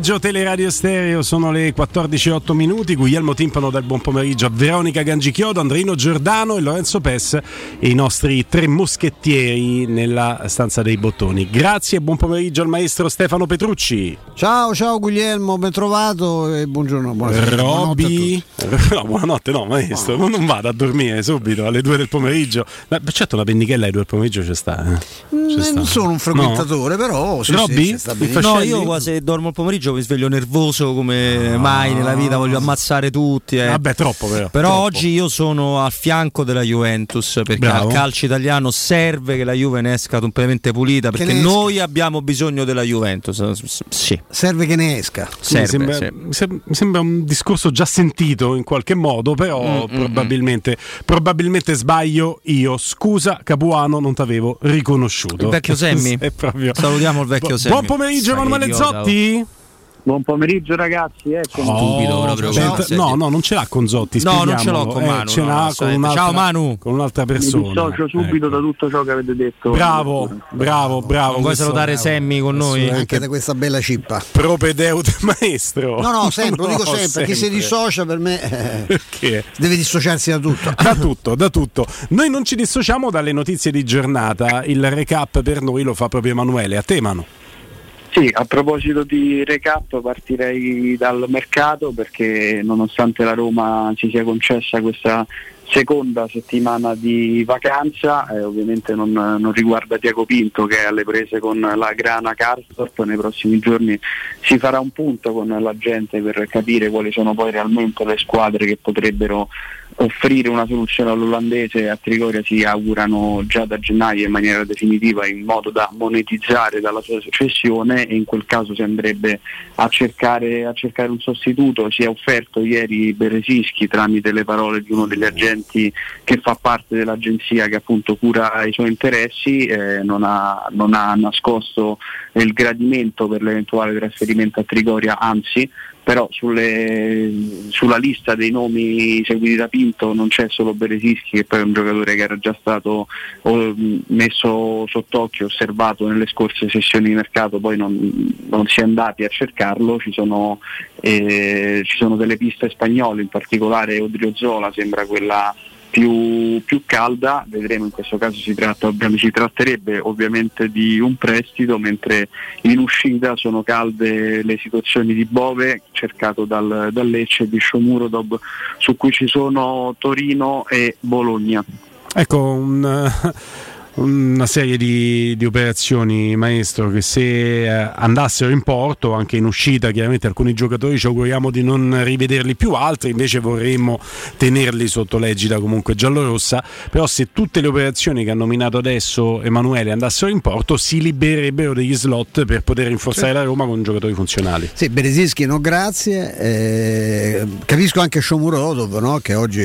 pomeriggio, Teleradio Stereo, sono le 14:08. Guglielmo Timpano dal buon pomeriggio a Veronica Gangichiodo, Andrino Giordano e Lorenzo Pes e i nostri tre moschettieri nella stanza dei bottoni. Grazie e buon pomeriggio al maestro Stefano Petrucci. Ciao Guglielmo, ben trovato e buongiorno, buonasera. Robby, buonanotte, no maestro, non vado a dormire subito alle 2 del pomeriggio. Ma certo, una pennichella alle 2 del pomeriggio c'è sta. Non sono un frequentatore, però Robby? No, io quasi dormo il pomeriggio, mi sveglio nervoso come mai nella vita, voglio ammazzare tutti. Vabbè, troppo però. Però troppo. oggi io sono al fianco della Juventus, perché al calcio italiano serve che la Juve ne esca completamente pulita, perché noi abbiamo bisogno della Juventus. Sì. Serve che ne esca. Mi sembra un discorso già sentito in qualche modo, però probabilmente sbaglio io. Scusa Capuano, non t'avevo riconosciuto. Il vecchio Semmi. Salutiamo il vecchio Semmi. Buon pomeriggio Emanuele Zotti. Buon pomeriggio ragazzi, stupido proprio. No, non ce l'ha con Zotti. No, non ce l'ho con Manu. Ce l'ha con un'altra, ciao Manu. Con un'altra persona. Mi dissocio subito da tutto ciò che avete detto. Bravo. Non vuoi salutare Semmi con noi? Anche da questa bella cippa. Propedeute maestro. No, sempre, lo dico sempre. Chi si dissocia per me perché? Deve dissociarsi da tutto. Da tutto. Noi non ci dissociamo dalle notizie di giornata. Il recap per noi lo fa proprio Emanuele. A te, Manu. Sì, a proposito di recap partirei dal mercato, perché nonostante la Roma si sia concessa questa seconda settimana di vacanza, ovviamente non riguarda Tiago Pinto, che è alle prese con la grana Karsdorp. Nei prossimi giorni si farà un punto con la gente per capire quali sono poi realmente le squadre che potrebbero offrire una soluzione all'olandese. A Trigoria si augurano già da gennaio in maniera definitiva, in modo da monetizzare dalla sua successione, e in quel caso si andrebbe a cercare un sostituto. Si è offerto ieri Beresischi tramite le parole di uno degli agenti che fa parte dell'agenzia che appunto cura i suoi interessi. Non ha nascosto il gradimento per l'eventuale trasferimento a Trigoria, anzi, però sulla lista dei nomi seguiti da Pinto non c'è solo Beresischi, che poi è un giocatore che era già stato messo sott'occhio, osservato nelle scorse sessioni di mercato, poi non si è andati a cercarlo. Ci sono delle piste spagnole, in particolare Odriozola sembra quella più calda. Vedremo, in questo caso si tratterebbe ovviamente di un prestito, mentre in uscita sono calde le situazioni di Bove, cercato dal Lecce, e di Shomurodov, su cui ci sono Torino e Bologna. Ecco, una serie di operazioni, maestro, che se andassero in porto, anche in uscita chiaramente alcuni giocatori ci auguriamo di non rivederli più, altri invece vorremmo tenerli sotto l'egida comunque giallorossa. Però se tutte le operazioni che ha nominato adesso Emanuele andassero in porto, si libererebbero degli slot per poter rinforzare la Roma con giocatori funzionali. Sì, Beresischi no grazie. Capisco anche Shomurodov, no? Che oggi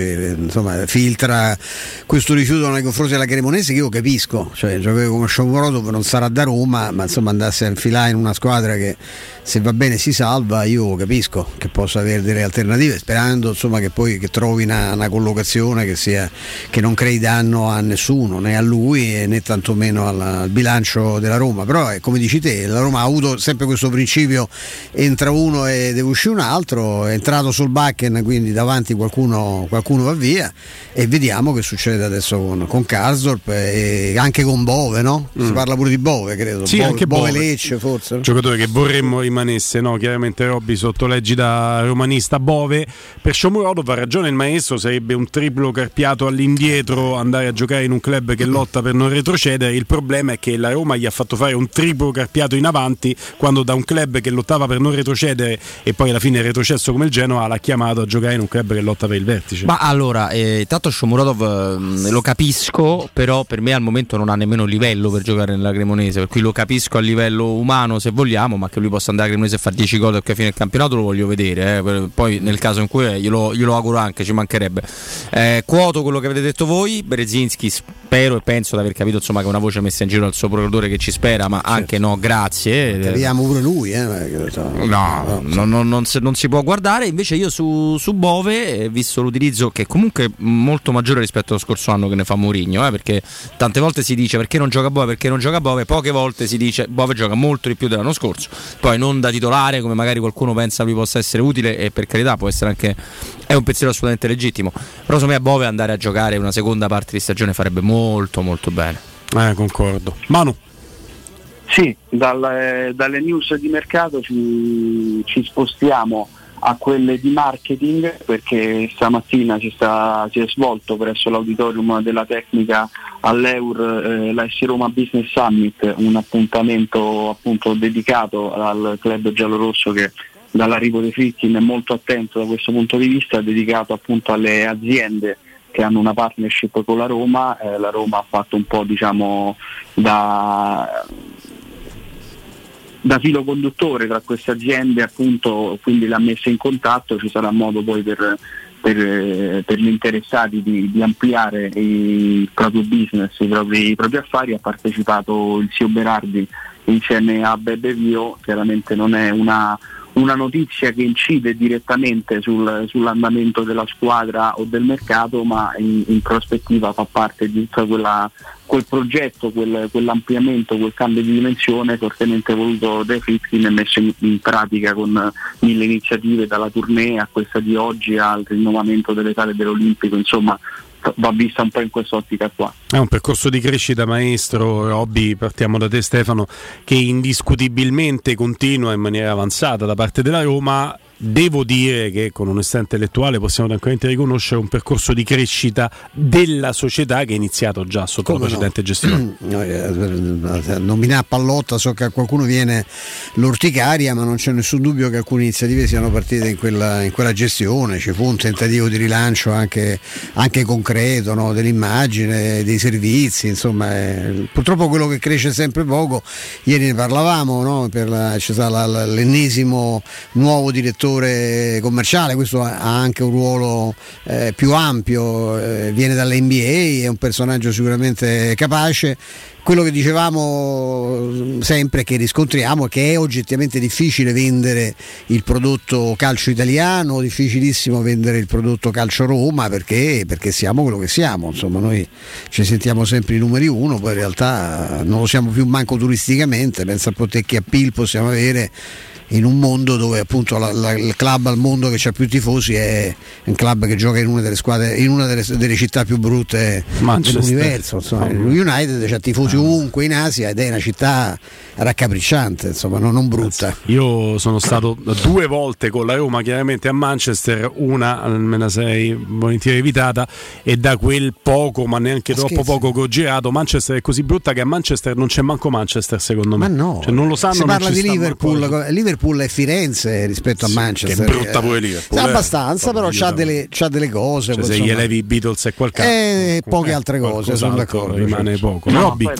filtra questo rifiuto nei confronti della Cremonese, che io capisco. Cioè, un giocatore come Shomurodov non sarà da Roma, ma andasse a infilare in una squadra che, se va bene, si salva. Io capisco che possa avere delle alternative, sperando che trovi una collocazione che non crei danno a nessuno, né a lui né tantomeno al bilancio della Roma. Però come dici te, la Roma ha avuto sempre questo principio: entra uno e deve uscire un altro. È entrato Solbakken, quindi davanti qualcuno va via, e vediamo che succede adesso con Karsdorp e anche con Bove, no? Si parla pure di Bove, credo. Sì, anche Bove Lecce, forse. Un giocatore che vorremmo rimanesse, no? Chiaramente Robby sotto l'egida romanista. Bove, per Shomurodov ha ragione il maestro, sarebbe un triplo carpiato all'indietro andare a giocare in un club che lotta per non retrocedere. Il problema è che la Roma gli ha fatto fare un triplo carpiato in avanti, quando da un club che lottava per non retrocedere e poi alla fine è retrocesso come il Genoa, l'ha chiamato a giocare in un club che lotta per il vertice. Ma allora, tanto Shomurodov lo capisco, però per me al momento non ha nemmeno livello per giocare nella Cremonese, per cui lo capisco a livello umano, se vogliamo, ma che lui possa andare a Cremonese e fare 10 gol e che a fine del campionato lo voglio vedere, poi nel caso in cui glielo auguro anche, ci mancherebbe. Quoto quello che avete detto voi. Berezinski spero e penso di aver capito che è una voce messa in giro dal suo procuratore che ci spera, ma anche no grazie, capiamo pure lui, non si può guardare. Invece io su Bove, visto l'utilizzo che comunque molto maggiore rispetto allo scorso anno che ne fa Mourinho, perché tante volte volte si dice perché non gioca Bove, poche volte si dice Bove gioca molto di più dell'anno scorso, poi non da titolare come magari qualcuno pensa lui possa essere utile, e per carità può essere anche, è un pensiero assolutamente legittimo, però secondo me a Bove andare a giocare una seconda parte di stagione farebbe molto molto bene. Concordo. Manu? Sì, dalle news di mercato ci spostiamo a quelle di marketing, perché stamattina si è svolto presso l'auditorium della Tecnica all'Eur l'AS Roma Business Summit, un appuntamento appunto dedicato al club giallorosso che dall'arrivo dei Fritkin è molto attento da questo punto di vista, dedicato appunto alle aziende che hanno una partnership con la Roma. La Roma ha fatto un po' da filo conduttore tra queste aziende, appunto, quindi l'ha messa in contatto. Ci sarà modo poi per gli interessati di ampliare il proprio business, i propri affari. Ha partecipato il CEO Berardi insieme a Bebe Vio. Chiaramente non è una notizia che incide direttamente sull'andamento della squadra o del mercato, ma in prospettiva fa parte di tutta quel progetto, quell'ampliamento, quel cambio di dimensione fortemente voluto dai Fritkin e messo in pratica con 1000 iniziative, dalla tournée a questa di oggi al rinnovamento delle sale dell'Olimpico. Insomma, va vista un po' in quest'ottica qua. È un percorso di crescita, maestro. Robby, partiamo da te, Stefano, che indiscutibilmente continua in maniera avanzata da parte della Roma. Devo dire che con onestà intellettuale possiamo tranquillamente riconoscere un percorso di crescita della società che è iniziato già sotto la precedente gestione. Nominare Pallotta, so che a qualcuno viene l'orticaria, ma non c'è nessun dubbio che alcune iniziative siano partite in quella gestione. Ci fu un tentativo di rilancio anche concreto, no? Dell'immagine, dei servizi, insomma. Purtroppo quello che cresce sempre poco, ieri ne parlavamo, no? C'è stato l'ennesimo nuovo direttore commerciale, questo ha anche un ruolo più ampio, viene dall'NBA, è un personaggio sicuramente capace. Quello che dicevamo sempre, che riscontriamo, è che è oggettivamente difficile vendere il prodotto calcio italiano, difficilissimo vendere il prodotto calcio Roma, perché siamo quello che siamo. Insomma, noi ci sentiamo sempre i numeri uno, poi in realtà non lo siamo più manco turisticamente. Pensa a te che appeal possiamo avere in un mondo dove appunto il club al mondo che c'ha più tifosi è un club che gioca in una delle squadre, in una delle città più brutte dell'universo. Insomma, lo United c'ha tifosi ovunque in Asia ed è una città raccapricciante, insomma, non brutta. Io sono stato 2 volte con la Roma, chiaramente a Manchester, una me la sei volentieri evitata, e da quel poco, ma neanche troppo poco che ho girato, Manchester è così brutta che a Manchester non c'è manco Manchester, secondo me. Ma no, cioè, non lo sanno. Si parla di Liverpool è Firenze rispetto a Manchester, che è brutta pure Liverpool, abbastanza, però c'ha delle cose, cioè, se gli levi i Beatles e qualche poche altre cose, sono d'accordo, rimane poco.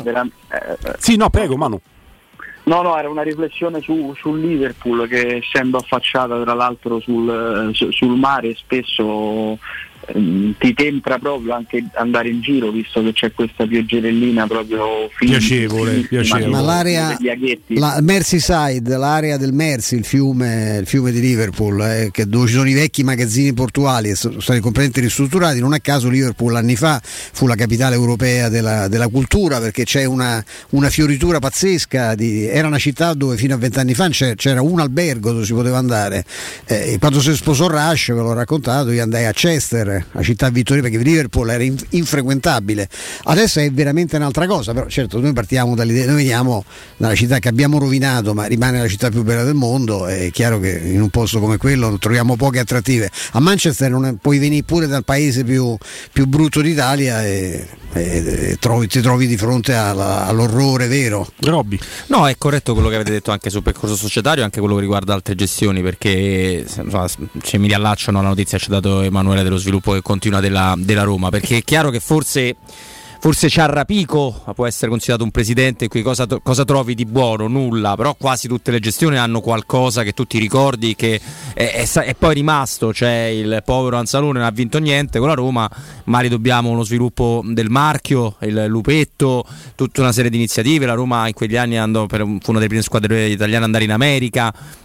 Sì, no, prego Manu. No, era una riflessione sul Liverpool, che essendo affacciata tra l'altro sul mare spesso ti tempra proprio anche andare in giro, visto che c'è questa pioggerellina proprio piacevole. Ma l'area, Merseyside, l'area del Mersey, il fiume di Liverpool, dove ci sono i vecchi magazzini portuali e sono stati completamente ristrutturati. Non a caso Liverpool anni fa fu la capitale europea della cultura, perché c'è una fioritura pazzesca. Era una città dove fino a 20 anni fa c'era un albergo dove si poteva andare. Quando si sposò Rush, ve l'ho raccontato, io andai a Chester, la città vittoriosa, perché Liverpool era infrequentabile. Adesso è veramente un'altra cosa, però certo noi partiamo dall'idea, noi veniamo dalla città che abbiamo rovinato, ma rimane la città più bella del mondo. È chiaro che in un posto come quello troviamo poche attrattive. A Manchester puoi venire pure dal paese più brutto d'Italia e ti trovi di fronte all'orrore vero. Robby. No, è corretto quello che avete detto anche sul percorso societario, anche quello che riguarda altre gestioni, perché mi riallacciano alla notizia che ci ha dato Emanuele dello sviluppo che continua della Roma, perché è chiaro che forse Ciarrapico può essere considerato un presidente in cui cosa trovi di buono? Nulla, però quasi tutte le gestioni hanno qualcosa che tu ti ricordi che è poi rimasto. Cioè il povero Anzalone non ha vinto niente con la Roma, ma ridobbiamo uno sviluppo del marchio, il Lupetto, tutta una serie di iniziative. La Roma in quegli anni fu una delle prime squadre italiane ad andare in America.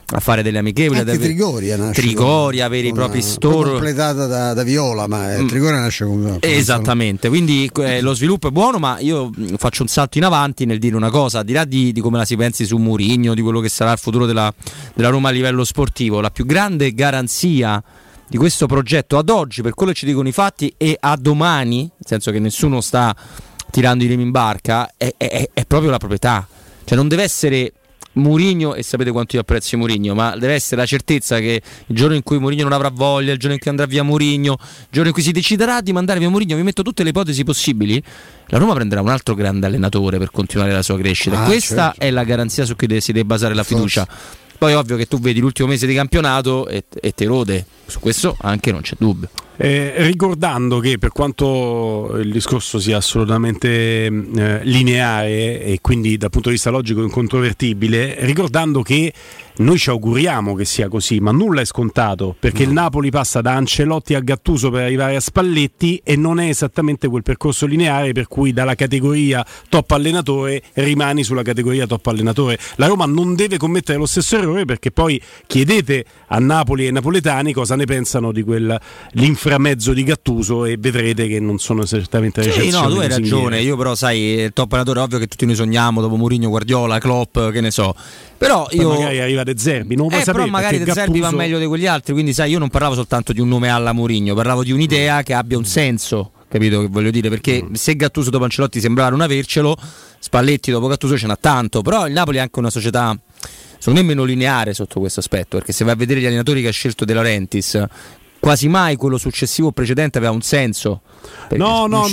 a fare delle amichevoli. Anche Trigoria, avere i propri store completata da Viola, ma Trigoria nasce con esattamente, quindi lo sviluppo è buono, ma io faccio un salto in avanti nel dire una cosa, al di là di come la si pensi su Mourinho, di quello che sarà il futuro della Roma a livello sportivo. La più grande garanzia di questo progetto ad oggi, per quello che ci dicono i fatti, e a domani, nel senso che nessuno sta tirando i remi in barca, è proprio la proprietà. Cioè non deve essere Mourinho, e sapete quanto io apprezzo Mourinho, ma deve essere la certezza che il giorno in cui Mourinho non avrà voglia, il giorno in cui andrà via Mourinho, il giorno in cui si deciderà di mandare via Mourinho, vi metto tutte le ipotesi possibili, la Roma prenderà un altro grande allenatore per continuare la sua crescita. Questa è la garanzia su cui si deve basare la fiducia. Poi è ovvio che tu vedi l'ultimo mese di campionato e te rode, su questo anche non c'è dubbio. Ricordando che per quanto il discorso sia assolutamente lineare e quindi dal punto di vista logico incontrovertibile, ricordando che noi ci auguriamo che sia così, ma nulla è scontato, perché il Napoli passa da Ancelotti a Gattuso per arrivare a Spalletti e non è esattamente quel percorso lineare per cui dalla categoria top allenatore rimani sulla categoria top allenatore. La Roma non deve commettere lo stesso errore, perché poi chiedete a Napoli e ai napoletani cosa ne pensano di l'inframezzo di Gattuso e vedrete che non sono certamente recensioni. No, tu hai ragione, io però sai, il top allenatore ovvio che tutti noi sogniamo dopo Mourinho, Guardiola, Klopp, che ne so. Però io magari arriva De Zerbi, non puoi sapere, però magari De Zerbi va meglio di quegli altri, quindi sai, io non parlavo soltanto di un nome alla Mourinho, parlavo di un'idea che abbia un senso, capito che voglio dire? Perché se Gattuso dopo Ancelotti sembrava non avercelo, Spalletti dopo Gattuso ce n'ha tanto, però il Napoli è anche una società secondo me meno lineare sotto questo aspetto, perché se vai a vedere gli allenatori che ha scelto De Laurentiis, quasi mai quello successivo precedente aveva un senso. No, non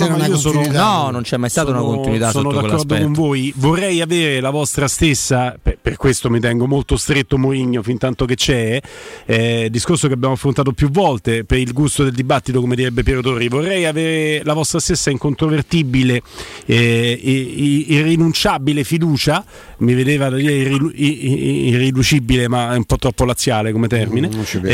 c'è mai stata una continuità sotto quell'aspetto. Sono d'accordo con voi, vorrei avere la vostra stessa, per questo mi tengo molto stretto Mourinho fin tanto che c'è, discorso che abbiamo affrontato più volte per il gusto del dibattito, come direbbe Piero Torri. Vorrei avere la vostra stessa incontrovertibile, irrinunciabile fiducia, mi vedeva da dire irriducibile, ma è un po' troppo laziale come termine,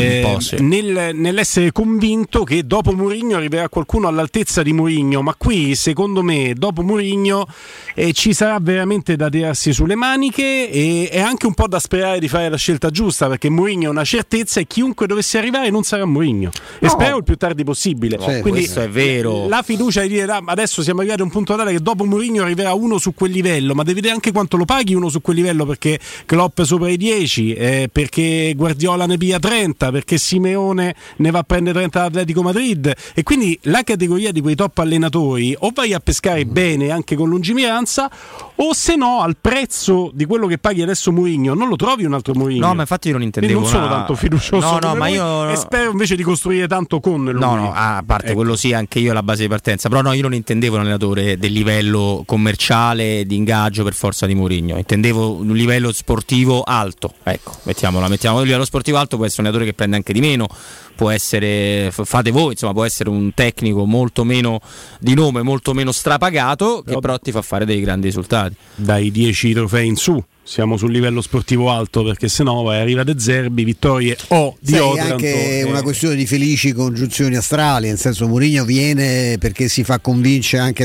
nell'essere convinto che dopo Mourinho arriverà qualcuno all'altezza di Mourinho, ma qui secondo me dopo Mourinho ci sarà veramente da tirarsi sulle maniche e è anche un po' da sperare di fare la scelta giusta, perché Mourinho è una certezza e chiunque dovesse arrivare non sarà Mourinho, e spero il più tardi possibile. Quindi questo è vero, la fiducia di dire adesso siamo arrivati a un punto tale che dopo Mourinho arriverà uno su quel livello, ma devi vedere anche quanto lo paghi uno su quel livello, perché Klopp sopra i 10, perché Guardiola ne piglia 30, perché Simeone ne va a prendere 30 all'Atletico Madrid, e quindi la categoria di quei top allenatori o vai a pescare bene anche con lungimiranza, o se no al prezzo di quello che paghi adesso Mourinho non lo trovi un altro Mourinho. No, ma infatti io non intendevo, non sono tanto fiducioso ma io e spero invece di costruire tanto con lui. No, a parte quello sì, anche io alla base di partenza, però no, io non intendevo un allenatore del livello commerciale di ingaggio per forza di Mourinho, intendevo un livello sportivo alto, ecco, mettiamo il livello sportivo alto, può essere un allenatore che prende anche di meno, può essere, fate voi, insomma, può essere un tecnico molto meno di nome, molto meno strapagato, che però ti fa fare dei grandi risultati. Dai 10 trofei in su siamo sul livello sportivo alto, perché sennò arriva De Zerbi, vittorie di Otranto. È anche una questione di felici congiunzioni astrali, nel senso Mourinho viene perché si fa convincere anche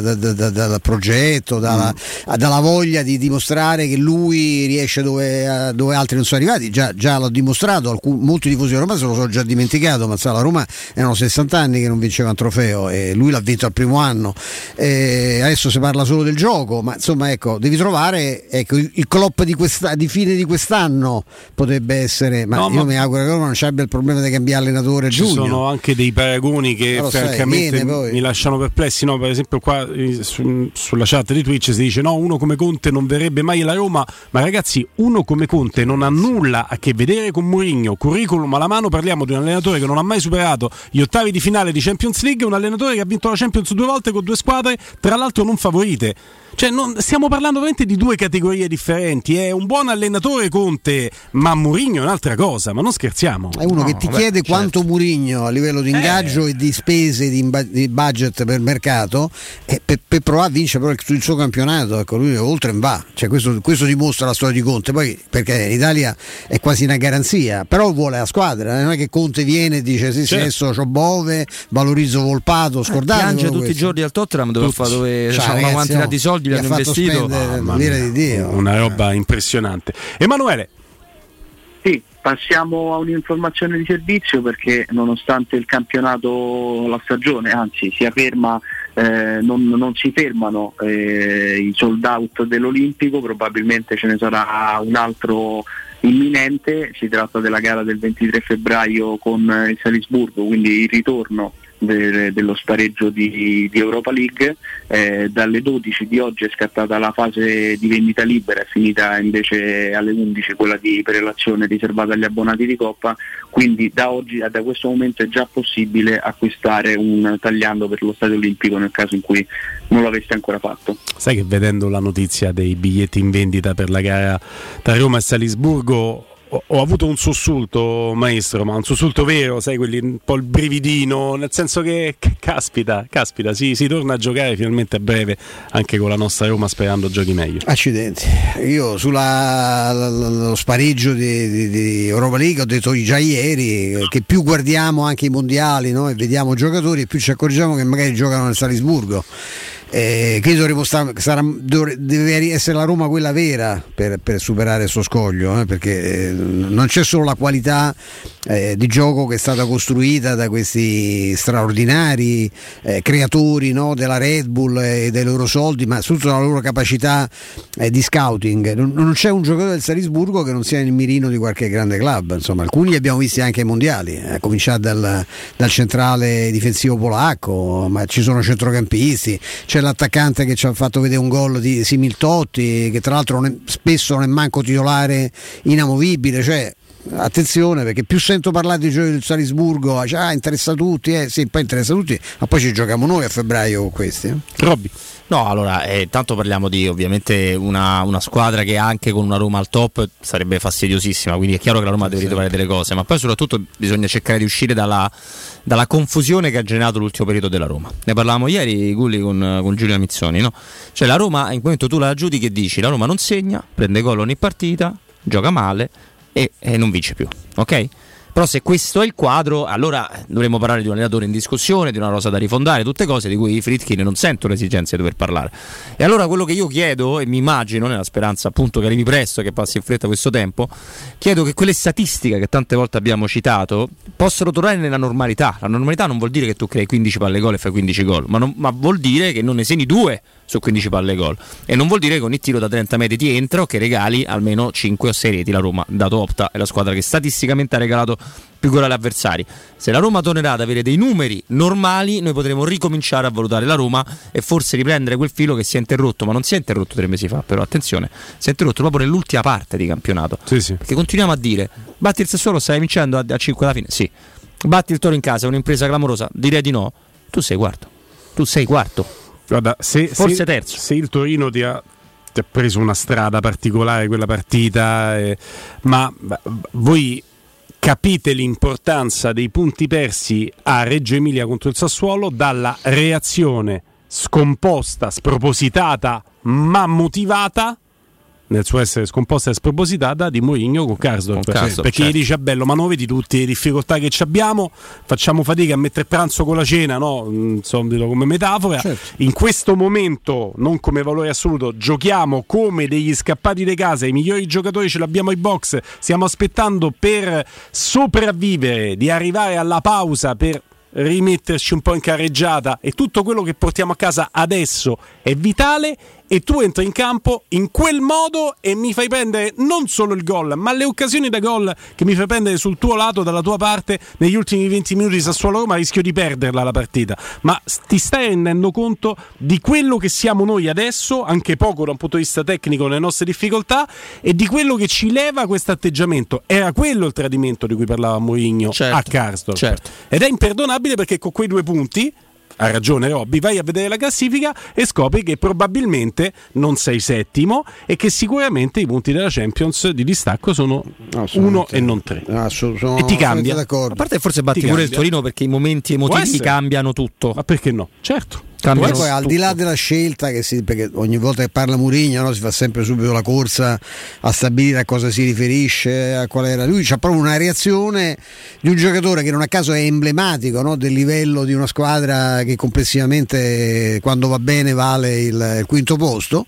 dal progetto, dalla voglia di dimostrare che lui riesce dove altri non sono arrivati. Già l'ho dimostrato, molti tifosi di Roma se lo sono già dimenticato, ma la Roma erano 60 anni che non vinceva un trofeo e lui l'ha vinto al primo anno, adesso si parla solo del gioco, ma insomma ecco, devi trovare il Klopp di fine di quest'anno potrebbe essere, ma io mi auguro che Roma non ci abbia il problema di cambiare allenatore. Ci sono anche dei paragoni che francamente mi lasciano perplessi, no? Per esempio qua sulla chat di Twitch si dice uno come Conte non verrebbe mai alla Roma, ma ragazzi, uno come Conte non ha nulla a che vedere con Mourinho, curriculum alla mano, parliamo di un allenatore che non ha mai superato gli ottavi di finale di Champions League, un allenatore che ha vinto la Champions 2 volte con 2 squadre tra l'altro non favorite. Cioè stiamo parlando veramente di 2 categorie differenti. È un buon allenatore Conte, ma Mourinho è un'altra cosa, ma non scherziamo. È uno che ti chiede quanto Mourinho a livello di ingaggio e di spese di budget per mercato per provare a vincere però il suo campionato. Ecco, lui oltre non va. Cioè, questo dimostra la storia di Conte. Poi perché in Italia è quasi una garanzia, però vuole la squadra, non è che Conte viene e dice sì, adesso c'ho Bove, valorizzo Volpato, scordate. Piange tutti i giorni al Tottenham dove c'ha una quantità di soldi, l'hanno investito l'ira di Dio. Una roba impressionante. Emanuele. Sì, Passiamo a un'informazione di servizio, perché nonostante il campionato, la stagione anzi sia ferma, non si fermano i sold out dell'Olimpico, probabilmente ce ne sarà un altro imminente. Si tratta della gara del 23 febbraio con il Salisburgo, quindi il ritorno dello spareggio di Europa League. Dalle 12 di oggi è scattata la fase di vendita libera, è finita invece alle 11 quella di prelazione riservata agli abbonati di Coppa, quindi da questo momento è già possibile acquistare un tagliando per lo Stadio Olimpico nel caso in cui non l'aveste ancora fatto. Sai che vedendo la notizia dei biglietti in vendita per la gara tra Roma e Salisburgo ho avuto un sussulto, maestro, ma un sussulto vero, sai, quelli un po' il brividino, nel senso che caspita, si torna a giocare finalmente a breve anche con la nostra Roma, sperando giochi meglio. Accidenti, io lo spareggio di Europa League ho detto già ieri che più guardiamo anche i mondiali, no? E vediamo giocatori e più ci accorgiamo che magari giocano nel Salisburgo. Credo deve essere la Roma quella vera per superare questo scoglio, perché non c'è solo la qualità di gioco che è stata costruita da questi straordinari creatori, no, della Red Bull e dei loro soldi, ma soprattutto la loro capacità di scouting. Non c'è un giocatore del Salisburgo che non sia nel mirino di qualche grande club, insomma alcuni li abbiamo visti anche ai mondiali, a cominciare dal centrale difensivo polacco, ma ci sono centrocampisti, c'è l'attaccante che ci ha fatto vedere un gol di Similtotti, che tra l'altro spesso non è manco titolare inamovibile, cioè attenzione, perché più sento parlare di giochi del Salisburgo, interessa tutti, sì, poi interessa tutti, ma poi ci giochiamo noi a febbraio con questi. Robby. No, allora, tanto parliamo di ovviamente una squadra che anche con una Roma al top sarebbe fastidiosissima, quindi è chiaro che la Roma deve ritrovare delle cose, ma poi soprattutto bisogna cercare di uscire dalla confusione che ha generato l'ultimo periodo della Roma. Ne parlavamo ieri, Gulli, con Giulia Mizzoni, no? Cioè la Roma, in quel momento tu la giudichi e dici la Roma non segna, prende gol ogni partita, gioca male e non vince più, ok? Però se questo è il quadro, allora dovremmo parlare di un allenatore in discussione, di una rosa da rifondare, tutte cose di cui i Friedkin non sentono l'esigenza di dover parlare. E allora quello che io chiedo, e mi immagino, nella speranza appunto che arrivi presto, che passi in fretta questo tempo, chiedo che quelle statistiche che tante volte abbiamo citato possano tornare nella normalità. La normalità non vuol dire che tu crei 15 palle gol e fai 15 gol, ma vuol dire che non ne segni 2 su 15 palle gol, e non vuol dire che ogni tiro da 30 metri ti entra o che regali almeno 5 o 6 reti. La Roma, dato Opta, è la squadra che statisticamente ha regalato più gol agli avversari. Se la Roma tornerà ad avere dei numeri normali, noi potremo ricominciare a valutare la Roma e forse riprendere quel filo che si è interrotto, ma non si è interrotto 3 mesi fa, però attenzione, si è interrotto proprio nell'ultima parte di campionato, sì. Perché continuiamo a dire batti il Sassuolo, stai vincendo a 5 alla fine, sì, batti il Toro in casa, è un'impresa clamorosa, direi di no, tu sei quarto. Guarda, forse terzo. Se il Torino ti ha preso una strada particolare quella partita, ma voi capite l'importanza dei punti persi a Reggio Emilia contro il Sassuolo dalla reazione scomposta, spropositata ma motivata, nel suo essere scomposta e spropositata, di Mourinho con Karsdorp, perché certo. Gli dice bello, ma non vedi tutte le difficoltà che abbiamo, facciamo fatica a mettere pranzo con la cena, no? Insomma, come metafora, certo. In questo momento, non come valore assoluto, giochiamo come degli scappati di casa, i migliori giocatori ce l'abbiamo ai box, stiamo aspettando per sopravvivere, di arrivare alla pausa per rimetterci un po' in carreggiata, e tutto quello che portiamo a casa adesso è vitale, e tu entri in campo in quel modo e mi fai prendere non solo il gol, ma le occasioni da gol che mi fai prendere sul tuo lato, dalla tua parte. Negli ultimi 20 minuti di Sassuolo-Roma rischio di perderla la partita, ma ti stai rendendo conto di quello che siamo noi adesso, anche poco da un punto di vista tecnico nelle nostre difficoltà, e di quello che ci leva questo atteggiamento? Era quello il tradimento di cui parlava Mourinho, certo, a Karsdorp, certo. Ed è imperdonabile, perché con quei 2 punti, ha ragione Robby, vai a vedere la classifica e scopri che probabilmente non sei settimo e che sicuramente i punti della Champions di distacco sono 1 e non 3, e ti cambia. A parte forse batti pure il Torino, perché i momenti emotivi cambiano tutto. Ma perché no? Certo. Poi al di là della scelta perché ogni volta che parla Mourinho, no, si fa sempre subito la corsa a stabilire a cosa si riferisce, a qual era. Lui c'ha proprio una reazione di un giocatore che non a caso è emblematico, no, del livello di una squadra che complessivamente quando va bene vale il quinto posto,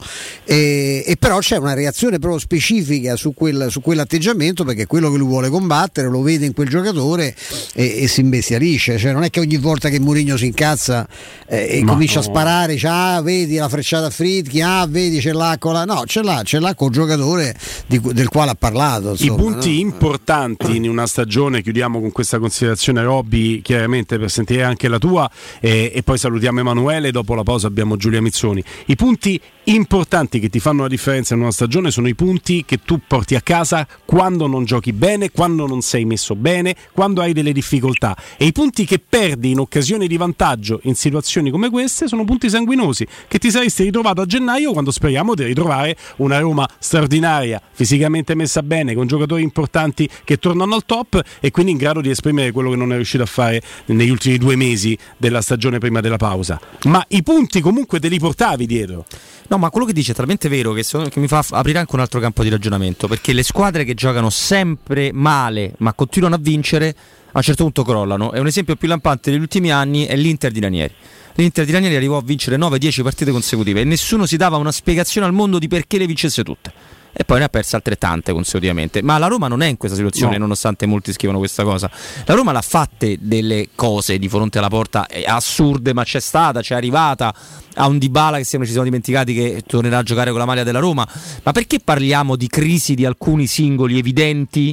e però c'è una reazione proprio specifica su quell'atteggiamento, perché è quello che lui vuole combattere, lo vede in quel giocatore e si imbestialisce. Cioè non è che ogni volta che Mourinho si incazza e comincia a sparare, vedi la frecciata a Friedkin, vedi ce l'ha con ce l'ha col giocatore del quale ha parlato, insomma, i punti importanti in una stagione. Chiudiamo con questa considerazione, Robby, chiaramente per sentire anche la tua, e poi salutiamo Emanuele. Dopo la pausa abbiamo Giulia Mizzoni. I punti importanti che ti fanno la differenza in una stagione sono i punti che tu porti a casa quando non giochi bene, quando non sei messo bene, quando hai delle difficoltà, e i punti che perdi in occasioni di vantaggio in situazioni come queste sono punti sanguinosi che ti saresti ritrovato a gennaio, quando speriamo di ritrovare una Roma straordinaria, fisicamente messa bene, con giocatori importanti che tornano al top e quindi in grado di esprimere quello che non è riuscito a fare negli ultimi 2 mesi della stagione prima della pausa. Ma i punti comunque te li portavi dietro. No, ma quello che dice è talmente vero che mi fa aprire anche un altro campo di ragionamento, perché le squadre che giocano sempre male ma continuano a vincere a un certo punto crollano. E un esempio più lampante degli ultimi anni è l'Inter di Ranieri. L'Inter di Ranieri arrivò a vincere 9-10 partite consecutive e nessuno si dava una spiegazione al mondo di perché le vincesse tutte, e poi ne ha perse altrettante consecutivamente. Ma la Roma non è in questa situazione, no, nonostante molti scrivano questa cosa. La Roma l'ha fatte delle cose di fronte alla porta assurde, ma c'è arrivata a un Dybala che sembra ci siamo dimenticati che tornerà a giocare con la maglia della Roma. Ma perché parliamo di crisi di alcuni singoli evidenti,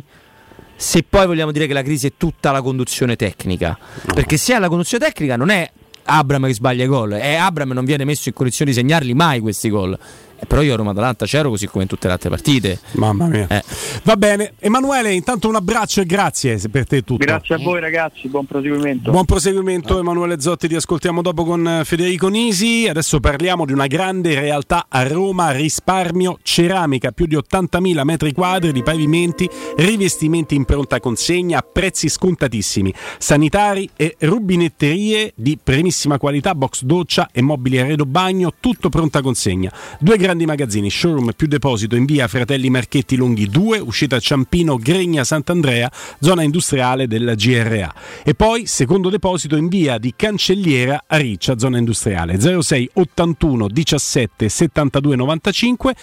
se poi vogliamo dire che la crisi è tutta la conduzione tecnica? Perché se è la conduzione tecnica non è Abraham che sbaglia i gol, è Abraham non viene messo in condizione di segnarli mai questi gol. Però io a Roma-Atalanta c'ero, così come in tutte le altre partite. Mamma mia. Va bene, Emanuele, intanto un abbraccio e grazie per te tutto. Grazie a voi ragazzi, buon proseguimento. Buon proseguimento Emanuele Zotti, ti ascoltiamo dopo con Federico Nisi. Adesso parliamo di una grande realtà a Roma, Risparmio Ceramica, più di 80.000 metri quadri di pavimenti, rivestimenti in pronta consegna a prezzi scontatissimi, sanitari e rubinetterie di primissima qualità, box doccia e mobili arredo bagno, tutto pronta consegna. 2 grandi magazzini, showroom più deposito in via Fratelli Marchetti Longhi 2, uscita Ciampino Gregna Sant'Andrea, zona industriale del GRA, e poi secondo deposito in via di Cancelliera a Riccia, zona industriale. 06 81 17 72 95,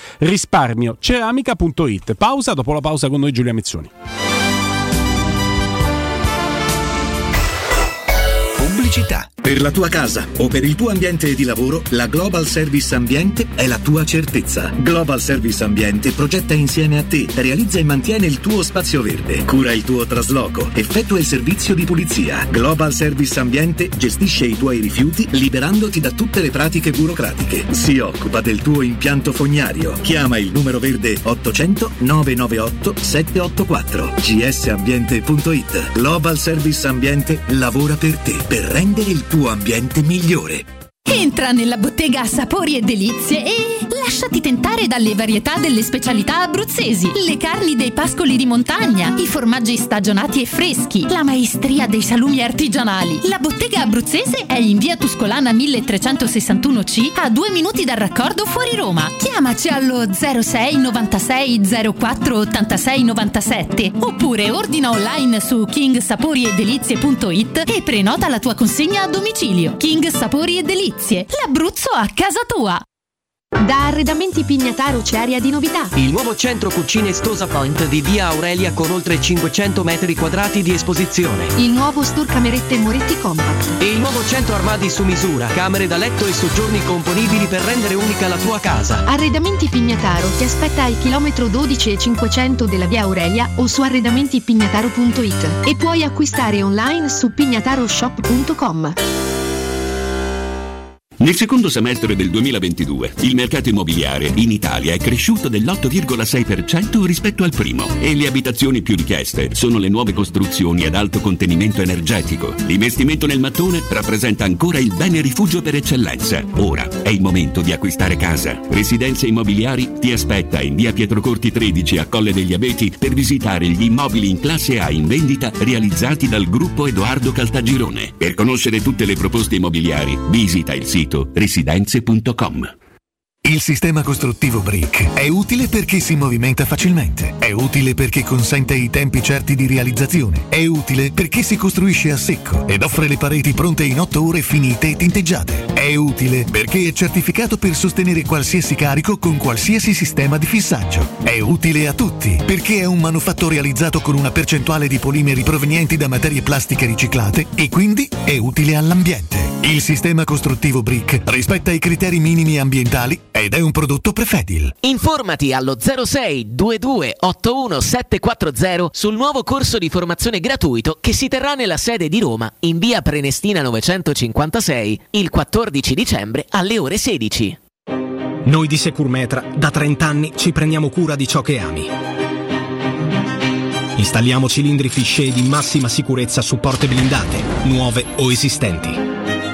risparmioceramica.it. Pausa, dopo la pausa con noi Giulia Mizzoni. Pubblicità. Per la tua casa o per il tuo ambiente di lavoro, la Global Service Ambiente è la tua certezza. Global Service Ambiente progetta insieme a te, realizza e mantiene il tuo spazio verde, cura il tuo trasloco, effettua il servizio di pulizia. Global Service Ambiente gestisce i tuoi rifiuti liberandoti da tutte le pratiche burocratiche. Si occupa del tuo impianto fognario. Chiama il numero verde 800 998 784. gsambiente.it. Global Service Ambiente lavora per te, per rendere il tuo ambiente migliore. Entra nella bottega Sapori e Delizie e lasciati tentare dalle varietà delle specialità abruzzesi, le carni dei pascoli di montagna, i formaggi stagionati e freschi, la maestria dei salumi artigianali. La bottega abruzzese è in via Tuscolana 1361C, a 2 minuti dal raccordo fuori Roma. Chiamaci allo 06 96 04 86 97 oppure ordina online su kingsaporiedelizie.it e prenota la tua consegna a domicilio. King Sapori e Delizie, l'Abruzzo a casa tua. Da Arredamenti Pignataro c'è aria di novità. Il nuovo centro cucine Stosa Point di via Aurelia con oltre 500 metri quadrati di esposizione. Il nuovo store camerette Moretti Compact. E il nuovo centro armadi su misura, camere da letto e soggiorni componibili per rendere unica la tua casa. Arredamenti Pignataro ti aspetta al chilometro 12 e 500 della via Aurelia o su arredamentipignataro.it e puoi acquistare online su pignataroshop.com. Nel secondo semestre del 2022 il mercato immobiliare in Italia è cresciuto dell'8,6% rispetto al primo e le abitazioni più richieste sono le nuove costruzioni ad alto contenimento energetico. L'investimento nel mattone rappresenta ancora il bene rifugio per eccellenza. Ora è il momento di acquistare casa. Residenze Immobiliari ti aspetta in via Pietrocorti 13 a Colle degli Abeti per visitare gli immobili in classe A in vendita realizzati dal gruppo Edoardo Caltagirone. Per conoscere tutte le proposte immobiliari visita il sito sito residenze.com. Il sistema costruttivo Brick è utile perché si movimenta facilmente, è utile perché consente i tempi certi di realizzazione, è utile perché si costruisce a secco ed offre le pareti pronte in 8 ore finite e tinteggiate, è utile perché è certificato per sostenere qualsiasi carico con qualsiasi sistema di fissaggio, è utile a tutti perché è un manufatto realizzato con una percentuale di polimeri provenienti da materie plastiche riciclate e quindi è utile all'ambiente. Il sistema costruttivo Brick rispetta i criteri minimi ambientali ed è un prodotto Prefedil. Informati allo 06 22 81 740 sul nuovo corso di formazione gratuito che si terrà nella sede di Roma in via Prenestina 956 il 14 dicembre alle ore 16. Noi di Securmetra da 30 anni ci prendiamo cura di ciò che ami. Installiamo cilindri Fichet di massima sicurezza su porte blindate, nuove o esistenti.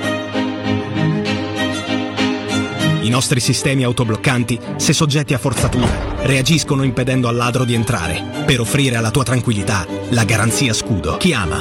I nostri sistemi autobloccanti, se soggetti a forzatura, reagiscono impedendo al ladro di entrare, per offrire alla tua tranquillità la garanzia scudo. Chiama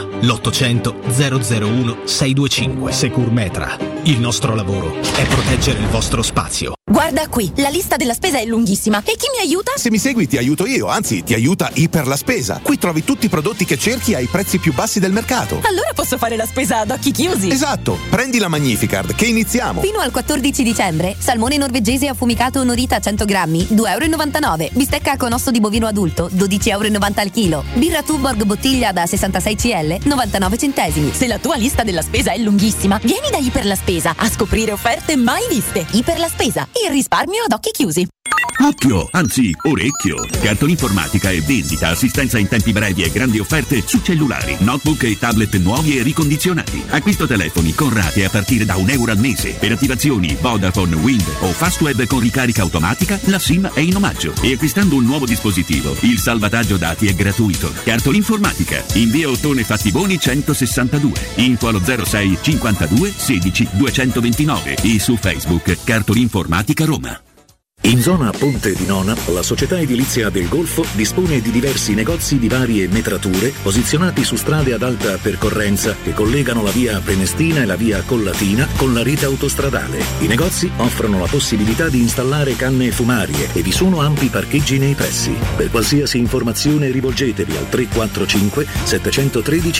l'800 001 625. Securmetra. Il nostro lavoro è proteggere il vostro spazio. Guarda qui, la lista della spesa è lunghissima. E chi mi aiuta? Se mi segui ti aiuto io, anzi ti aiuta Iper la Spesa. Qui trovi tutti i prodotti che cerchi ai prezzi più bassi del mercato. Allora posso fare la spesa ad occhi chiusi. Esatto, prendi la Magnificard che iniziamo. Fino al 14 dicembre, salmone norvegese affumicato Norita 100 grammi, 2,99 €. Bistecca con osso di bovino adulto, 12,90 € al chilo. Birra Tuborg bottiglia da 66 CL, 99 centesimi. Se la tua lista della spesa è lunghissima, vieni da Iper la Spesa a scoprire offerte mai viste. Iper la Spesa, il risparmio ad occhi chiusi. Occhio, anzi orecchio. Cartolinformatica e vendita, assistenza in tempi brevi e grandi offerte su cellulari, notebook e tablet nuovi e ricondizionati. Acquisto telefoni con rate a partire da €1 al mese. Per attivazioni Vodafone, Wind o Fastweb con ricarica automatica, la SIM è in omaggio. E acquistando un nuovo dispositivo, il salvataggio dati è gratuito. Cartolinformatica, in via Ottone Fattiboni 162. Info allo 06 52 16 229 e su Facebook Cartolinformatica Roma. In zona Ponte di Nona, la società edilizia del Golfo dispone di diversi negozi di varie metrature posizionati su strade ad alta percorrenza che collegano la via Prenestina e la via Collatina con la rete autostradale. I negozi offrono la possibilità di installare canne fumarie e vi sono ampi parcheggi nei pressi. Per qualsiasi informazione rivolgetevi al 345 713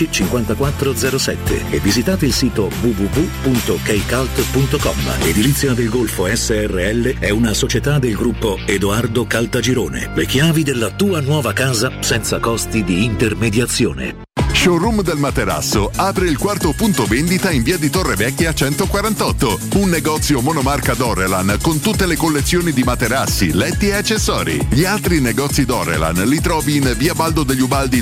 5407 e visitate il sito www.keicalt.com. Edilizia del Golfo SRL è una società del gruppo Edoardo Caltagirone. Le chiavi della tua nuova casa senza costi di intermediazione. Showroom del Materasso apre il quarto punto vendita in via di Torrevecchia 148. Un negozio monomarca Dorelan con tutte le collezioni di materassi, letti e accessori. Gli altri negozi Dorelan li trovi in via Baldo degli Ubaldi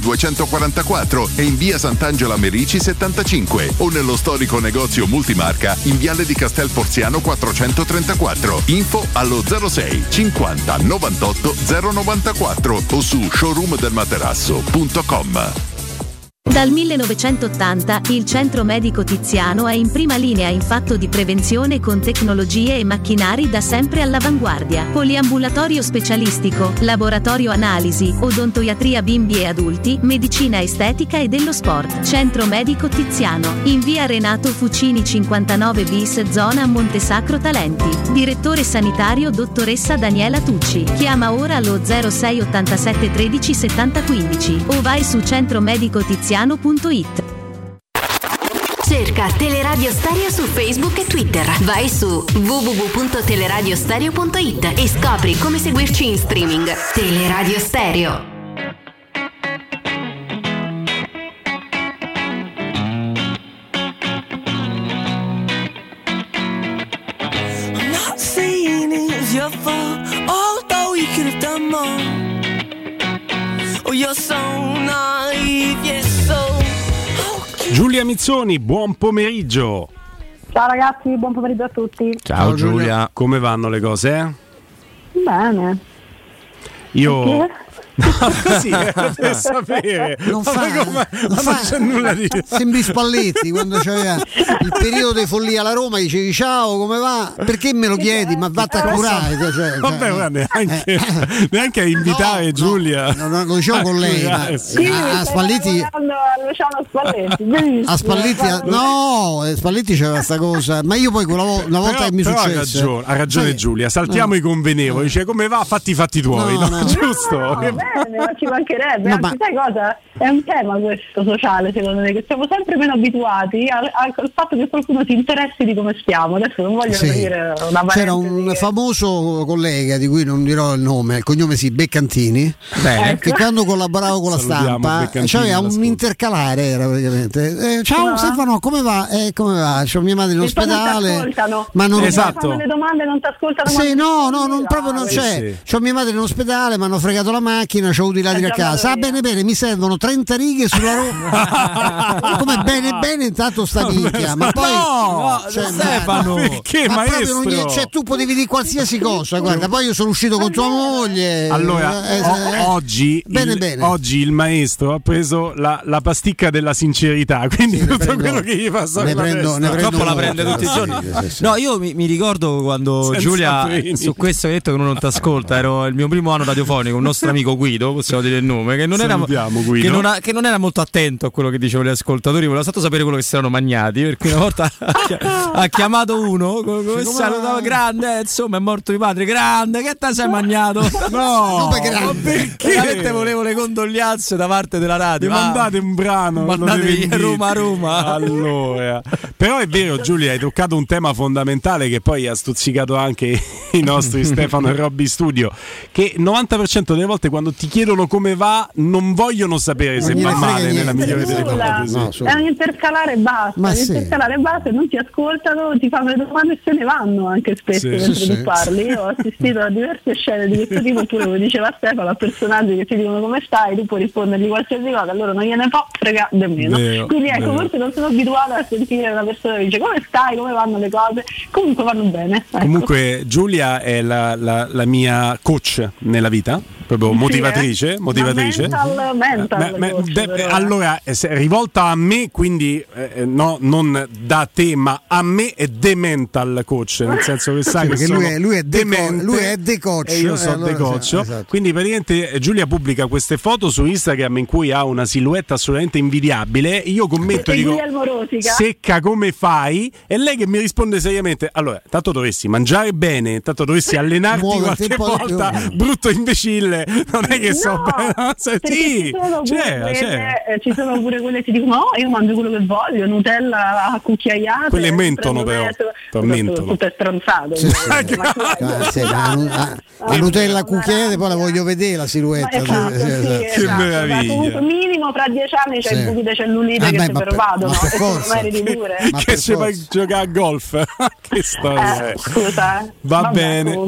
244 e in via Sant'Angela Merici 75 o nello storico negozio multimarca in viale di Castel Porziano 434. Info allo 06 50 98 094 o su showroomdelmaterasso.com. Dal 1980 il Centro Medico Tiziano è in prima linea in fatto di prevenzione con tecnologie e macchinari da sempre all'avanguardia. Poliambulatorio specialistico, laboratorio analisi, odontoiatria bimbi e adulti, medicina estetica e dello sport. Centro Medico Tiziano, in via Renato Fucini 59 bis, zona Montesacro Talenti. Direttore sanitario dottoressa Daniela Tucci. Chiama ora allo 06 87 13 70 15 o vai su centromedicotiziano.it. Cerca Teleradio Stereo su Facebook e Twitter. Vai su www.teleradiostereo.it e scopri come seguirci in streaming. Teleradio Stereo. I'm not saying it's your fault, although you could have done more. Oh, you're so naive, yes, so. Giulia Mizzoni, buon pomeriggio. Ciao ragazzi, buon pomeriggio a tutti. Ciao Giulia. Come vanno le cose? Bene. Io Così per sapere. Non c'è nulla di. Sembri Spalletti quando c'aveva il periodo di follia alla Roma, dicevi ciao, come va? Perché me lo chiedi? Ma vatta a curare. Vabbè, neanche a invitare Giulia. No, lo dicevo con lei. A Spalletti. A Spalletti, no, Spalletti c'era questa cosa. Ma io poi una volta che mi successe. Ha ragione Giulia. Saltiamo i convenevoli. Dice come va? Fatti i fatti tuoi, no? Giusto? No, bene, ma ci mancherebbe. Anzi, sai cosa? È un tema questo sociale, secondo me, che siamo sempre meno abituati al fatto che qualcuno si interessi di come stiamo. Adesso non voglio dire una parentesi. C'era un famoso collega di cui non dirò il nome, il cognome Beccantini, che quando collaboravo con la stampa c'aveva un intercalare, era praticamente ciao Stefano, come va? Come va? C'ho mia madre in ospedale, ma non fanno le domande, non ti ascoltano. Sì, no, proprio non c'è. C'ho mia madre in ospedale, mi hanno fregato la macchina, c'ho avuto i ladri a casa. Bene, mi servono 30 righe sulla Roma. Come bene, intanto sta picchia. Ma poi Stefano, perché maestro? Cioè, tu potevi dire qualsiasi cosa. Guarda, poi io sono uscito con tua moglie. Allora, oggi il maestro ha preso la pasticca della sincerità, quindi tutto quello che gli passa purtroppo la prende tutti i giorni. No, io mi ricordo quando Giulia su questo ha detto che non ti ascolta, ero il mio primo anno radiofonico, un nostro amico Guido, possiamo dire il nome, che non era molto attento a quello che dicevano gli ascoltatori, voleva stato sapere quello che si erano magnati, perché una volta ha chiamato uno come salutava, grande, insomma è morto mio padre, grande, che te sei magnato? No, perché? Veramente volevo le condoglianze da parte della radio. Mandate un brano, mandatevi Roma. Allora, però è vero Giulia, hai toccato un tema fondamentale che poi ha stuzzicato anche i nostri Stefano e Robby Studio, che 90% delle volte quando ti chiedono come va non vogliono sapere se va male, nella migliore delle ipotesi. È un intercalare e basta, non ti ascoltano, ti fanno le domande e se ne vanno anche spesso mentre tu parli. Io ho assistito a diverse scene di questo tipo, oppure come diceva Stefano, a personaggi che ti dicono come stai, tu puoi rispondergli qualsiasi cosa, allora non gliene può frega nemmeno. Quindi ecco, forse non sono abituata a sentire una persona che dice come stai, come vanno le cose, comunque vanno bene. Ecco. Comunque Giulia è la mia coach nella vita, proprio motivatrice. Allora, rivolta a me, quindi no, non da te, ma a me è The Mental Coach, nel senso che sai che lui è The Coach e io sono The Coach. Esatto. Quindi praticamente Giulia pubblica queste foto su Instagram in cui ha una silhouette assolutamente invidiabile. Io commento e dico secca, come fai? E lei che mi risponde seriamente: allora, tanto dovresti mangiare bene, tanto dovresti allenarti qualche volta, brutto imbecille, non è che ci sono pure quelle che ti dicono io mangio quello che voglio, Nutella a cucchiaiate, quelle mentono però tutte stronzate. La Nutella a cucchiaiate poi la voglio vedere la silhouette. Che meraviglia. Comunque minimo tra 10 anni c'è il buco di cellulite che si pervadono, che ci vai a giocare a golf. Che storia. Scusa, va bene.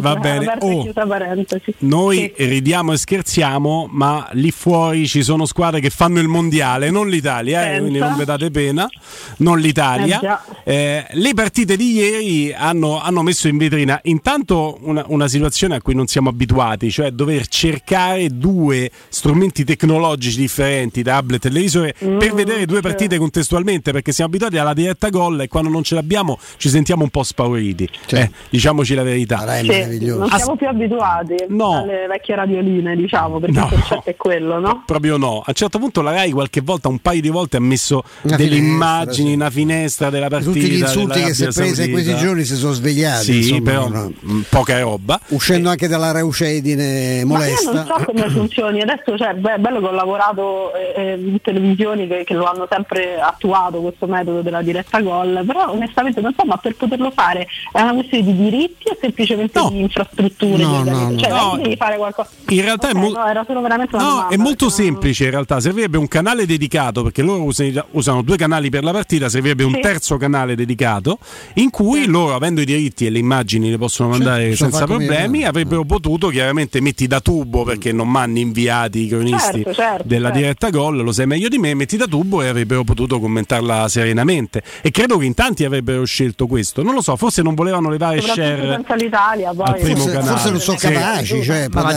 Noi ridiamo e scherziamo, ma lì fuori ci sono squadre che fanno il mondiale, non l'Italia, quindi non vi date pena, non l'Italia. Le partite di ieri hanno messo in vetrina intanto una situazione a cui non siamo abituati, cioè dover cercare due strumenti tecnologici differenti, tablet e televisore, per vedere due partite contestualmente, perché siamo abituati alla diretta gol e quando non ce l'abbiamo ci sentiamo un po' spauriti, diciamoci la verità. Non siamo più abituati alle vecchie radioline, diciamo, perché il concetto è quello, no? Proprio no. A un certo punto la Rai qualche volta, un paio di volte, ha messo delle immagini, una finestra della partita. Tutti gli insulti che si è presa in questi giorni si sono svegliati. Sì, però poca roba. Uscendo anche dalla reucedine molesta. Ma io non so come funzioni. Adesso è bello che ho lavorato in televisioni che lo hanno sempre attuato questo metodo della diretta gol, però onestamente non so, ma per poterlo fare è una questione di diritti o semplicemente di infrastrutture? Devi fare qualcosa. In realtà era solo veramente una domanda, è molto semplice. In realtà servirebbe un canale dedicato, perché loro usano due canali per la partita, servirebbe un terzo canale dedicato in cui loro, avendo i diritti e le immagini le possono mandare senza problemi, avrebbero potuto, chiaramente metti da tubo, perché non mandi inviati i cronisti della diretta gol, lo sai meglio di me, metti da tubo e avrebbero potuto commentarla serenamente, e credo che in tanti avrebbero scelto questo. Non lo so, forse non volevano levare share l'Italia, poi al primo canale. Forse non sono capaci, ma già quello che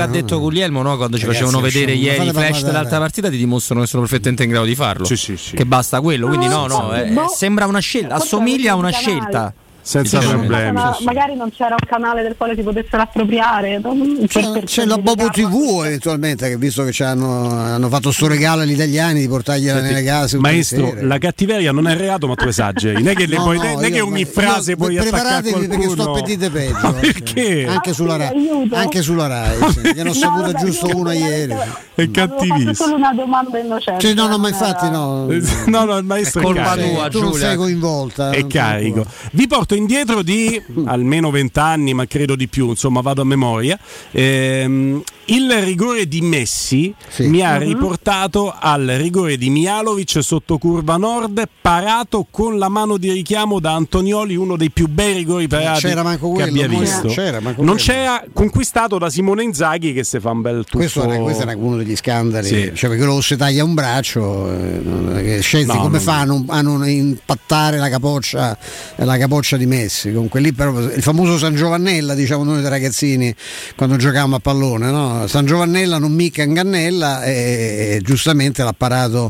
ha detto Guglielmo, no? Quando ci facevano vedere ieri i flash dell'altra partita, ti dimostrano che sono perfettamente in grado di farlo. Sì. Che basta quello, quindi sembra una scelta, assomiglia a una scelta. Senza problemi. Magari non c'era un canale del quale si potessero appropriare. C'è la Bobo TV eventualmente, che visto che hanno fatto sto regalo agli italiani di portargliela nelle case. Maestro, la cattiveria non è reato, ma tu esageri. Non è che, che ogni frase puoi attaccare a qualcuno. Perché sto appetite peggio. Ma perché? Anche sulla Rai. Che hanno saputo giusto una ieri. È cattivissimo. Ho fatto solo una domanda innocente. No, ma infatti no. No, il maestro è colpa tua, tu non sei coinvolta. È carico. Vi porto indietro di almeno 20 anni, ma credo di più, insomma vado a memoria. Il rigore di Messi mi ha riportato al rigore di Mihajlovic sotto curva nord, parato con la mano di richiamo da Antonioli, uno dei più bei rigori parati che abbia visto. Non c'era, conquistato da Simone Inzaghi, che si fa un bel tuffo. Questo era uno degli scandali, cioè perché lo si taglia un braccio, come fa a non impattare la capoccia di Messi? Comunque lì però il famoso San Giovannella, diciamo noi da ragazzini quando giocavamo a pallone, no? San Giovannella non mica ingannella, e giustamente l'ha parato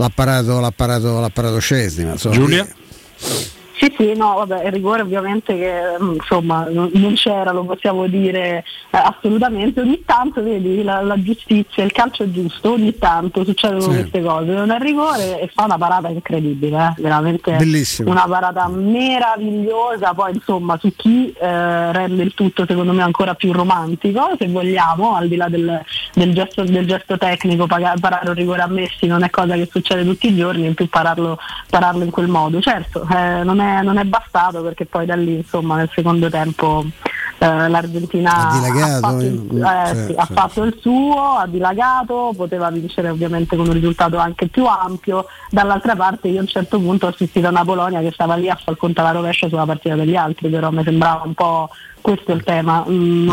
Szczęsny. Giulia? Sì, no, vabbè, il rigore ovviamente che insomma non c'era, lo possiamo dire assolutamente. Ogni tanto vedi la giustizia, il calcio è giusto, ogni tanto succedono queste cose, non è rigore e fa una parata incredibile, veramente bellissimo, una parata meravigliosa. Poi insomma su chi rende il tutto secondo me ancora più romantico, se vogliamo, al di là del gesto tecnico, parare un rigore a Messi non è cosa che succede tutti i giorni, in più pararlo in quel modo. Certo, non è bastato, perché poi da lì insomma nel secondo tempo l'Argentina ha fatto il suo, ha dilagato, poteva vincere ovviamente con un risultato anche più ampio. Dall'altra parte io a un certo punto ho assistito a una Polonia che stava lì a far contare la rovescia sulla partita degli altri, però mi sembrava un po' questo il tema.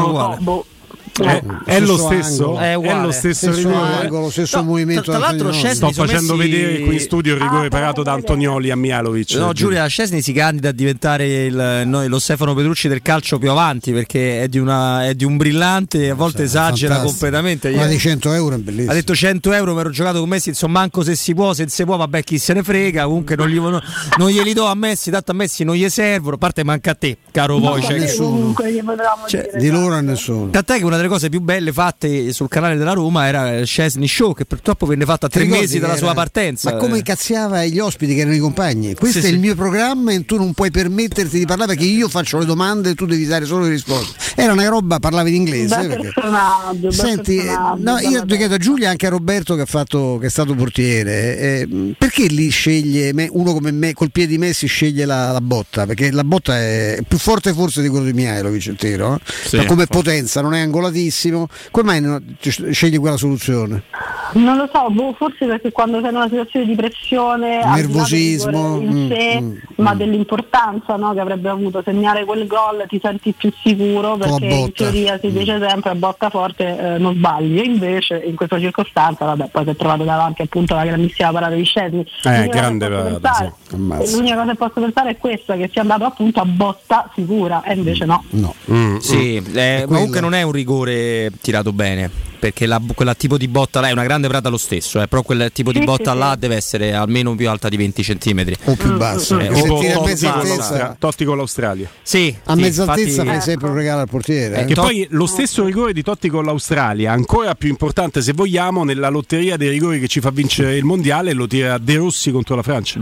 È lo stesso, è lo stesso rigore, lo stesso movimento. Tra l'altro sto facendo vedere qui in studio il rigore parato da Antonioli a Mihajlovic. No, Giulia, Szczęsny si candida a diventare lo Stefano Petrucci del calcio più avanti, perché è di un brillante, a volte esagera completamente. Una di 100 euro è bellissimo. Ha detto 100 euro, mi ero giocato con Messi, insomma, manco se si può, vabbè, chi se ne frega, comunque non glieli do a Messi, tanto a Messi non gli servono, a parte manca a te, caro Wojciech. Di loro a nessuno. Tant'è che una delle cose più belle fatte sul canale della Roma era il Szczęsny Show, che purtroppo venne fatto a 3 mesi dalla sua partenza. Ma come cazziava gli ospiti che erano i compagni? Questo è il mio programma e tu non puoi permetterti di parlare, perché io faccio le domande e tu devi dare solo le risposte. Era una roba, parlavi in inglese. Senti, io chiedo a Giulia, anche a Roberto che è stato portiere, perché lì sceglie uno come me, col piede di Messi sceglie la botta? Perché la botta è più forte forse di quello di Mihajlovic intero, come potenza, non è angolatissimo. Come mai scegli quella soluzione? Non lo so, forse perché quando sei in una situazione di pressione, nervosismo in sé, ma dell'importanza, no, che avrebbe avuto segnare quel gol, ti senti più sicuro, perché in teoria si dice sempre a botta forte non sbagli, e invece in questa circostanza poi si è trovato davanti appunto la grandissima parata di Szczęsny. L'unica cosa che posso pensare è questa, che sia andato appunto a botta sicura, e invece no. Comunque non è un rigore tirato bene, perché quella tipo di botta là è una grande parata lo stesso, però quel tipo di botta là deve essere almeno più alta di 20 cm o più bassa, Totti con l'Australia. A mezza altezza fai sempre un regalo al portiere, che poi lo stesso rigore di Totti con l'Australia, ancora più importante se vogliamo, nella lotteria dei rigori che ci fa vincere il mondiale, lo tira De Rossi contro la Francia.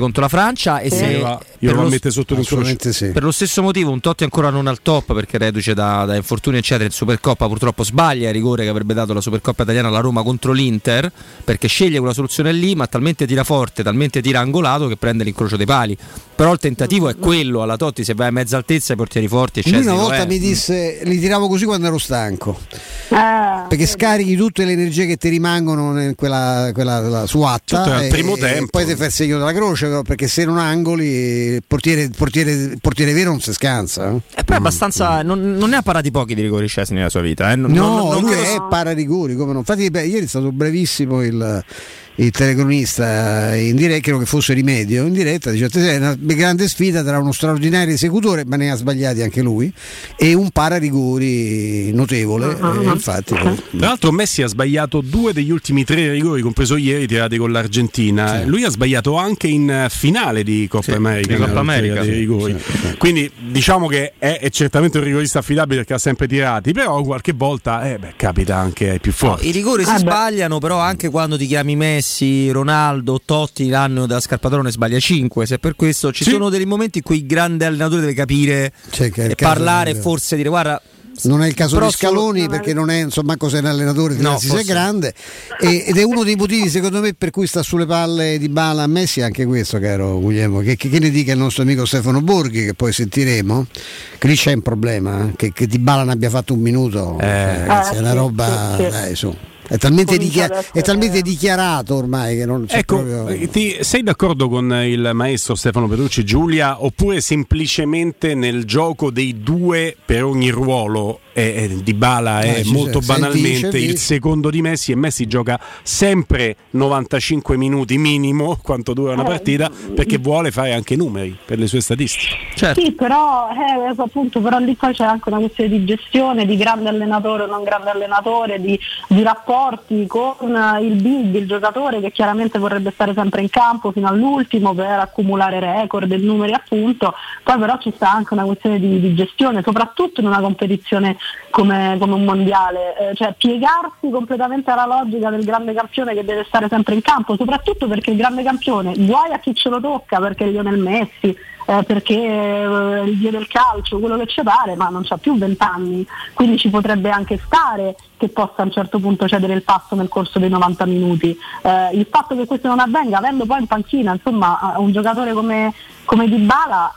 Io lo mette sotto l'incrocio. Per lo stesso motivo un Totti ancora non al top, perché reduce da infortuni eccetera, in Supercoppa purtroppo sbaglia il rigore che avrebbe dato la Supercoppa italiana alla Roma contro l'Inter, perché sceglie quella soluzione lì, ma talmente tira forte, talmente tira angolato che prende l'incrocio dei pali. Però il tentativo è quello, alla Totti se vai a mezza altezza i portieri forti. Lui una volta mi disse, li tiravo così quando ero stanco, perché scarichi tutte le energie che ti rimangono in quella suatta al primo tempo, e poi ti fai il segno della croce, però, perché se non angoli il portiere vero non si scansa. E poi abbastanza non ne ha parati pochi di rigori Szczęsny nella sua vita, lui è para rigori, come no. Infatti ieri è stato bravissimo il il telecronista in diretta, credo che fosse Rimedio in diretta, dice è una grande sfida tra uno straordinario esecutore, ma ne ha sbagliati anche lui, e un pararigori notevole. Infatti, tra l'altro Messi ha sbagliato 2 degli ultimi 3 rigori, compreso ieri tirati con l'Argentina. Lui ha sbagliato anche in finale di Coppa America, dei rigori. Quindi diciamo che è certamente un rigorista affidabile perché ha sempre tirati, però qualche volta capita anche ai più forti. I rigori si sbagliano, però anche quando ti chiami Messi, Ronaldo, Totti, l'anno della Scarpatore ne sbaglia 5. Se per questo ci sono dei momenti in cui il grande allenatore deve capire e parlare, forse dire guarda. Non è il caso di Scaloni, perché non è insomma cos'è un allenatore si sia grande, ed è uno dei motivi secondo me per cui sta sulle palle Dybala a Messi, anche questo, caro Guglielmo, che ne dica il nostro amico Stefano Borghi, che poi sentiremo, che lì c'è un problema, che Dybala ne abbia fatto un minuto, ragazzi, è una roba su. È talmente dichiarato ormai che non c'è proprio. Sei d'accordo con il maestro Stefano Petrucci, Giulia, oppure semplicemente nel gioco dei 2 per ogni ruolo Dybala è molto banalmente il secondo di Messi, e Messi gioca sempre 95 minuti minimo, quanto dura una partita, perché vuole fare anche numeri per le sue statistiche. Certo. Sì, però appunto, però lì poi c'è anche una questione di gestione, di grande allenatore o non grande allenatore, di rapporti con il giocatore che chiaramente vorrebbe stare sempre in campo fino all'ultimo per accumulare record e numeri, appunto. Poi però ci sta anche una questione di gestione, soprattutto in una competizione come un mondiale, cioè piegarsi completamente alla logica del grande campione che deve stare sempre in campo, soprattutto perché il grande campione, guai a chi ce lo tocca, perché Lionel Messi, perché il dio del calcio, quello che ci pare, ma non c'ha più 20 anni, quindi ci potrebbe anche stare che possa a un certo punto cedere il passo nel corso dei 90 minuti. Il fatto che questo non avvenga, avendo poi in panchina insomma un giocatore come Dybala,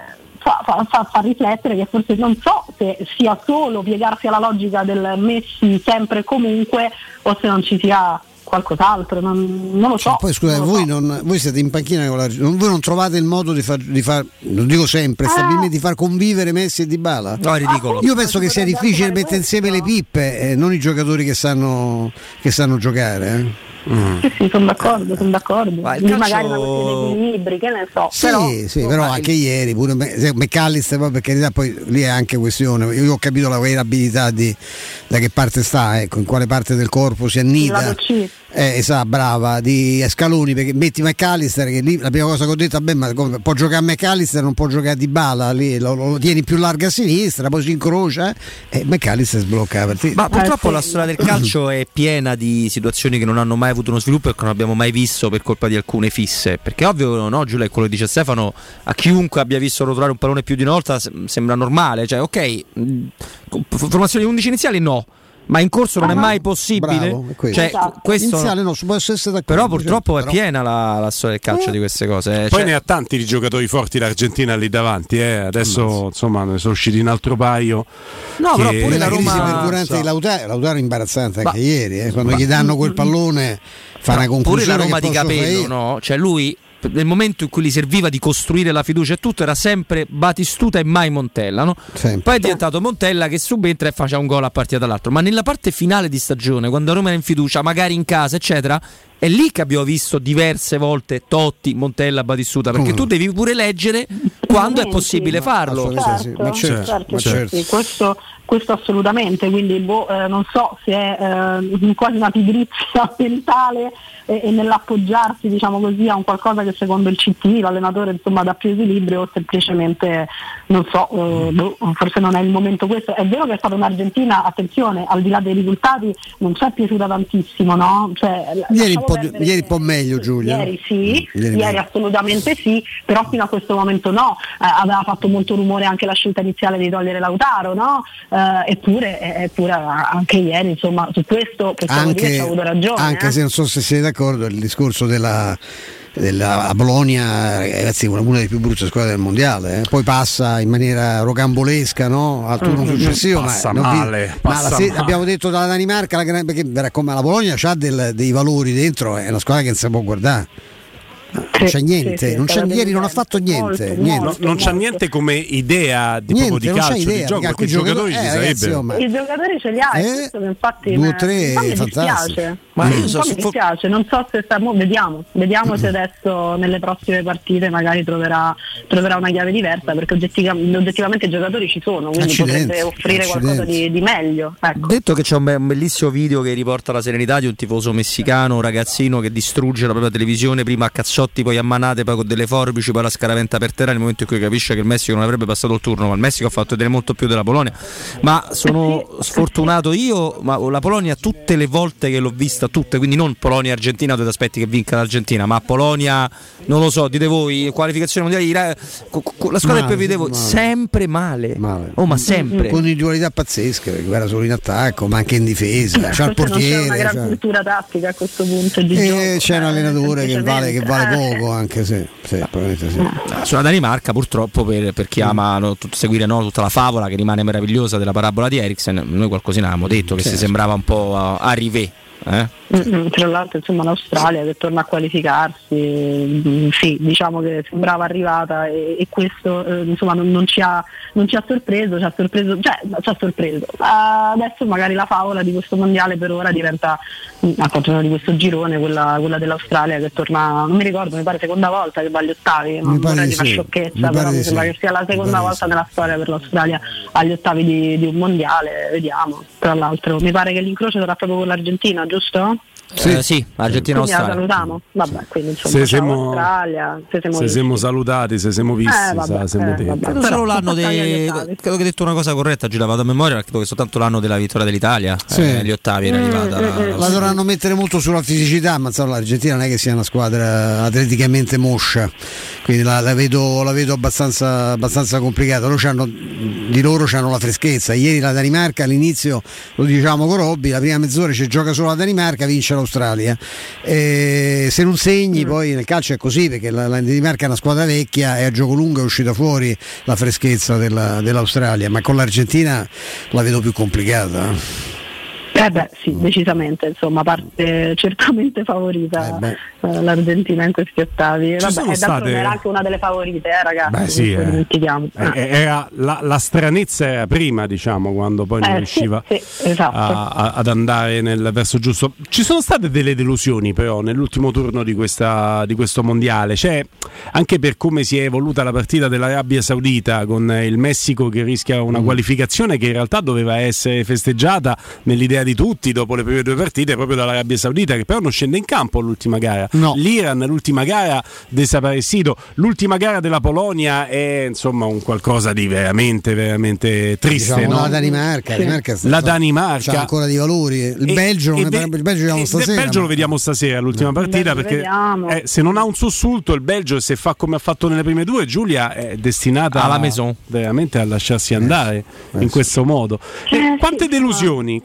fa riflettere che forse, non so se sia solo piegarsi alla logica del Messi sempre e comunque, o se non ci sia qualcos'altro, non lo so. Poi scusate, voi siete in panchina con voi non trovate il modo di far non dico sempre, stabilmente, di far convivere Messi e Dybala? No, è ridicolo. Io penso che sia difficile mettere insieme le pippe, non i giocatori che sanno giocare. Sì, sono d'accordo. Magari una questione di equilibri, che ne so. Sì, però anche ieri pure McAllister, poi per carità, poi lì è anche questione. Io ho capito la variabilità da che parte sta, in quale parte del corpo si annida. Esatto, brava, di Scaloni, perché metti McAllister, che lì la prima cosa che ho detto, ma può giocare McAllister, non può giocare Dybala, lì lo tieni più largo a sinistra, poi si incrocia e McAllister sblocca la partita. Ma purtroppo la storia del calcio è piena di situazioni che non hanno mai avuto uno sviluppo e che non abbiamo mai visto per colpa di alcune fisse, perché ovvio, no, Giulia, è quello che dice Stefano, a chiunque abbia visto rotolare un pallone più di una volta sembra normale, cioè ok, formazione di 11 iniziali no, ma in corso non è mai possibile. Bravo, cioè, questo iniziale no, posso essere d'accordo, però purtroppo è piena la storia del calcio di queste cose. Poi ne ha tanti di giocatori forti l'Argentina lì davanti, adesso insomma ne sono usciti un altro paio. No, però pure la Roma durante Lautaro imbarazzante anche ieri, quando gli danno quel pallone fa una conclusione. Pure la Roma di Capello, no? Cioè lui, nel momento in cui gli serviva di costruire la fiducia e tutto, era sempre Batistuta e mai Montella, no? Poi è diventato Montella che subentra e faceva un gol a partita dall'altro, ma nella parte finale di stagione, quando Roma era in fiducia, magari in casa eccetera, è lì che abbiamo visto diverse volte Totti, Montella, Batistuta, perché tu devi pure leggere quando è possibile farlo. Certo. Questo assolutamente, quindi non so se è quasi una pigrizia mentale e nell'appoggiarsi, diciamo così, a un qualcosa che secondo il CT l'allenatore insomma dà più equilibrio, o semplicemente non so, forse non è il momento questo. È vero che è stata un'Argentina, attenzione, al di là dei risultati non ci è piaciuta tantissimo, no? Cioè, ieri un po' meglio, Giulia. Ieri sì, ieri assolutamente sì, però fino a questo momento no. Aveva fatto molto rumore anche la scelta iniziale di togliere Lautaro, no? Eppure anche ieri insomma su questo possiamo dire che ci ha avuto ragione, anche se non so se siete d'accordo, il discorso della Bologna, ragazzi, una delle più brutte squadre del mondiale, poi passa in maniera rocambolesca, no? Al turno successivo, abbiamo detto dalla Danimarca, perché la Bologna ha dei valori dentro, è una squadra che non si può guardare. Non c'è niente, ieri non ha fatto niente. Non c'ha niente come idea di calcio, di gioco, perché i giocatori ci sarebbero. I giocatori ce li ha, infatti 2 o 3 fantastici. Ma mi dispiace, non so se vediamo se adesso nelle prossime partite magari troverà una chiave diversa, perché oggettivamente i giocatori ci sono, quindi potrebbe offrire qualcosa di meglio. Ecco. Detto che c'è un bellissimo video che riporta la serenità di un tifoso messicano, un ragazzino che distrugge la propria televisione, prima a cazzotti, poi a manate, poi con delle forbici, poi la scaraventa per terra nel momento in cui capisce che il Messico non avrebbe passato il turno, ma il Messico ha fatto vedere molto più della Polonia. Ma sono sfortunato io, ma la Polonia tutte le volte che l'ho vista, tutte, quindi non Polonia-Argentina, dove ti aspetti che vinca l'Argentina, ma Polonia, non lo so, dite voi, qualificazione mondiale, la squadra che prevedete voi, sempre male. Ma sempre. Con individualità pazzesche, perché era solo in attacco, ma anche in difesa, c'ha il portiere. Non c'è una gran cultura tattica a questo punto di gioco. C'è un allenatore che vale poco, anche se probabilmente sì. Sulla Danimarca, purtroppo, per chi ama seguire tutta la favola che rimane meravigliosa della parabola di Eriksen, noi qualcosina avevamo detto che si sembrava un po' a Rivet. Tra l'altro insomma l'Australia che torna a qualificarsi, sì, diciamo che sembrava arrivata e questo insomma non ci ha sorpreso, ci ha sorpreso. Adesso magari la favola di questo mondiale per ora diventa, a quanto di questo girone, quella dell'Australia che torna, non mi ricordo, mi pare seconda volta che va agli ottavi, non vorrei dire una sciocchezza, però mi sembra che sia la seconda volta nella storia per l'Australia agli ottavi di un mondiale, vediamo. Tra l'altro mi pare che l'incrocio sarà proprio con l'Argentina, giusto? Sì, Argentina-Australia. La salutiamo. Vabbè, quindi insomma Australia, se siamo salutati, se siamo visti, siamo detti. Solo l'anno credo che hai detto una cosa corretta, Giulia, vado a memoria, credo che soltanto l'anno della vittoria dell'Italia, gli ottavi era arrivata. La dovranno mettere molto sulla fisicità, ma insomma l'Argentina non è che sia una squadra atleticamente moscia, quindi la vedo abbastanza complicata. Di loro c'hanno la freschezza. Ieri la Danimarca all'inizio, lo dicevamo con Robby, la prima mezz'ora ci gioca solo la Danimarca, vince l'Australia. Se non segni, poi nel calcio è così, perché la Danimarca è una squadra vecchia e a gioco lungo è uscita fuori la freschezza dell'Australia, ma con l'Argentina la vedo più complicata. Sì, decisamente, insomma, parte certamente favorita l'Argentina in questi ottavi. Era anche una delle favorite, ragazzi. Era la stranezza era prima, diciamo, quando poi non riusciva ad andare nel verso giusto. Ci sono state delle delusioni però nell'ultimo turno di questo mondiale, anche per come si è evoluta la partita dell'Arabia Saudita, con il Messico che rischia una qualificazione che in realtà doveva essere festeggiata nell'idea di tutti dopo le prime due partite proprio dall'Arabia Saudita, che però non scende in campo l'ultima gara. L'Iran l'ultima gara desaparecido, l'ultima gara della Polonia è insomma un qualcosa di veramente triste, diciamo, no? La Danimarca c'ha ancora di valori. Il Belgio lo vediamo stasera l'ultima partita, perché se non ha un sussulto il Belgio, se fa come ha fatto nelle prime due, Giulia, è destinata alla maison, veramente a lasciarsi andare in questo modo. Quante delusioni?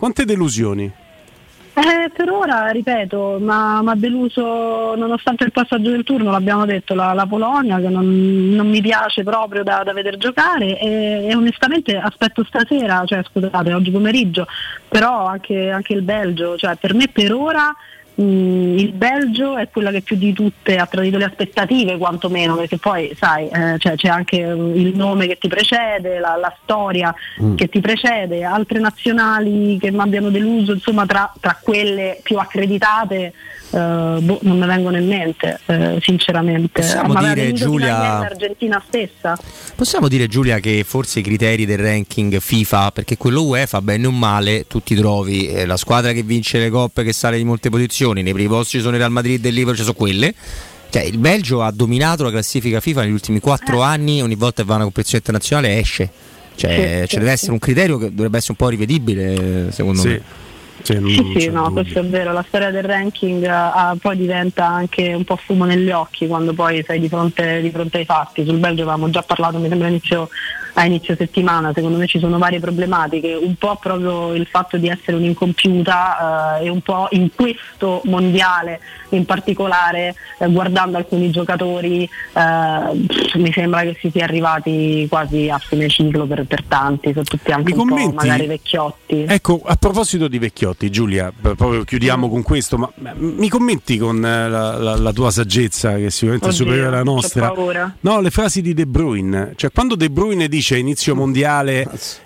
Per ora, ripeto, ma deluso nonostante il passaggio del turno, l'abbiamo detto, la Polonia, che non mi piace proprio da vedere giocare, e onestamente aspetto stasera, oggi pomeriggio, però anche il Belgio, per me per ora il Belgio è quella che più di tutte ha tradito le aspettative, quantomeno, perché poi sai, c'è anche il nome che ti precede, la storia che ti precede, altre nazionali che mi abbiano deluso, insomma tra quelle più accreditate non mi vengono in mente, sinceramente. Possiamo dire, Giulia, l'Argentina stessa. Possiamo dire, Giulia, che forse i criteri del ranking FIFA, perché quello UEFA, bene o male, tu ti trovi la squadra che vince le coppe, che sale di molte posizioni, nei primi posti ci sono il Real Madrid e il Liverpool, sono quelle. Il Belgio ha dominato la classifica FIFA negli ultimi 4 anni, ogni volta che va a una competizione internazionale esce. Deve essere un criterio che dovrebbe essere un po' rivedibile, secondo me. Questo è vero. La storia del ranking poi diventa anche un po' fumo negli occhi quando poi sei di fronte ai fatti. Sul Belgio avevamo già parlato, mi sembra a inizio settimana. Secondo me ci sono varie problematiche, un po' proprio il fatto di essere un'incompiuta e un po' in questo mondiale in particolare, guardando alcuni giocatori, mi sembra che si sia arrivati quasi a fine ciclo per tanti, sono tutti anche un po' magari vecchiotti. Ecco, a proposito di vecchiotti, Giulia, proprio chiudiamo con questo, ma mi commenti con la tua saggezza, che sicuramente è superiore alla nostra, le frasi di De Bruyne, quando De Bruyne dice inizio mondiale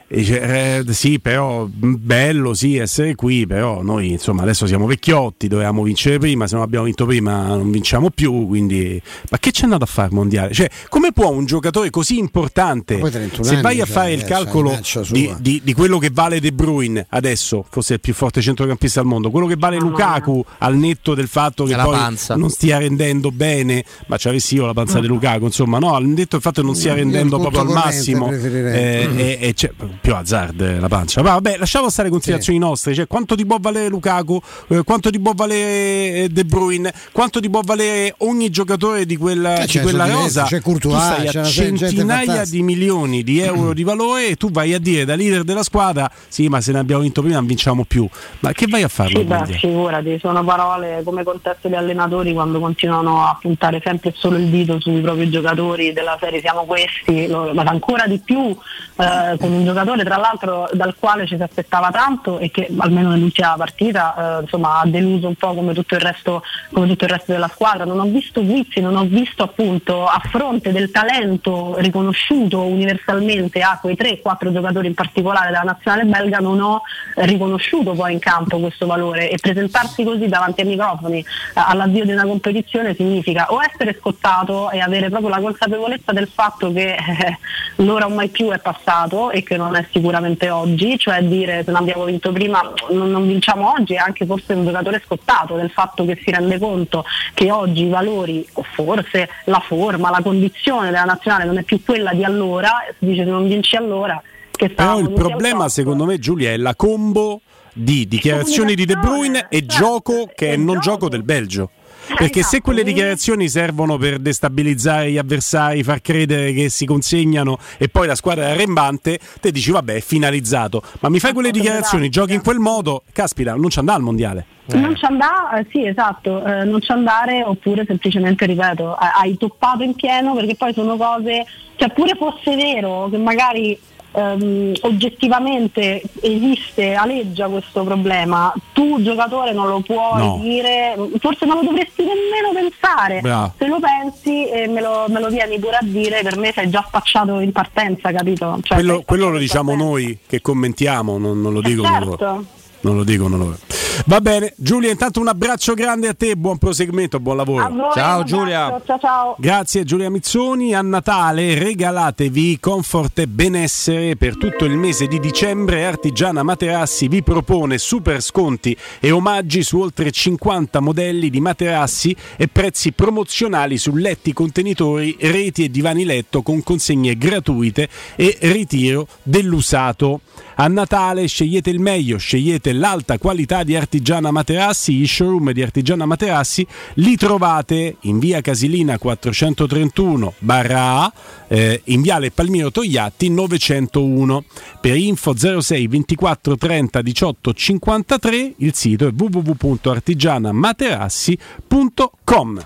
E dice, sì, però bello sì essere qui, però noi insomma adesso siamo vecchiotti, dovevamo vincere prima, se non abbiamo vinto prima non vinciamo più, quindi ma che c'è andato a fare mondiale? Cioè, come può un giocatore così importante, se vai a fare il calcolo di quello che vale De Bruyne adesso, forse il più forte centrocampista al mondo, quello che vale Lukaku, al netto del fatto che poi non stia rendendo bene, ma c'avessi io la panza di Lukaku, insomma, no, al netto del fatto che non stia rendendo proprio al massimo, c'è più Hazard la pancia. Ma vabbè, lasciamo stare considerazioni nostre, cioè quanto ti può valere Lukaku, quanto ti può valere De Bruyne, quanto ti può valere ogni giocatore di quella rosa. C'è Courtois, tu stai a centinaia di milioni di euro di valore e tu vai a dire da leader della squadra sì, ma se ne abbiamo vinto prima non vinciamo più. Ma che vai a farlo? Sì, figurati, sono parole come contesto gli allenatori quando continuano a puntare sempre solo il dito sui propri giocatori della serie siamo questi, ma ancora di più con un giocatore tra l'altro dal quale ci si aspettava tanto e che almeno nell'ultima partita insomma ha deluso un po' come tutto il resto della squadra. Non ho visto guizzi, non ho visto appunto, a fronte del talento riconosciuto universalmente a quei 3-4 giocatori in particolare della nazionale belga, non ho riconosciuto poi in campo questo valore, e presentarsi così davanti ai microfoni all'avvio di una competizione significa o essere scottato e avere proprio la consapevolezza del fatto che l'ora o mai più è passato e che non è sicuramente oggi, cioè dire se non abbiamo vinto prima non vinciamo oggi, è anche forse un giocatore scottato del fatto che si rende conto che oggi i valori o forse la forma, la condizione della nazionale non è più quella di allora, si dice se non vinci allora che però il problema secondo me, Giulia, è la combo di dichiarazioni di De Bruyne e gioco che è non gioco del Belgio. Perché se quelle dichiarazioni servono per destabilizzare gli avversari, far credere che si consegnano e poi la squadra è arrembante, te dici vabbè è finalizzato, ma mi fai quelle dichiarazioni, giochi in quel modo, caspita, non ci andà al mondiale. Non ci andà, sì esatto, non ci andare, oppure semplicemente, ripeto, hai toppato in pieno, perché poi sono cose, cioè pure fosse vero che magari oggettivamente esiste, aleggia questo problema, tu giocatore non lo puoi dire, forse non lo dovresti nemmeno pensare. Se lo pensi e me lo vieni pure a dire, per me sei già spacciato in partenza, capito? Cioè, quello lo diciamo noi che commentiamo, non lo dicono certo. loro. Non lo dicono loro. Va bene, Giulia, intanto un abbraccio grande a te, buon proseguimento, buon lavoro. A voi, ciao Giulia. Ciao. Grazie Giulia Mizzoni. A Natale regalatevi comfort e benessere per tutto il mese di dicembre. Artigiana Materassi vi propone super sconti e omaggi su oltre 50 modelli di materassi e prezzi promozionali su letti, contenitori, reti e divani letto con consegne gratuite e ritiro dell'usato. A Natale scegliete il meglio, scegliete l'alta qualità di Artigiana Materassi. Gli showroom di Artigiana Materassi li trovate in via Casilina 431/A, in viale Palmiro Togliatti 901. Per info 06 24 30 18 53, il sito è www.artigianamaterassi.com.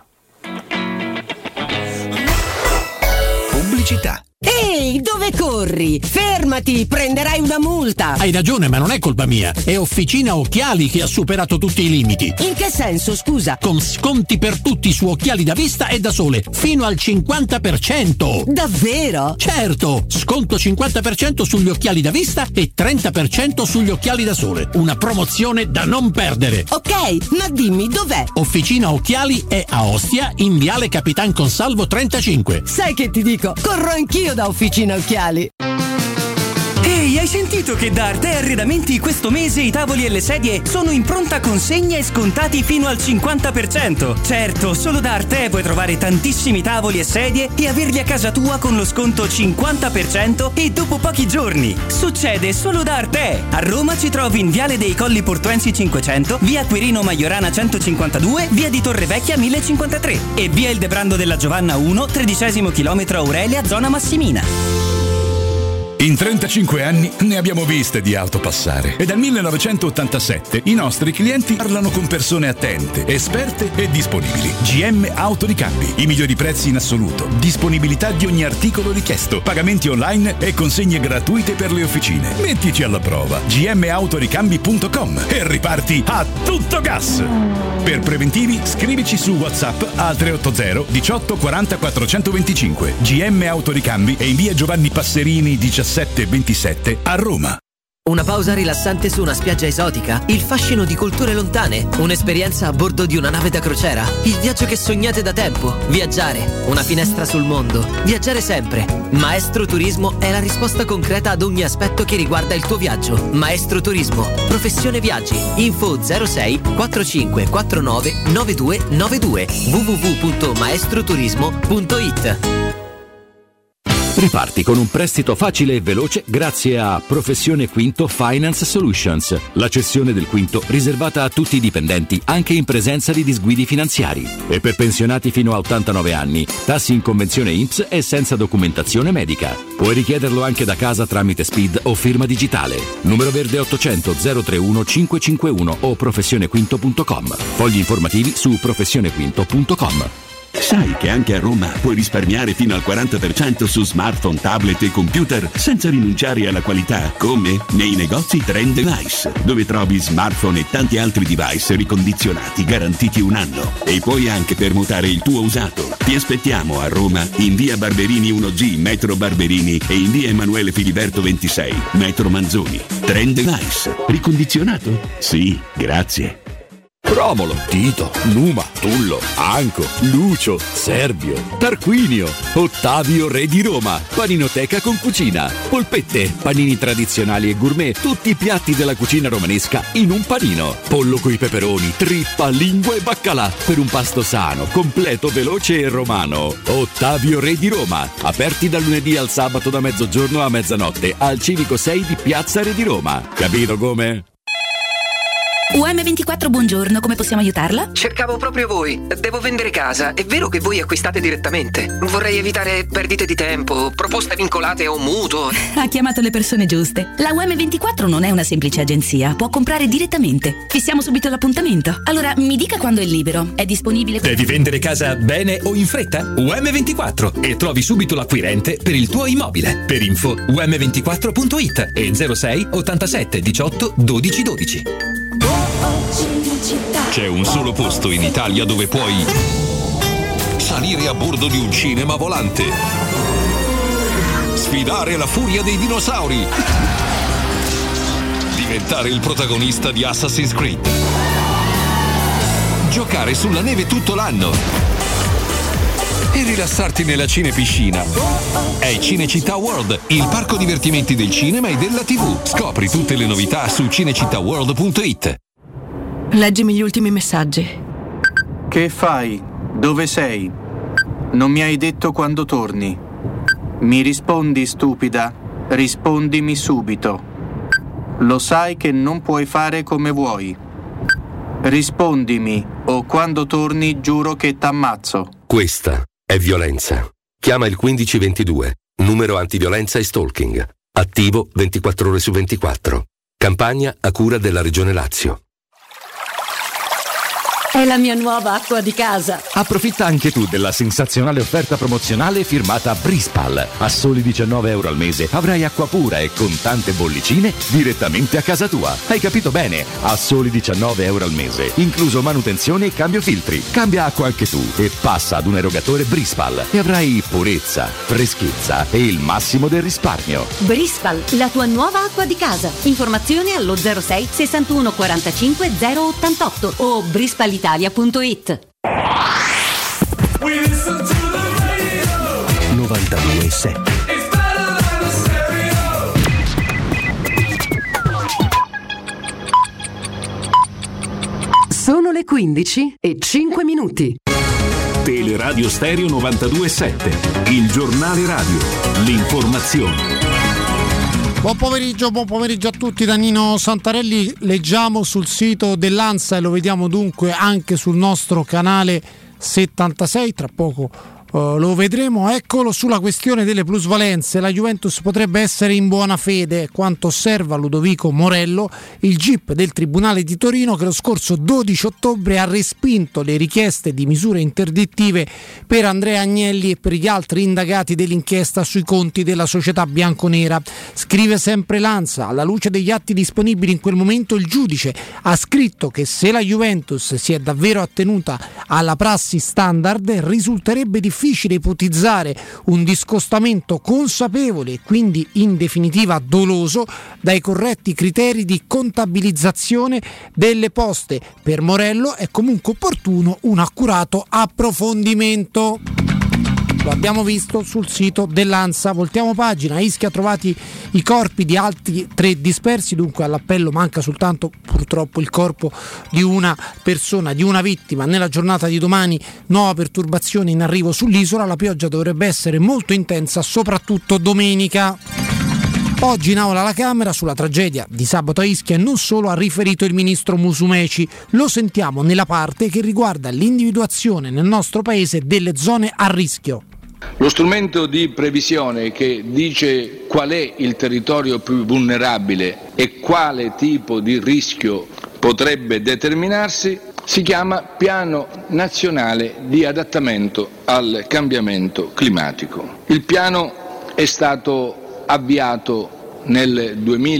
Pubblicità. Ehi, dove corri? Fermati, prenderai una multa. Hai ragione, ma non è colpa mia. È Officina Occhiali che ha superato tutti i limiti. In che senso, scusa? Con sconti per tutti su occhiali da vista e da sole, fino al 50%. Davvero? Certo, sconto 50% sugli occhiali da vista e 30% sugli occhiali da sole. Una promozione da non perdere. Ok, ma dimmi dov'è? Officina Occhiali è a Ostia, in viale Capitan Consalvo 35. Sai che ti dico? Corro anch'io da Officina Occhiali. Ehi, hai sentito che da Arte Arredamenti questo mese i tavoli e le sedie sono in pronta consegna e scontati fino al 50%? Certo, solo da Arte puoi trovare tantissimi tavoli e sedie e averli a casa tua con lo sconto 50% e dopo pochi giorni. Succede solo da Arte. A Roma ci trovi in Viale dei Colli Portuensi 500, via Quirino Maiorana 152, via di Torrevecchia 1053 e via Il Debrando della Giovanna 1, 13° chilometro Aurelia, zona Massimina. In 35 anni ne abbiamo viste di auto passare e dal 1987 i nostri clienti parlano con persone attente, esperte e disponibili. GM Autoricambi, i migliori prezzi in assoluto, disponibilità di ogni articolo richiesto, pagamenti online e consegne gratuite per le officine. Mettici alla prova. gmautoricambi.com e riparti a tutto gas. Per preventivi scrivici su WhatsApp al 380 18 40 425. GM Autoricambi è in via Giovanni Passerini 17 1727 a Roma. Una pausa rilassante su una spiaggia esotica? Il fascino di culture lontane? Un'esperienza a bordo di una nave da crociera? Il viaggio che sognate da tempo? Viaggiare, una finestra sul mondo. Viaggiare sempre. Maestro Turismo è la risposta concreta ad ogni aspetto che riguarda il tuo viaggio. Maestro Turismo, professione viaggi. Info 06 45 49 9292 www.maestroturismo.it. Riparti con un prestito facile e veloce grazie a Professione Quinto Finance Solutions, la cessione del quinto riservata a tutti i dipendenti anche in presenza di disguidi finanziari, e per pensionati fino a 89 anni, tassi in convenzione INPS e senza documentazione medica. Puoi richiederlo anche da casa tramite SPID o firma digitale. Numero verde 800 031 551 o professionequinto.com. Fogli informativi su professionequinto.com. Sai che anche a Roma puoi risparmiare fino al 40% su smartphone, tablet e computer senza rinunciare alla qualità? Come? Nei negozi Trend Nice, dove trovi smartphone e tanti altri device ricondizionati garantiti un anno. E puoi anche permutare il tuo usato. Ti aspettiamo a Roma, in via Barberini 1G, metro Barberini, e in via Emanuele Filiberto 26, metro Manzoni. Trend Nice. Ricondizionato? Sì, grazie. Romolo, Tito, Numa, Tullo, Anco, Lucio, Servio, Tarquinio, Ottavio Re di Roma, paninoteca con cucina, polpette, panini tradizionali e gourmet, tutti i piatti della cucina romanesca in un panino, pollo coi peperoni, trippa, lingua e baccalà, per un pasto sano, completo, veloce e romano. Ottavio Re di Roma, aperti dal lunedì al sabato da mezzogiorno a mezzanotte al Civico 6 di Piazza Re di Roma. Capito come? UM24, buongiorno, come possiamo aiutarla? Cercavo proprio voi. Devo vendere casa. È vero che voi acquistate direttamente? Vorrei evitare perdite di tempo, proposte vincolate a un mutuo. Ha chiamato le persone giuste. La UM24 non è una semplice agenzia, può comprare direttamente. Fissiamo subito l'appuntamento. Allora, mi dica quando è libero. È disponibile? Devi vendere casa bene o in fretta? UM24 e trovi subito l'acquirente per il tuo immobile. Per info um24.it e 06 87 18 12 12. C'è un solo posto in Italia dove puoi salire a bordo di un cinema volante, sfidare la furia dei dinosauri, diventare il protagonista di Assassin's Creed, giocare sulla neve tutto l'anno e rilassarti nella cinepiscina. È Cinecittà World, il parco divertimenti del cinema e della TV. Scopri tutte le novità su cinecittàworld.it. Leggimi gli ultimi messaggi. Che fai? Dove sei? Non mi hai detto quando torni. Mi rispondi, stupida? Rispondimi subito. Lo sai che non puoi fare come vuoi. Rispondimi, o quando torni giuro che t'ammazzo. Questa è violenza. Chiama il 1522, numero antiviolenza e stalking. Attivo 24 ore su 24. Campagna a cura della Regione Lazio. È la mia nuova acqua di casa. Approfitta anche tu della sensazionale offerta promozionale firmata Brispal. A soli €19 al mese avrai acqua pura e con tante bollicine direttamente a casa tua. Hai capito bene? A soli €19 al mese, incluso manutenzione e cambio filtri. Cambia acqua anche tu e passa ad un erogatore Brispal e avrai purezza, freschezza e il massimo del risparmio. Brispal, la tua nuova acqua di casa. Informazioni allo 06 61 45 088 o brispalitalia.it. 92.7. Sono le 15:05. Teleradio Stereo 92.7, il giornale radio, l'informazione. Buon pomeriggio a tutti da Nino Santarelli. Leggiamo sul sito dell'ANSA e lo vediamo dunque anche sul nostro canale 76, tra poco lo vedremo. Eccolo, sulla questione delle plusvalenze, la Juventus potrebbe essere in buona fede, quanto osserva Ludovico Morello, il GIP del Tribunale di Torino, che lo scorso 12 ottobre ha respinto le richieste di misure interdittive per Andrea Agnelli e per gli altri indagati dell'inchiesta sui conti della società bianconera. Scrive sempre l'ANSA, alla luce degli atti disponibili in quel momento il giudice ha scritto che se la Juventus si è davvero attenuta alla prassi standard risulterebbe difficile difficile ipotizzare un discostamento consapevole e quindi in definitiva doloso dai corretti criteri di contabilizzazione delle poste. Per Morello è comunque opportuno un accurato approfondimento. Lo abbiamo visto sul sito dell'ANSA. Voltiamo pagina. Ischia ha trovati i corpi di altri 3 dispersi, dunque all'appello manca soltanto purtroppo il corpo di una persona, di una vittima. Nella giornata di domani nuova perturbazione in arrivo sull'isola, la pioggia dovrebbe essere molto intensa soprattutto domenica. Oggi in aula alla Camera sulla tragedia di sabato a Ischia e non solo ha riferito il ministro Musumeci. Lo sentiamo nella parte che riguarda l'individuazione nel nostro paese delle zone a rischio. Lo strumento di previsione che dice qual è il territorio più vulnerabile e quale tipo di rischio potrebbe determinarsi si chiama Piano Nazionale di Adattamento al Cambiamento Climatico. Il piano è stato avviato nel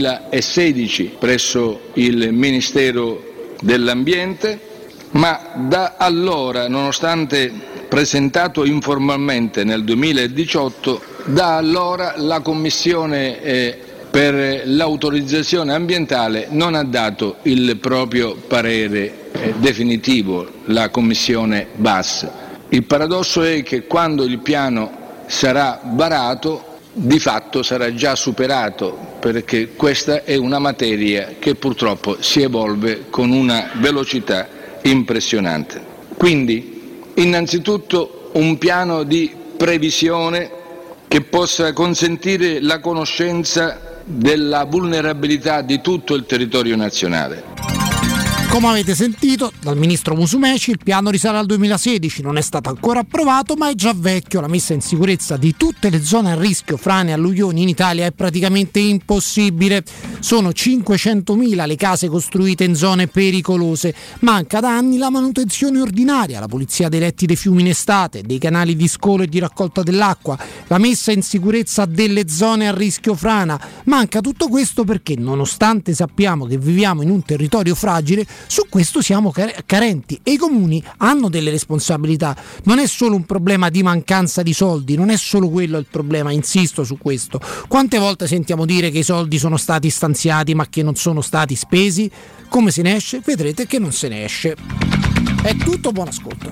2016 presso il Ministero dell'Ambiente, ma da allora, nonostante presentato informalmente nel 2018, da allora la Commissione per l'autorizzazione ambientale non ha dato il proprio parere definitivo, la Commissione BAS. Il paradosso è che quando il piano sarà varato, di fatto sarà già superato, perché questa è una materia che purtroppo si evolve con una velocità impressionante. Quindi, innanzitutto un piano di previsione che possa consentire la conoscenza della vulnerabilità di tutto il territorio nazionale. Come avete sentito dal ministro Musumeci, il piano risale al 2016, non è stato ancora approvato ma è già vecchio. La messa in sicurezza di tutte le zone a rischio frane e alluvioni in Italia è praticamente impossibile. Sono 500.000 le case costruite in zone pericolose. Manca da anni la manutenzione ordinaria, la pulizia dei letti dei fiumi in estate, dei canali di scolo e di raccolta dell'acqua, la messa in sicurezza delle zone a rischio frana. Manca tutto questo perché, nonostante sappiamo che viviamo in un territorio fragile, su questo siamo carenti e i comuni hanno delle responsabilità. Non è solo un problema di mancanza di soldi, non è solo quello il problema, insisto su questo. Quante volte sentiamo dire che i soldi sono stati stanziati ma che non sono stati spesi? Come se ne esce? Vedrete che non se ne esce. È tutto, buon ascolto.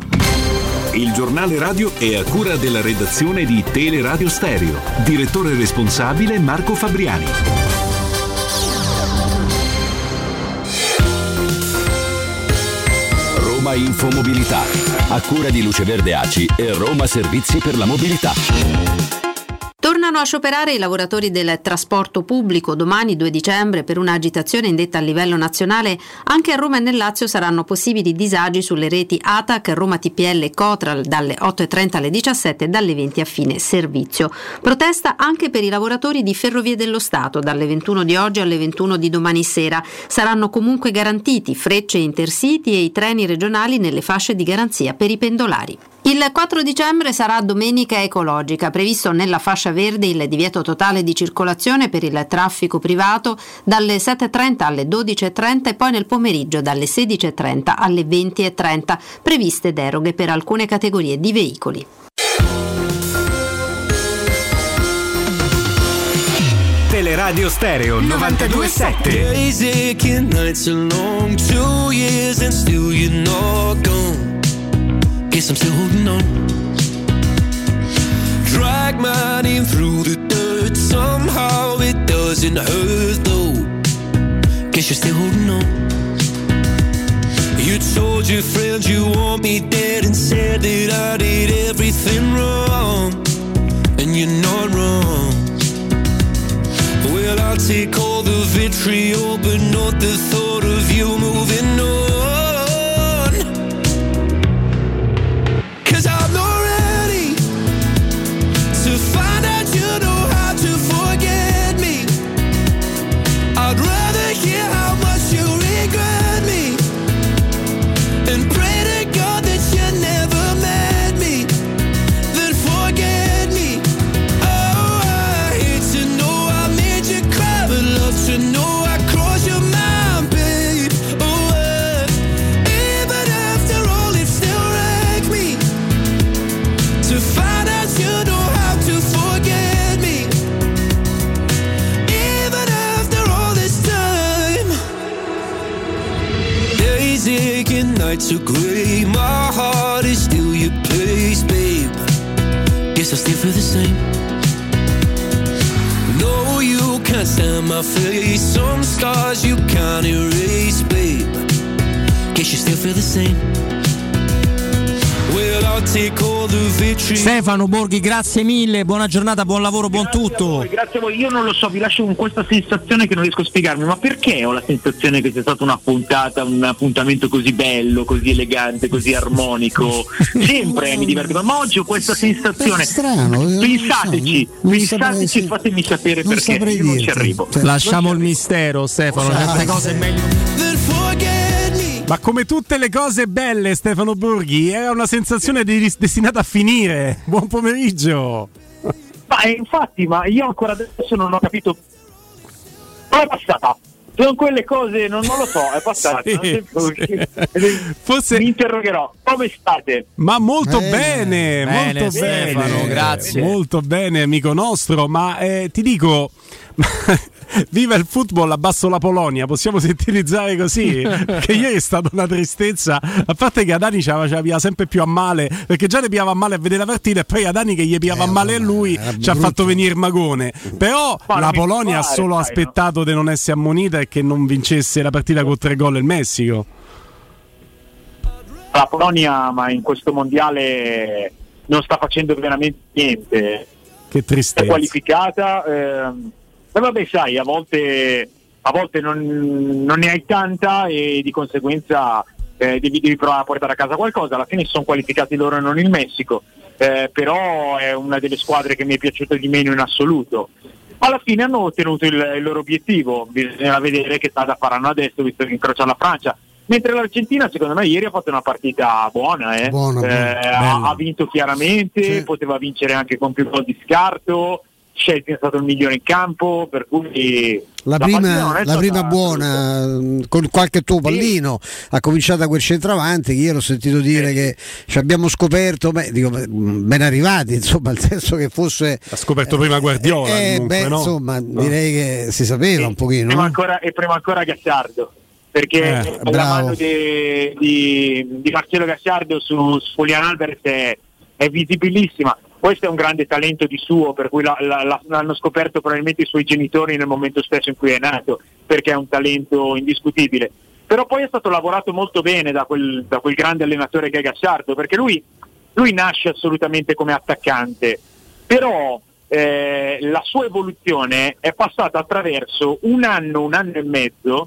Il giornale radio è a cura della redazione di Teleradio Stereo. Direttore responsabile Marco Fabriani. Roma Infomobilità, a cura di Luce Verde ACI e Roma Servizi per la Mobilità. Tornano a scioperare i lavoratori del trasporto pubblico. Domani 2 dicembre, per un'agitazione indetta a livello nazionale, anche a Roma e nel Lazio saranno possibili disagi sulle reti ATAC, Roma TPL e Cotral dalle 8.30 alle 17 e dalle 20 a fine servizio. Protesta anche per i lavoratori di Ferrovie dello Stato dalle 21 di oggi alle 21 di domani sera. Saranno comunque garantiti Frecce Intercity e i treni regionali nelle fasce di garanzia per i pendolari. Il 4 dicembre sarà domenica ecologica, previsto nella fascia verde il divieto totale di circolazione per il traffico privato dalle 7.30 alle 12.30 e poi nel pomeriggio dalle 16.30 alle 20.30, previste deroghe per alcune categorie di veicoli. Teleradio Stereo 92.7. Guess I'm still holding on. Drag my name through the dirt. Somehow it doesn't hurt though. Guess you're still holding on. You told your friends you want me dead and said that I did everything wrong. And you're not wrong. Well, I'll take all the vitriol, but not the thought of you moving on. I'm not ready to find out you know how to forget me. I'd rather hear how much you regret me and pray to God that you never met me, then forget me. Oh, I hate to know I made you cry, but love to know I crossed your mind, babe. music and nights are gray. My heart is still your place, babe. Guess I still feel the same. No, you can't stand my face. Some scars you can't erase, babe. Guess you still feel the same. Well, I'll take all the victory. Stefano Borghi, grazie mille, buona giornata, buon lavoro, buon tutto. Grazie a voi, io non lo so, vi lascio con questa sensazione che non riesco a spiegarmi, ma perché ho la sensazione che sia stata una puntata, un appuntamento così bello, così elegante, così armonico? Sempre mi diverto, ma oggi ho questa sensazione. Strano, pensateci, e fatemi sapere perché io non ci arrivo. Lasciamo il mistero, Stefano, certe cose è meglio. Ma come tutte le cose belle, Stefano Borghi, era una sensazione destinata a finire. Buon pomeriggio. Ma infatti, ma io ancora adesso non ho capito. Come è passata? Sono quelle cose, non lo so, è passata. Sì. Forse mi interrogherò. Come state? Ma molto bene, molto Stefano, bene. grazie. Molto bene, amico nostro, ma ti dico viva il football, abbasso la Polonia, possiamo sintetizzare così? Che ieri è stata una tristezza, a parte che Adani ce la piava sempre più a male, perché già ne piava a male a vedere la partita e poi Adani che gli piava a male a lui ci ha fatto venire magone. Però la Polonia ha solo aspettato di non essere ammonita e che non vincesse la partita con 3 gol il Messico. La Polonia, ma in questo mondiale non sta facendo veramente niente. Che tristezza. È qualificata, vabbè, sai, a volte non ne hai tanta e di conseguenza devi provare a portare a casa qualcosa. Alla fine si sono qualificati loro e non il Messico, però è una delle squadre che mi è piaciuta di meno in assoluto. Alla fine hanno ottenuto il loro obiettivo, bisogna vedere che strada faranno adesso, visto che incrociano la Francia. Mentre l'Argentina, secondo me, ieri ha fatto una partita buona, ha vinto chiaramente, sì. Poteva vincere anche con più gol di scarto. Scelti è stato il migliore in campo, per cui la prima buona con qualche tuo pallino, sì. Ha cominciato da quel centravanti che io l'ho sentito dire che ci abbiamo scoperto, ben arrivati, insomma, nel senso che fosse ha scoperto prima Guardiola comunque, no? Insomma, direi che si sapeva un pochino, prima ancora Gassiardo, perché la mano di Marcelo Gassiardo su Julián Álvarez è visibilissima. Questo è un grande talento di suo, per cui l'hanno scoperto probabilmente i suoi genitori nel momento stesso in cui è nato, perché è un talento indiscutibile. Però poi è stato lavorato molto bene da quel grande allenatore che è Gassiardo, perché lui nasce assolutamente come attaccante, però la sua evoluzione è passata attraverso un anno e mezzo,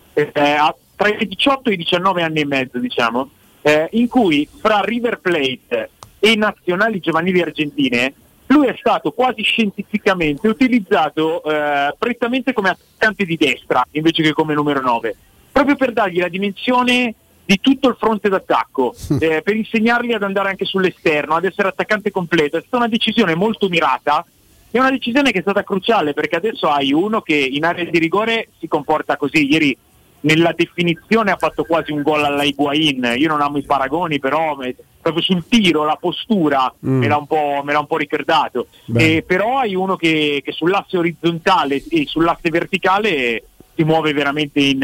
tra i 18 e i 19 anni e mezzo, diciamo, in cui fra River Plate e nazionali giovanili argentine lui è stato quasi scientificamente utilizzato prettamente come attaccante di destra invece che come numero 9, proprio per dargli la dimensione di tutto il fronte d'attacco, per insegnargli ad andare anche sull'esterno, ad essere attaccante completo. È stata una decisione molto mirata, è una decisione che è stata cruciale, perché adesso hai uno che in area di rigore si comporta così. Ieri nella definizione ha fatto quasi un gol alla Higuain. Io non amo i paragoni, però proprio sul tiro, la postura me l'ha un po' ricordato. Però hai uno che sull'asse orizzontale e sull'asse verticale si muove veramente in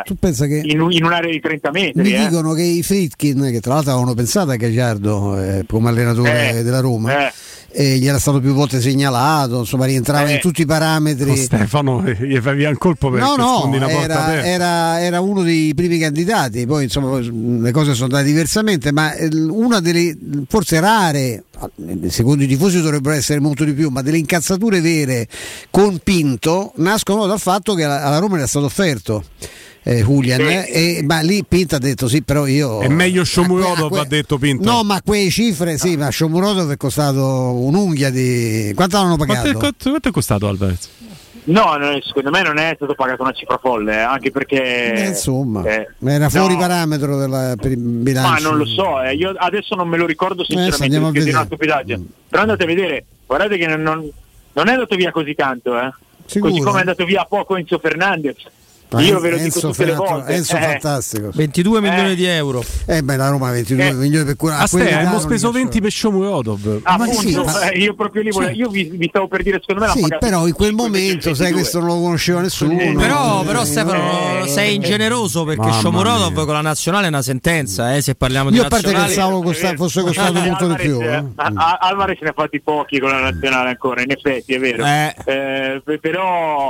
un'area di 30 metri. Mi dicono che i Friedkin, che tra l'altro avevano pensato a Gagliardo come allenatore della Roma, e gli era stato più volte segnalato, insomma rientrava in tutti i parametri. Con Stefano gli fa via un colpo perché sfondi una porta aperta. Era uno dei primi candidati, poi insomma le cose sono andate diversamente, ma una delle forse rare, secondo i tifosi dovrebbero essere molto di più, ma delle incazzature vere con Pinto nascono dal fatto che alla Roma era stato offerto Julián, ma lì Pinto ha detto sì, però io è meglio Shomurodov, ha detto Pinto. No, ma quelle cifre sì, ma Shomurodov è costato un'unghia di quanto l'hanno pagato? Quanto è costato Alvarez? No, secondo me non è stato pagato una cifra folle, anche perché insomma era fuori parametro per il bilancio. Ma non lo so, io adesso non me lo ricordo sinceramente, perché è una stupidaggine. Però andate a vedere, guardate che non è andato via così tanto, così come è andato via poco Enzo Fernandez. Io ve lo dico tutte le volte. Enzo fantastico. 22 milioni di euro. La Roma 22 milioni per curare. Abbiamo speso 20 per Shomurodov. Io proprio lì io vi stavo per dire, secondo me sì, però in quel momento sai, questo non lo conosceva nessuno. Però Stefano, sei ingeneroso, perché Shomurodov con la nazionale è una sentenza, se parliamo di nazionale. Io a parte pensavo fosse costato molto di più. Alvarez ne ha fatti pochi con la nazionale ancora, in effetti è vero. Però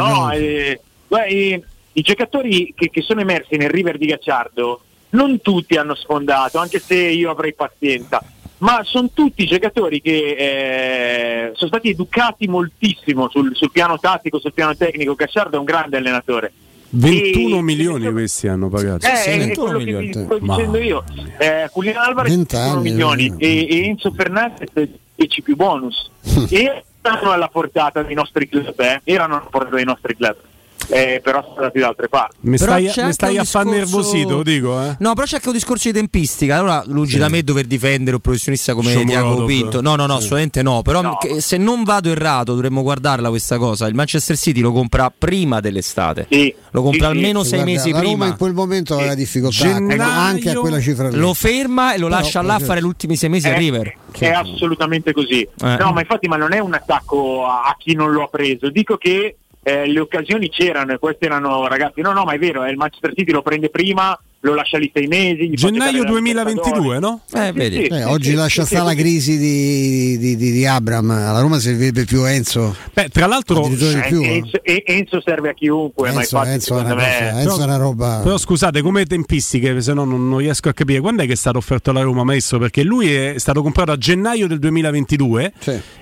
i giocatori che sono emersi nel River di Gacciardo non tutti hanno sfondato, anche se io avrei pazienza, ma sono tutti giocatori che sono stati educati moltissimo sul piano tattico, sul piano tecnico. Gacciardo è un grande allenatore. 21 milioni questi hanno pagato. È quello che vi sto dicendo io. Julián Álvarez 21 milioni e Enzo Fernandez 10 più bonus. E erano alla portata dei nostri club, però sono andati da altre parti. Mi stai a far nervosito, lo dico. No, però c'è anche un discorso di tempistica. Allora, lungi da me dover difendere un professionista come Tiago Pinto. No, assolutamente no. Però se non vado errato, dovremmo guardarla questa cosa. Il Manchester City lo compra prima dell'estate. Lo compra almeno 6 mesi prima. Roma in quel momento aveva difficoltà anche a quella cifra lì. Lo ferma e lo lascia là a fare gli ultimi 6 mesi a River. È assolutamente così. No, ma infatti non è un attacco a chi non lo ha preso. Dico che le occasioni c'erano e questi erano ragazzi, no ma è vero, il Manchester City lo prende prima, lo lascia lì 6 mesi, gennaio 2022, no? Vedi. Oggi lascia stare la crisi di Abram, alla Roma servirebbe più Enzo. Tra l'altro Enzo serve a chiunque, Enzo è una roba. Però scusate, come tempistiche, se no non riesco a capire quando è che è stato offerto alla Roma, maestro, perché lui è stato comprato a gennaio del 2022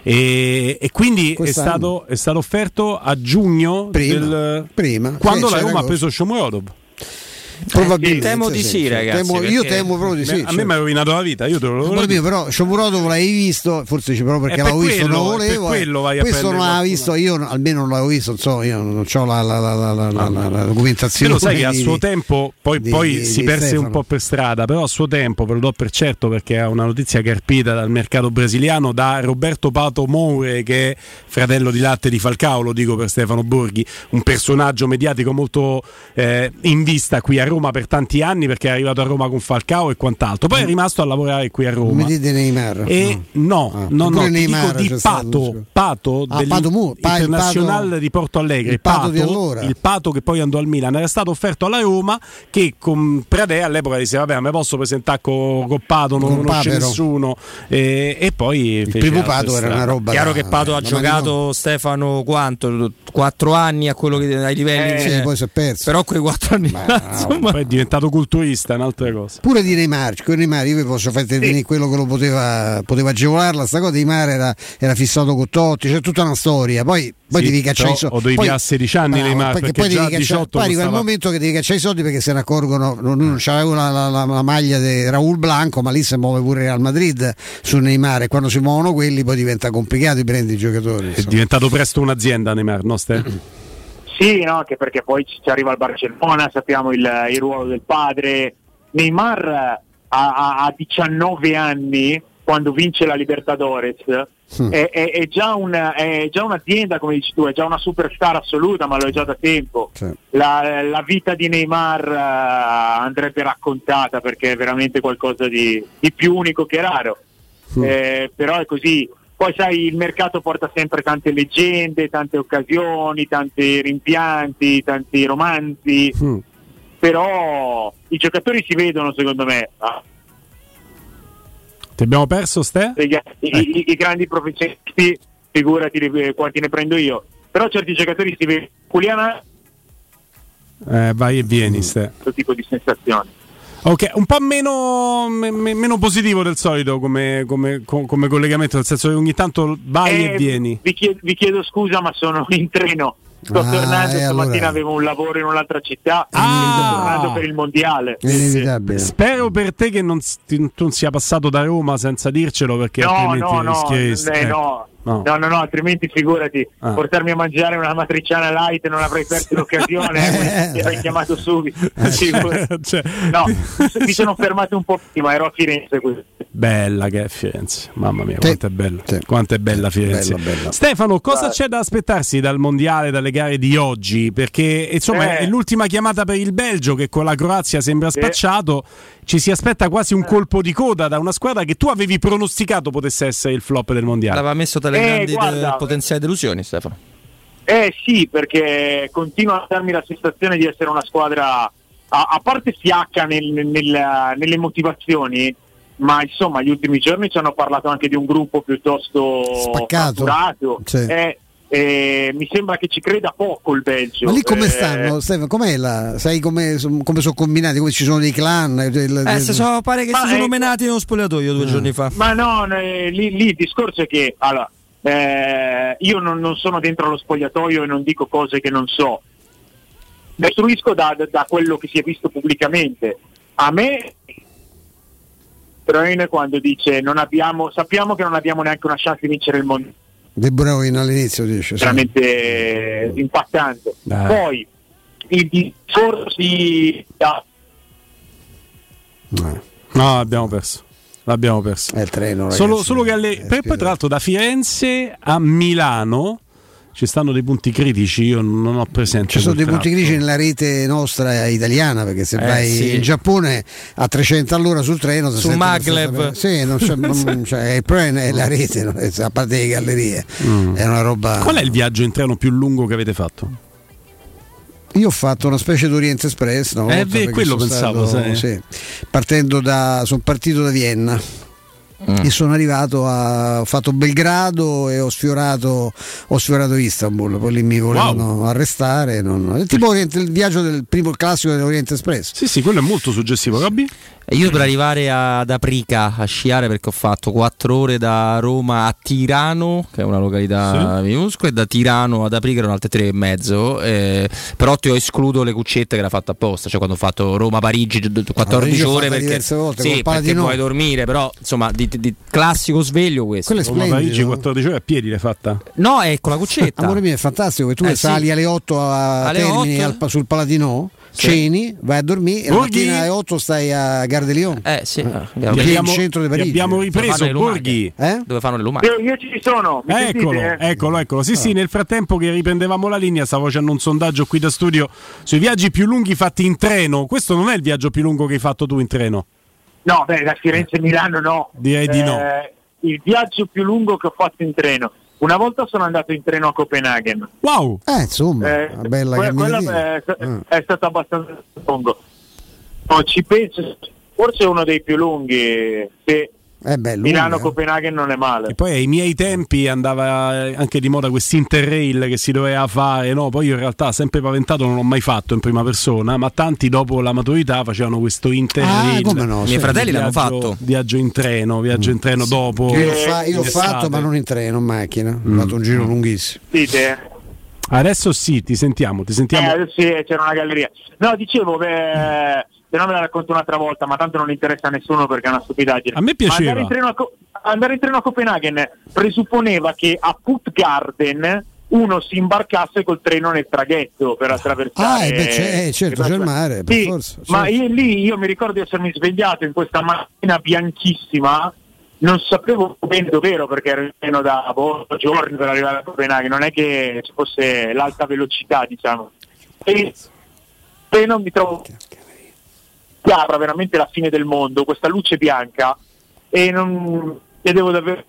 e quindi è stato offerto a giugno prima quando la Roma ha preso Shomurodov. Probabilmente temo di sì, ragazzi. Io temo proprio di sì. A me mi ha rovinato la vita. Io te lo dico. Però Shomurodov l'avevi visto, forse però perché l'avevo visto, non lo volevo. Questo non l'avevo visto, io almeno non l'avevo visto. Io non ho la documentazione. Lo sai che a suo tempo poi si perse Stefano un po' per strada, però a suo tempo, ve lo do per certo perché è una notizia carpita dal mercato brasiliano, da Roberto Pato Moure, che è fratello di latte di Falcao, lo dico per Stefano Borghi, un personaggio mediatico molto in vista qui a Roma per tanti anni, perché è arrivato a Roma con Falcao e quant'altro, poi è rimasto a lavorare qui a Roma. Mi dite Neymar? No, Neymar, dico di Pato dell'Internazionale di Porto Alegre, il Pato di allora. Il Pato che poi andò al Milan, era stato offerto alla Roma, che con Pradè all'epoca disse vabbè, me posso presentare con Pato, non conosce nessuno, e poi il primo Pato era una roba. Chiaro che Pato ha giocato, Stefano, quanto? 4 anni a quello che ai livelli poi si è perso, però quei 4 anni poi è diventato culturista, è un'altra cosa. Pure di Neymar, con Neymar io vi posso far tenere quello che lo poteva agevolarla, sta cosa. Neymar era fissato con Totti, c'è tutta una storia, poi devi cacciare i soldi, o devi a 16 anni Neymar, perché poi già devi 18 poi arriva il momento che devi cacciare i soldi, perché se ne accorgono, non c'aveva la maglia di Raúl Blanco, ma lì si muove pure Real Madrid su Neymar, e quando si muovono quelli poi diventa complicato prendere i giocatori. È diventato presto un'azienda Neymar, no Ste? Sì, no, anche perché poi ci arriva il Barcellona, sappiamo il ruolo del padre. Neymar a 19 anni, quando vince la Libertadores, è già un'azienda, come dici tu, è già una superstar assoluta, ma lo è già da tempo. La vita di Neymar andrebbe raccontata, perché è veramente qualcosa di più unico che raro. Però è così. Poi sai, il mercato porta sempre tante leggende, tante occasioni, tanti rimpianti, tanti romanzi, però i giocatori si vedono, secondo me. Ti abbiamo perso, Ste? I grandi professionisti, figurati quanti ne prendo io, però certi giocatori si vedono. Julián, vai e vieni, Ste. Questo tipo di sensazioni. Ok, un po' meno positivo del solito come collegamento, nel senso che ogni tanto vai e vieni. Vi chiedo scusa, ma sono in treno. Sto tornando, stamattina avevo un lavoro in un'altra città, sto tornando per il mondiale. Spero per te che non sia passato da Roma senza dircelo, perché altrimenti rischieresti. No, No, altrimenti figurati, portarmi a mangiare una matriciana light non avrei perso l'occasione, ti avrei chiamato subito. No, mi sono fermato un po' prima, ero a Firenze. Bella che è Firenze, mamma mia, quanto è bella, quanto è bella Firenze. Bella. Stefano, cosa c'è da aspettarsi dal mondiale, dalle gare di oggi? Perché insomma è l'ultima chiamata per il Belgio, che con la Croazia sembra spacciato. Ci si aspetta quasi un colpo di coda da una squadra che tu avevi pronosticato potesse essere il flop del mondiale. L'aveva messo tra le grandi potenziali delusioni, Stefano. Sì, perché continua a darmi la sensazione di essere una squadra a parte fiacca nelle motivazioni, ma insomma gli ultimi giorni ci hanno parlato anche di un gruppo piuttosto spaccato. Mi sembra che ci creda poco il Belgio. Ma lì come stanno, Stefano? Com'è sai come sono combinati? Come ci sono dei clan? Pare che si sono menati nello spogliatoio 2 giorni fa. Ma no, lì il discorso è che io non sono dentro lo spogliatoio e non dico cose che non so. Costruisco da quello che si è visto pubblicamente. A me quando dice sappiamo che non abbiamo neanche una chance di vincere il mondo. De Bruyne all'inizio dice veramente impattante. Poi il discorso no, l'abbiamo perso. È il treno, solo che poi tra l'altro da Firenze a Milano ci stanno dei punti critici, io non ho presente. Ci sono dei punti critici nella rete nostra italiana, perché se vai in Giappone a 300 all'ora sul treno su Maglev non c'è, il problema è la rete, a parte le gallerie. È una roba. Qual è il viaggio in treno più lungo che avete fatto? Io ho fatto una specie di Orient Express, quello pensavo, sono partito da Vienna. E sono arrivato ho fatto Belgrado e ho sfiorato Istanbul, poi lì mi volevano arrestare. È tipo il viaggio del primo classico dell'Orient Express. Sì, quello è molto suggestivo, Robby. Io per arrivare ad Aprica a sciare, perché ho fatto 4 ore da Roma a Tirano, che è una località minuscola, e da Tirano ad Aprica erano altre 3,5, però ti ho escluso le cuccette che era fatta apposta, cioè quando ho fatto Roma-Parigi 14 ore perché puoi dormire, però insomma di classico sveglio questo. Roma-Parigi 14 ore a piedi l'hai fatta? No, è con la cuccetta. Amore mio, è fantastico che tu sali alle 8 a Termini sul Palatino, ceni, vai a dormire e la mattina alle 8 stai a Gare de Lyon. Abbiamo, centro di Parigi. Abbiamo ripreso Borghi. Dove fanno le lumache? Io ci sono. Eccolo. Sì, nel frattempo che riprendevamo la linea stavo facendo un sondaggio qui da studio sui viaggi più lunghi fatti in treno. Questo non è il viaggio più lungo che hai fatto tu in treno? No, da Firenze a Milano no. Direi di no. Il viaggio più lungo che ho fatto in treno. Una volta sono andato in treno a Copenaghen. Wow! Insomma, una bella quella è stato abbastanza lungo. No, ci penso, forse è uno dei più lunghi. Milano-Copenaghen non è male. E poi ai miei tempi andava anche di moda questo Interrail che si doveva fare, no? Poi io in realtà sempre paventato, non l'ho mai fatto in prima persona, ma tanti dopo la maturità facevano questo Interrail. No, miei fratelli l'hanno fatto. Viaggio in treno dopo. Io l'ho fatto, ma non in treno, in macchina. Ho fatto un giro lunghissimo. Adesso sì, ti sentiamo. Sì, c'era una galleria. No, dicevo, se no me la racconto un'altra volta, ma tanto non interessa a nessuno perché è una stupidaggine. A me piaceva. Andare in treno a Copenaghen presupponeva che a Puttgarden uno si imbarcasse col treno nel traghetto per attraversare. Certo, c'è il mare, per forza. Certo. Ma io mi ricordo di essermi svegliato in questa macchina bianchissima, non sapevo bene dove ero perché ero in treno da giorni per arrivare a Copenaghen, non è che ci fosse l'alta velocità, diciamo. E non mi trovo chiara veramente la fine del mondo, questa luce bianca, e non vedevo davvero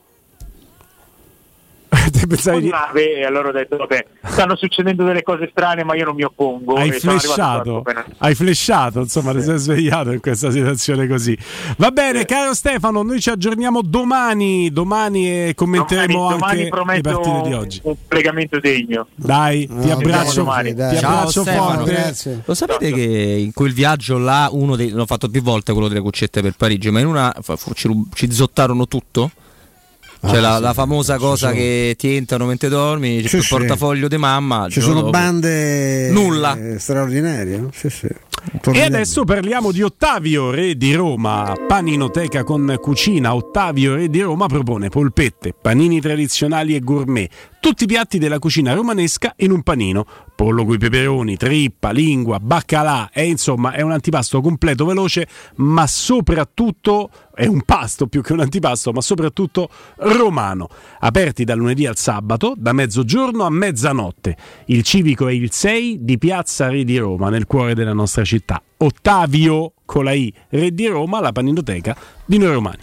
nave, e allora ho detto vabbè, stanno succedendo delle cose strane ma io non mi oppongo. Hai flashato, insomma, ti sei svegliato in questa situazione così. Va bene, caro Stefano, noi ci aggiorniamo domani e commenteremo anche le partite di oggi. Un collegamento degno. Dai, ti abbraccio forte. Grazie. Lo sapete che in quel viaggio là l'ho fatto più volte quello delle cuccette per Parigi, ma in una ci zottarono tutto? Cioè la famosa cosa che ti entrano mentre dormi, c'è il portafoglio di mamma. Ci sono bande nulla straordinarie, no? Sì. E adesso parliamo di Ottavio, re di Roma, paninoteca con cucina. Ottavio, re di Roma, propone polpette, panini tradizionali e gourmet, tutti i piatti della cucina romanesca in un panino. Pollo coi peperoni, trippa, lingua, baccalà, insomma è un antipasto completo, veloce, ma soprattutto è un pasto più che un antipasto, ma soprattutto romano. Aperti dal lunedì al sabato, da mezzogiorno a mezzanotte. Il civico è il 6 di Piazza Re di Roma, nel cuore della nostra città. Ottavio, con la I, Re di Roma, la paninoteca di noi romani.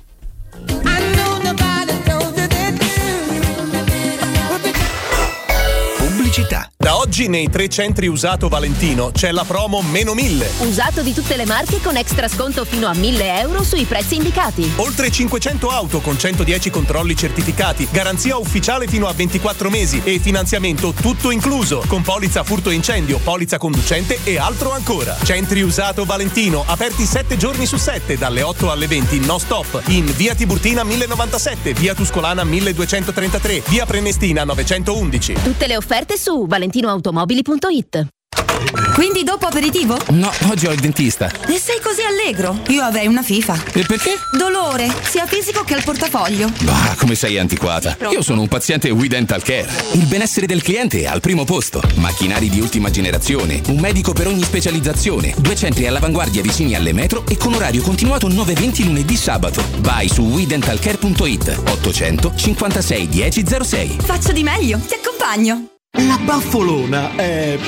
Pubblicità. Da oggi nei 3 centri usato Valentino c'è la promo meno 1000. Usato di tutte le marche con extra sconto fino a 1.000 euro sui prezzi indicati. Oltre 500 auto con 110 controlli certificati, garanzia ufficiale fino a 24 mesi e finanziamento tutto incluso, con polizza furto incendio, polizza conducente e altro ancora. Centri usato Valentino, aperti 7 giorni su 7, dalle 8 alle 20, no stop, in via Tiburtina 1097, via Tuscolana 1233, via Prenestina 911. Tutte le offerte su valentinoautomobili.it. Quindi dopo aperitivo? No, oggi ho il dentista. E sei così allegro? Io avrei una FIFA. E perché? Dolore, sia fisico che al portafoglio. Bah, come sei antiquata. Io sono un paziente We Dental Care. Il benessere del cliente è al primo posto. Macchinari di ultima generazione, un medico per ogni specializzazione, 2 centri all'avanguardia vicini alle metro e con orario continuato 9-20 lunedì sabato. Vai su WeDentalCare.it 800 56 1006. Faccio di meglio, ti accompagno. La Baffolona è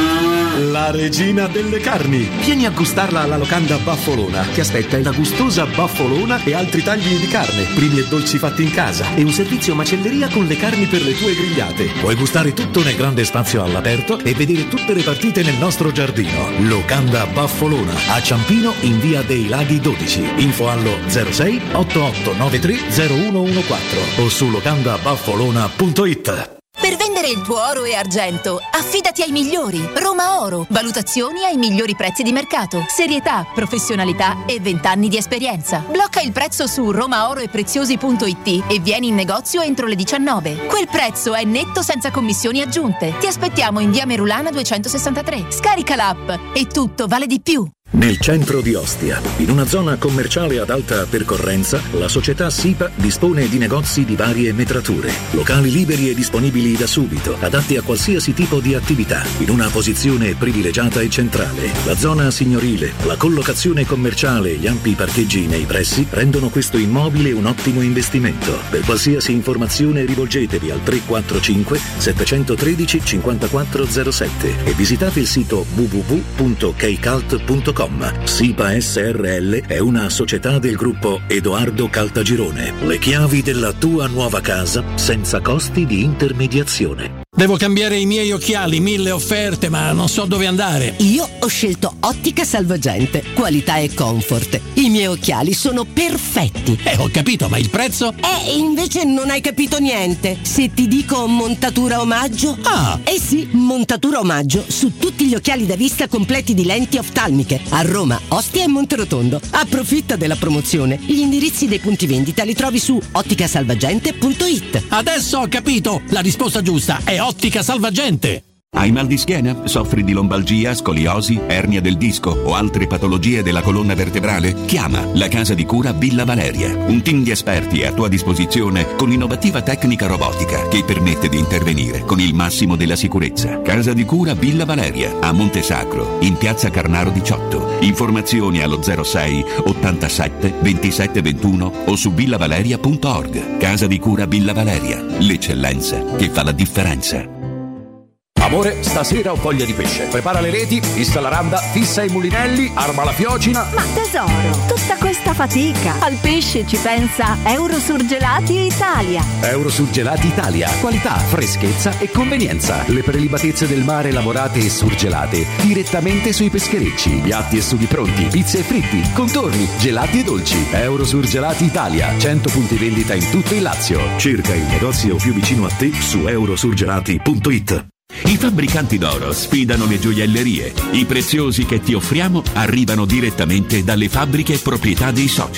la regina delle carni. Vieni a gustarla alla locanda Baffolona. Ti aspetta la gustosa Baffolona e altri tagli di carne, primi e dolci fatti in casa e un servizio macelleria con le carni per le tue grigliate. Puoi gustare tutto nel grande spazio all'aperto e vedere tutte le partite nel nostro giardino. Locanda Baffolona a Ciampino in via dei Laghi 12. Info allo 06 8893 0114 o su locandabaffolona.it. Per vendere il tuo oro e argento, affidati ai migliori. Roma Oro. Valutazioni ai migliori prezzi di mercato. Serietà, professionalità e 20 anni di esperienza. Blocca il prezzo su romaoroepreziosi.it e vieni in negozio entro le 19. Quel prezzo è netto senza commissioni aggiunte. Ti aspettiamo in via Merulana 263. Scarica l'app e tutto vale di più. Nel centro di Ostia, in una zona commerciale ad alta percorrenza, la società SIPA dispone di negozi di varie metrature, locali liberi e disponibili da subito, adatti a qualsiasi tipo di attività, in una posizione privilegiata e centrale. La zona signorile, la collocazione commerciale e gli ampi parcheggi nei pressi rendono questo immobile un ottimo investimento. Per qualsiasi informazione rivolgetevi al 345 713 5407 e visitate il sito www.kcalt.com. SIPA SRL è una società del gruppo Edoardo Caltagirone. Le chiavi della tua nuova casa senza costi di intermediazione. Devo cambiare i miei occhiali, 1000 offerte, ma non so dove andare. Io ho scelto Ottica Salvagente, qualità e comfort. I miei occhiali sono perfetti. Ho capito, ma il prezzo? Invece non hai capito niente. Se ti dico montatura omaggio? Sì, montatura omaggio su tutti gli occhiali da vista completi di lenti oftalmiche. A Roma, Ostia e Monterotondo. Approfitta della promozione. Gli indirizzi dei punti vendita li trovi su otticasalvagente.it. Adesso ho capito, la risposta giusta è Ottica Salvagente. Hai mal di schiena? Soffri di lombalgia, scoliosi, ernia del disco o altre patologie della colonna vertebrale? Chiama la Casa di Cura Villa Valeria. Un team di esperti è a tua disposizione con innovativa tecnica robotica che permette di intervenire con il massimo della sicurezza. Casa di Cura Villa Valeria a Montesacro, in piazza Carnaro 18. Informazioni allo 06 87 27 21 o su villavaleria.org. Casa di Cura Villa Valeria, l'eccellenza che fa la differenza. Amore, stasera ho voglia di pesce. Prepara le reti, fissa la randa, fissa i mulinelli, arma la fiocina. Ma tesoro, tutta questa fatica. Al pesce ci pensa Eurosurgelati Italia. Eurosurgelati Italia. Qualità, freschezza e convenienza. Le prelibatezze del mare lavorate e surgelate direttamente sui pescherecci. Piatti e sughi pronti, pizze e fritti, contorni, gelati e dolci. Eurosurgelati Italia. 100 punti vendita in tutto il Lazio. Cerca il negozio più vicino a te su eurosurgelati.it. I fabbricanti d'oro sfidano le gioiellerie. I preziosi che ti offriamo arrivano direttamente dalle fabbriche proprietà dei soci.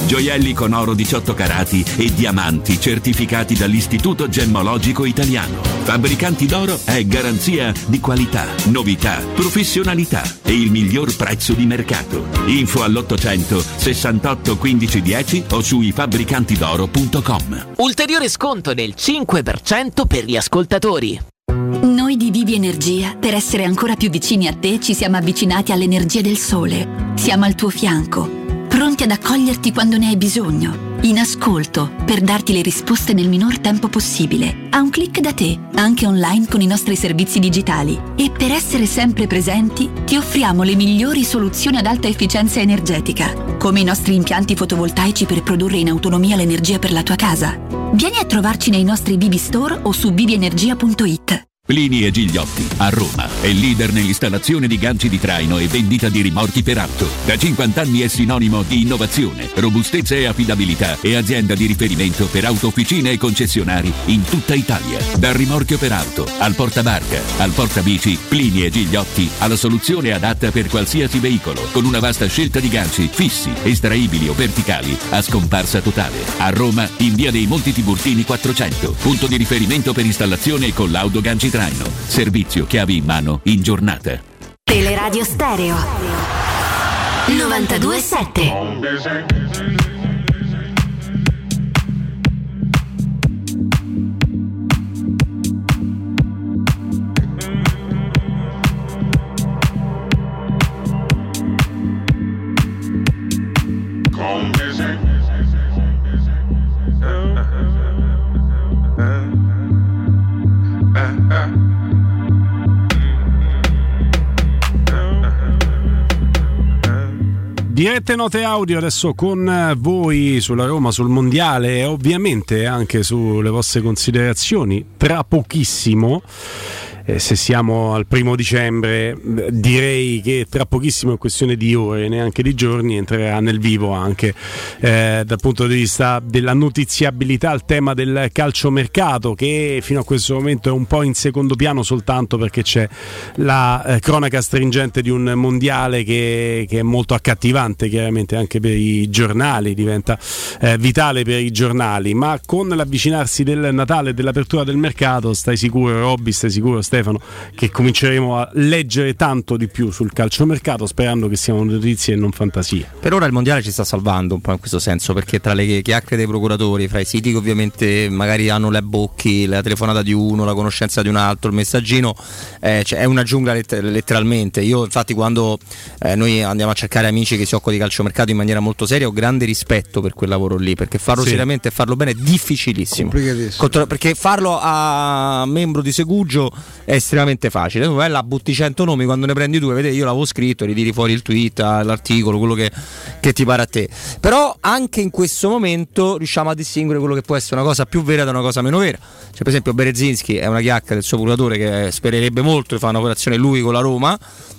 Gioielli con oro 18 carati e diamanti certificati dall'Istituto Gemmologico Italiano. Fabbricanti d'Oro è garanzia di qualità, novità, professionalità e il miglior prezzo di mercato. Info all'800 68 15 10 o su ifabbricantidoro.com. Ulteriore sconto del 5% per gli ascoltatori. Noi di Vivi Energia, per essere ancora più vicini a te, ci siamo avvicinati all'energia del sole. Siamo al tuo fianco, pronti ad accoglierti quando ne hai bisogno, in ascolto, per darti le risposte nel minor tempo possibile, a un click da te, anche online con i nostri servizi digitali. E per essere sempre presenti, ti offriamo le migliori soluzioni ad alta efficienza energetica, come i nostri impianti fotovoltaici per produrre in autonomia l'energia per la tua casa. Vieni a trovarci nei nostri Vivi Store o su vivienergia.it. Plini e Gigliotti, a Roma, è leader nell'installazione di ganci di traino e vendita di rimorchi per auto. Da 50 anni è sinonimo di innovazione, robustezza e affidabilità e azienda di riferimento per autofficine e concessionari in tutta Italia. Dal rimorchio per auto, al portabarca, al portabici, Plini e Gigliotti ha la soluzione adatta per qualsiasi veicolo, con una vasta scelta di ganci fissi, estraibili o verticali, a scomparsa totale. A Roma, in via dei Monti Tiburtini 400, punto di riferimento per installazione e collaudo ganci traino. Servizio chiavi in mano in giornata. Teleradio Stereo 92.7. Dirette note audio adesso con voi sulla Roma, sul mondiale e ovviamente anche sulle vostre considerazioni tra pochissimo. Se siamo al 1 dicembre, direi che tra pochissimo, è questione di ore, neanche di giorni, entrerà nel vivo anche dal punto di vista della notiziabilità il tema del calciomercato, che fino a questo momento è un po' in secondo piano soltanto perché c'è la cronaca stringente di un mondiale che è molto accattivante chiaramente anche per i giornali, diventa vitale per i giornali, ma con l'avvicinarsi del Natale e dell'apertura del mercato, stai sicuro Robby, stai sicuro Stefano, che cominceremo a leggere tanto di più sul calciomercato, sperando che siano notizie e non fantasie. Per ora il mondiale ci sta salvando un po' in questo senso, perché tra le chiacchiere dei procuratori, fra i siti che ovviamente magari hanno le bocchi, la telefonata di uno, la conoscenza di un altro, il messaggino, cioè è una giungla letteralmente. Io infatti quando noi andiamo a cercare amici che si occupano di calciomercato in maniera molto seria, ho grande rispetto per quel lavoro lì, perché farlo seriamente e farlo bene è difficilissimo, perché farlo a membro di Segugio è estremamente facile. Tu vai là, butti 100 nomi, quando ne prendi due, vedi, io l'avevo scritto, ritiri fuori il tweet, l'articolo, quello che ti pare a te. Però anche in questo momento riusciamo a distinguere quello che può essere una cosa più vera da una cosa meno vera. Cioè, per esempio, Berezinski è una chiacchiera del suo procuratore che spererebbe molto di fare un'operazione lui con la Roma.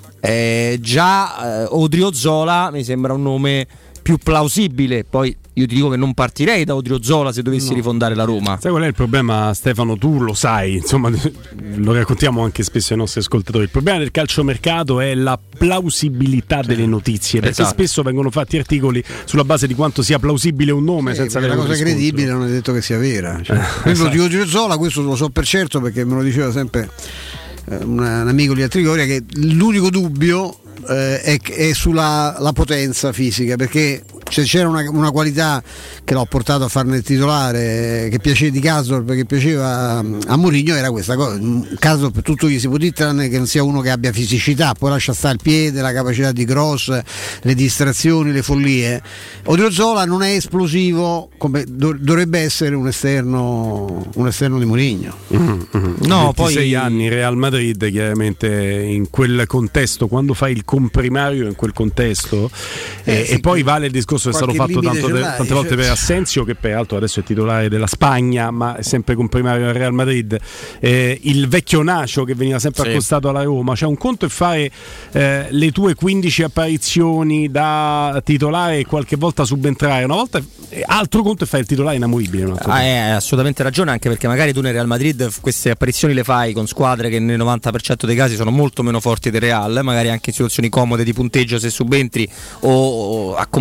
Odriozola mi sembra un nome più plausibile. Poi io ti dico che non partirei da Odriozola se dovessi rifondare la Roma. Sai qual è il problema, Stefano? Tu lo sai, insomma, lo raccontiamo anche spesso ai nostri ascoltatori. Il problema del calciomercato è la plausibilità delle notizie, perché spesso vengono fatti articoli sulla base di quanto sia plausibile un nome, senza avere una cosa credibile, non è detto che sia vera. Di Odriozola questo lo so per certo, perché me lo diceva sempre un amico di Trigoria, che l'unico dubbio è sulla la potenza fisica, perché c'era una qualità che l'ho portato a farne il titolare, che piaceva di Karsdorp, perché piaceva a Mourinho, era questa cosa. Karsdorp tutto gli si può dire tranne che non sia uno che abbia fisicità, poi lascia stare il piede, la capacità di cross, le distrazioni, le follie. Odriozola non è esplosivo come dovrebbe essere un esterno di Mourinho. No, 26 anni, Real Madrid, chiaramente in quel contesto, quando fai il comprimario in quel contesto, e poi vale il discorso che è stato fatto tante volte per Asensio, che peraltro adesso è titolare della Spagna, ma è sempre comprimario al Real Madrid, il vecchio Nacio che veniva sempre accostato alla Roma. Cioè, un conto è fare le tue 15 apparizioni da titolare e qualche volta subentrare una volta, altro conto è fare il titolare inamovibile. Hai assolutamente ragione, anche perché magari tu nel Real Madrid queste apparizioni le fai con squadre che nel 90% dei casi sono molto meno forti del Real, magari anche in situazioni comode di punteggio se subentri o accomodate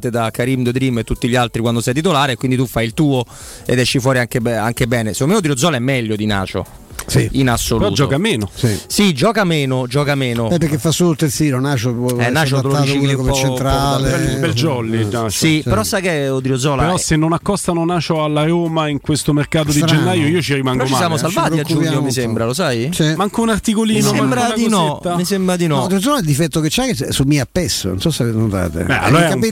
ovviamente da Karim The Dream e tutti gli altri quando sei titolare, e quindi tu fai il tuo ed esci fuori anche bene. Secondo me Odriozola è meglio di Nacio. Sì. In assoluto. Però gioca meno. Sì, gioca meno. Perché fa solo il terzino. Nacio te lo dici come centrale. Per jolly. Sì, però sai che Odriozola. Però se non accostano Nacio alla Roma in questo mercato di gennaio, io ci rimango male. Ci siamo salvati a giugno, mi sembra, lo sai? Manco un articolino. Mi sembra di no. Odriozola il difetto che c'ha è che somiglia a Pesso, non so se avete notato. Allora è un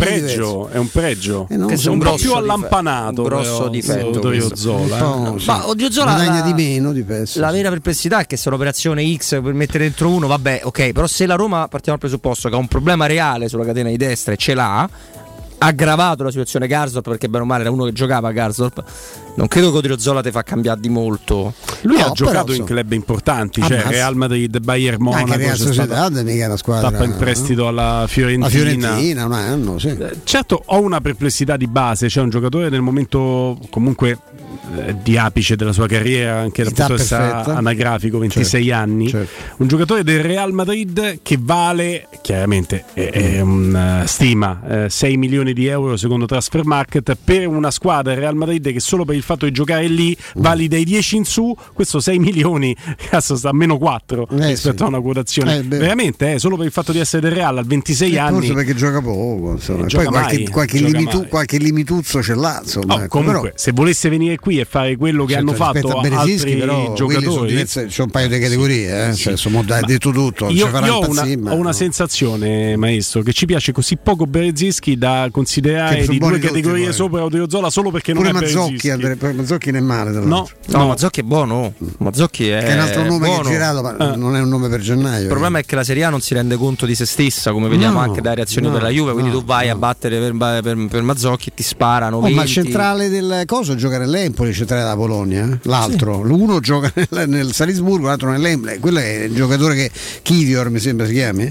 pregio. Che è un po' più allampanato. Un grosso difetto Odriozola. Ma Odriozola guadagna di meno di Pesso. La vera perplessità è che se l'operazione X per mettere dentro uno, vabbè, ok, però se la Roma, partiamo dal presupposto che ha un problema reale sulla catena di destra e ce l'ha, aggravato la situazione Garsdorp, perché bene o male era uno che giocava a Garsdorp, non credo che Odriozola ti fa cambiare di molto. Lui ha giocato in club importanti, cioè Real Madrid, Bayern Monaco, anche Real Sociedad, mica la squadra. Tappa in prestito alla Fiorentina. La Fiorentina un anno, sì. Certo, ho una perplessità di base, c'è un giocatore nel momento comunque di apice della sua carriera, anche dal punto di vista anagrafico, 26 anni, un giocatore del Real Madrid che vale, chiaramente è un stima, 6 milioni di euro secondo Transfermarkt, per una squadra Real Madrid che solo per il fatto di giocare lì vali dai 10 in su, questo 6 milioni cazzo sta a meno 4 rispetto a una quotazione veramente, solo per il fatto di essere del Real a 26 anni, forse perché gioca poco, insomma. Poi qualche limituzzo ce l'ha, insomma. Comunque se volesse venire qui e fare quello che hanno fatto altri però, giocatori, c'è un paio di categorie, hai detto tutto. Io ho una sensazione, maestro, che ci piace così poco Berezinski da considerare di due categorie sopra Odriozola solo perché pure non è Mazzocchi. Mazzocchi non è male, no, Mazzocchi è buono. Mazzocchi è un altro nome buono. Che è girato, ma non è un nome per gennaio. Il problema è che la Serie A non si rende conto di se stessa, come vediamo anche dalle reazioni della Juve, quindi tu vai a battere per Mazzocchi e ti sparano 20. Ma il centrale del coso gioca nell'Empoli, il centrale della Polonia, l'altro, l'uno gioca nel Salisburgo, l'altro nell'Empoli. Quello è il giocatore che Kivior mi sembra si chiami.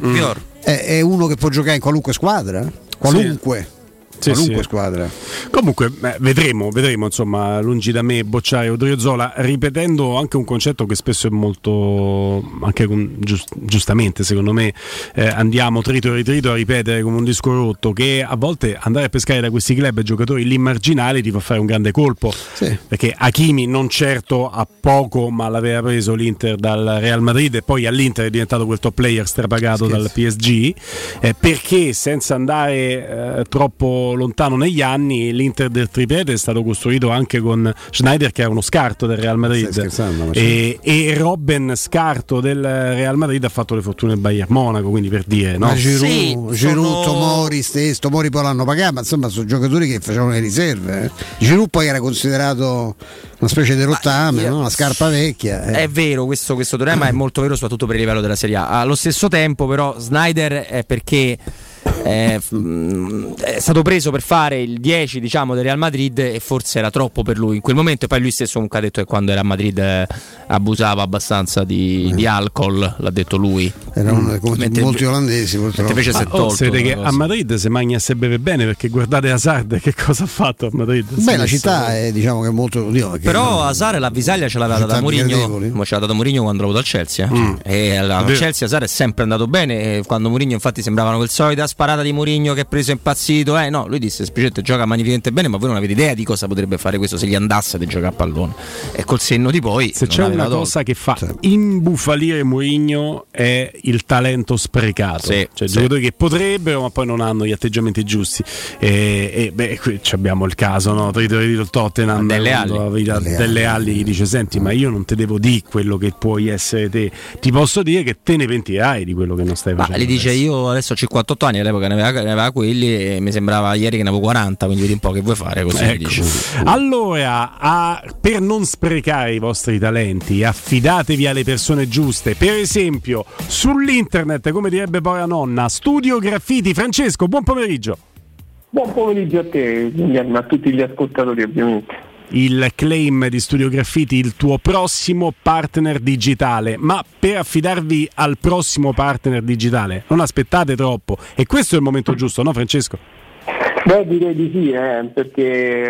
È uno che può giocare in qualunque squadra, qualunque squadra. Comunque vedremo, insomma, lungi da me bocciare Odriozola, ripetendo anche un concetto che spesso è molto, anche giustamente secondo me, andiamo trito e ritrito a ripetere come un disco rotto, che a volte andare a pescare da questi club giocatori lì marginali ti fa fare un grande colpo, perché Hakimi non certo a poco, ma l'aveva preso l'Inter dal Real Madrid e poi all'Inter è diventato quel top player strapagato dal PSG, perché senza andare troppo lontano negli anni l'Inter del triplete è stato costruito anche con Schneider, che era uno scarto del Real Madrid, e Robben, scarto del Real Madrid, ha fatto le fortune del Bayern Monaco, quindi per dire, no? Giroud, Tomori poi l'hanno pagato, ma insomma sono giocatori che facevano le riserve. Giroud poi era considerato una specie di rottame, no? Una scarpa vecchia. È vero, questo teorema è molto vero, soprattutto per il livello della Serie A. Allo stesso tempo però Schneider è perché è stato preso per fare il 10, diciamo, del Real Madrid, e forse era troppo per lui in quel momento, e poi lui stesso comunque ha detto che quando era a Madrid abusava abbastanza di alcol, l'ha detto lui. Era uno come molti olandesi purtroppo. Invece si è tolto, sapete che a Madrid si magna e si beve bene, perché guardate Hazard che cosa ha fatto a Madrid. La città è, diciamo, che è molto però Hazard l'avvisaglia ce l'aveva data Mourinho, ma ce l'ha data Mourinho quando ha avuto al Chelsea, e al Chelsea Hazard è sempre andato bene, e quando Mourinho infatti sembravano quel solito sparata di Mourinho che è preso impazzito, no, lui disse semplicemente gioca magnificamente bene, ma voi non avete idea di cosa potrebbe fare questo se gli andasse di giocare a pallone, e col senno di poi, se c'è una cosa che fa imbufalire Mourinho è il talento sprecato, giocatori che potrebbero ma poi non hanno gli atteggiamenti giusti, e qui abbiamo il caso, no? Il Tottenham delle Alli gli dice senti, ma io non te devo dire quello che puoi essere te, ti posso dire che te ne pentirai di quello che non stai facendo. Gli dice io adesso ho 58 anni, all'epoca ne aveva quelli e mi sembrava ieri che ne avevo 40, quindi vedi un po' che vuoi fare, così mi dice. Allora, per non sprecare i vostri talenti, affidatevi alle persone giuste, per esempio sull'internet, come direbbe poi la nonna, Studio Graffiti. Francesco, buon pomeriggio. Buon pomeriggio a te, a tutti gli ascoltatori ovviamente. Il claim di Studio Graffiti, il tuo prossimo partner digitale, ma per affidarvi al prossimo partner digitale non aspettate troppo, e questo è il momento giusto, no Francesco? Beh, direi di sì, perché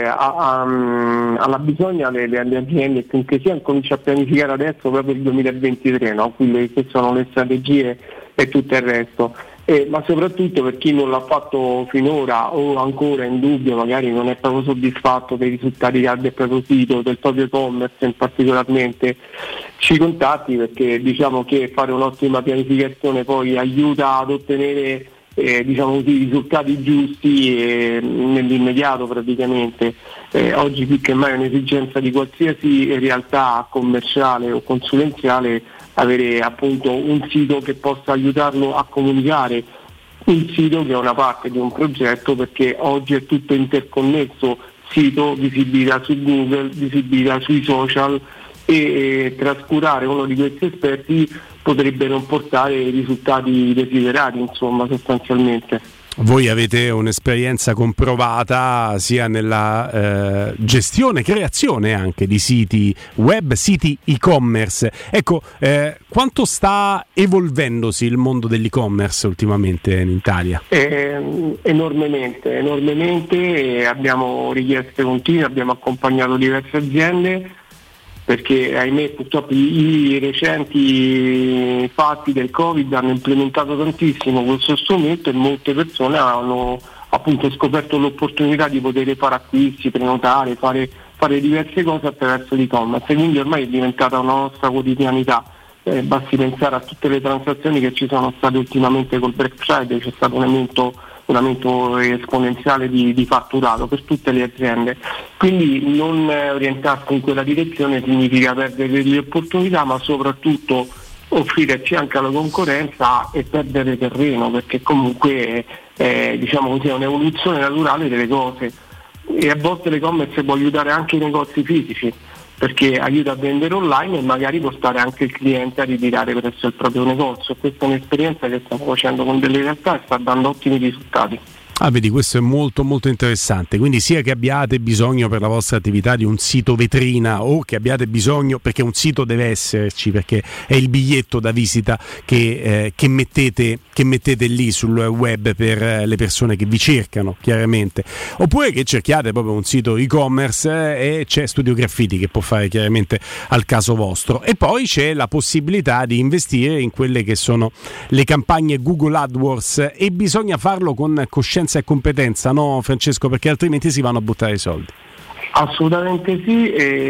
alla bisogna le aziende che sia comincia a pianificare adesso proprio il 2023, no? Quelle che sono le strategie e tutto il resto. ma soprattutto per chi non l'ha fatto finora o ancora in dubbio, magari non è proprio soddisfatto dei risultati che ha del proprio sito, del proprio e-commerce in particolarmente, ci contatti, perché diciamo che fare un'ottima pianificazione poi aiuta ad ottenere diciamo così, i risultati giusti nell'immediato praticamente. Oggi più che mai è un'esigenza di qualsiasi realtà commerciale o consulenziale avere appunto un sito che possa aiutarlo a comunicare, un sito che è una parte di un progetto, perché oggi è tutto interconnesso, sito, visibilità su Google, visibilità sui social, e trascurare uno di questi aspetti potrebbe non portare i risultati desiderati, insomma, sostanzialmente. Voi avete un'esperienza comprovata sia nella gestione, creazione anche di siti web, siti e-commerce. Ecco, quanto sta evolvendosi il mondo dell'e-commerce ultimamente in Italia? Enormemente, abbiamo richieste continue, abbiamo accompagnato diverse aziende, perché ahimè purtroppo i recenti fatti del Covid hanno implementato tantissimo questo strumento e molte persone hanno appunto scoperto l'opportunità di poter fare acquisti, prenotare, fare diverse cose attraverso l'e-commerce, e quindi ormai è diventata una nostra quotidianità. Basti pensare a tutte le transazioni che ci sono state ultimamente col Black Friday, c'è stato un aumento esponenziale di fatturato per tutte le aziende, quindi non orientarsi in quella direzione significa perdere delle opportunità, ma soprattutto offrirci anche alla concorrenza e perdere terreno, perché comunque diciamo così, è un'evoluzione naturale delle cose, e a volte l'e-commerce può aiutare anche i negozi fisici, perché aiuta a vendere online e magari portare anche il cliente a ritirare presso il proprio negozio. Questa è un'esperienza che stiamo facendo con delle realtà e sta dando ottimi risultati. Ah, vedi, questo è molto molto interessante. Quindi sia che abbiate bisogno per la vostra attività di un sito vetrina, o che abbiate bisogno, perché un sito deve esserci, perché è il biglietto da visita che mettete lì sul web per le persone che vi cercano, chiaramente, oppure che cerchiate proprio un sito e-commerce e c'è Studio Graffiti che può fare chiaramente al caso vostro. E poi c'è la possibilità di investire in quelle che sono le campagne Google AdWords, e bisogna farlo con coscienza e competenza, no Francesco, perché altrimenti si vanno a buttare i soldi. Assolutamente sì,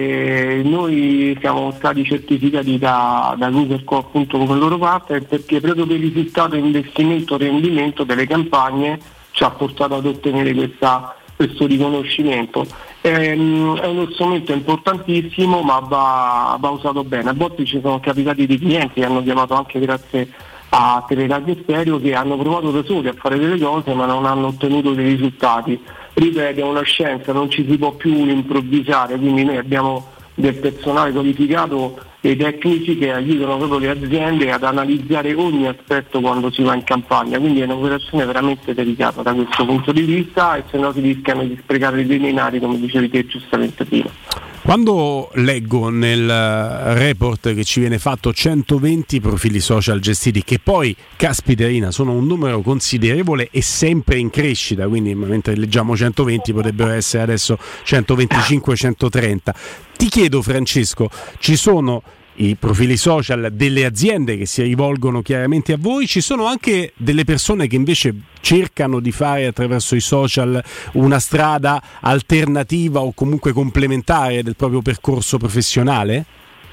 noi siamo stati certificati da Google appunto come loro partner, perché proprio per il risultato investimento-rendimento delle campagne ci ha portato ad ottenere questo riconoscimento. È uno strumento importantissimo, ma va usato bene. A volte ci sono capitati dei clienti che hanno chiamato anche grazie a Teleradio Stereo, che hanno provato da soli a fare delle cose ma non hanno ottenuto dei risultati. Ripeto, è una scienza, non ci si può più improvvisare, quindi noi abbiamo del personale qualificato e tecnici che aiutano proprio le aziende ad analizzare ogni aspetto quando si va in campagna, quindi è un'operazione veramente delicata da questo punto di vista, e se no si rischiano di sprecare dei denari, come dicevi te giustamente prima. Quando leggo nel report che ci viene fatto 120 profili social gestiti, che poi, caspiterina, sono un numero considerevole e sempre in crescita, quindi mentre leggiamo 120 potrebbero essere adesso 125, 130. Ti chiedo, Francesco, ci sono i profili social delle aziende che si rivolgono chiaramente a voi, ci sono anche delle persone che invece cercano di fare attraverso i social una strada alternativa o comunque complementare del proprio percorso professionale?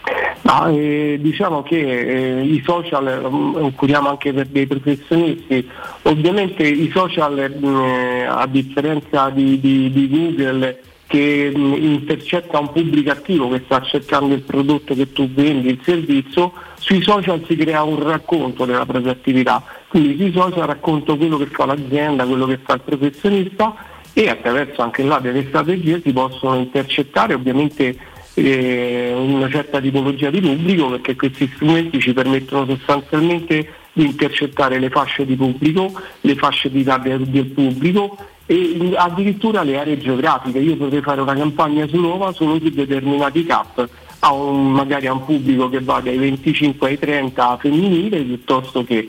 Diciamo che i social curiamo anche per dei professionisti. Ovviamente i social a differenza di Google, che intercetta un pubblico attivo che sta cercando il prodotto che tu vendi, il servizio, sui social si crea un racconto della propria attività, quindi sui social racconto quello che fa l'azienda, quello che fa il professionista, e attraverso anche là delle strategie si possono intercettare ovviamente una certa tipologia di pubblico, perché questi strumenti ci permettono sostanzialmente di intercettare le fasce di pubblico, le fasce di target del pubblico e addirittura le aree geografiche. Io potrei fare una campagna su Roma solo su determinati cap, magari a un pubblico che va dai 25 ai 30 femminile, piuttosto che,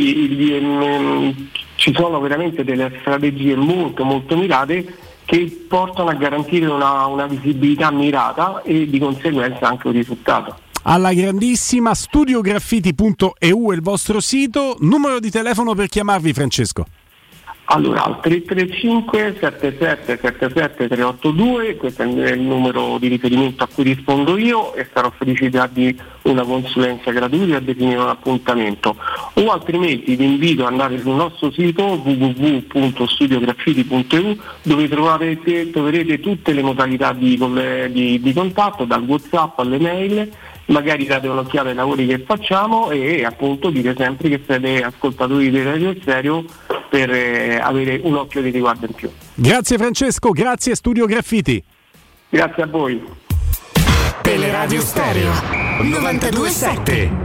quindi ci sono veramente delle strategie molto molto mirate che portano a garantire una visibilità mirata e di conseguenza anche un risultato. alla grandissima. Studiograffiti.eu è il vostro sito. Numero di telefono per chiamarvi, Francesco? Allora, al 335 77 77 382, questo è il numero di riferimento a cui rispondo io e sarò felice di darvi una consulenza gratuita a definire un appuntamento, o altrimenti vi invito ad andare sul nostro sito www.studiograffiti.eu dove troverete tutte le modalità di contatto, dal WhatsApp alle mail. Magari date un'occhiata ai lavori che facciamo e appunto dite sempre che siete ascoltatori di Radio Stereo per avere un occhio di riguardo in più. Grazie Francesco, grazie Studio Graffiti. Grazie a voi. Teleradio Stereo 92.7.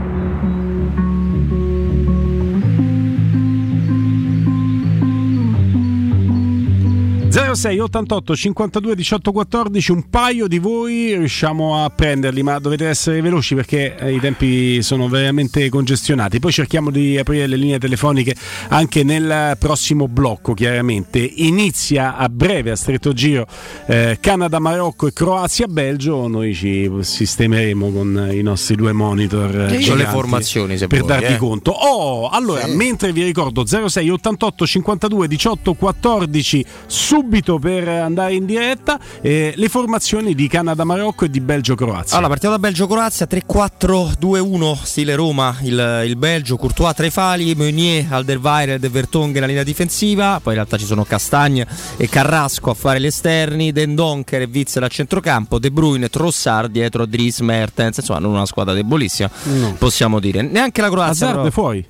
06 88 52 18 14, un paio di voi riusciamo a prenderli, ma dovete essere veloci perché i tempi sono veramente congestionati. Poi cerchiamo di aprire le linee telefoniche anche nel prossimo blocco. Chiaramente inizia a breve, a stretto giro, Canada, Marocco e Croazia, Belgio. Noi ci sistemeremo con i nostri due monitor con le formazioni se per vuoi, darvi conto. Allora, mentre vi ricordo 06 88 52 18 14 subito per andare in diretta le formazioni di Canada, Marocco e di Belgio, Croazia. Allora, partiamo da Belgio, Croazia 3-4-2-1 stile Roma, il Belgio, Courtois tra i fali, Meunier, Alderweireld e Vertonghen la linea difensiva, poi in realtà ci sono Castagne e Carrasco a fare gli esterni, Dendonker e Witsel a centrocampo, De Bruyne, Trossard dietro Dries Mertens, insomma non una squadra debolissima, possiamo dire. Neanche la Croazia Hazard fuori.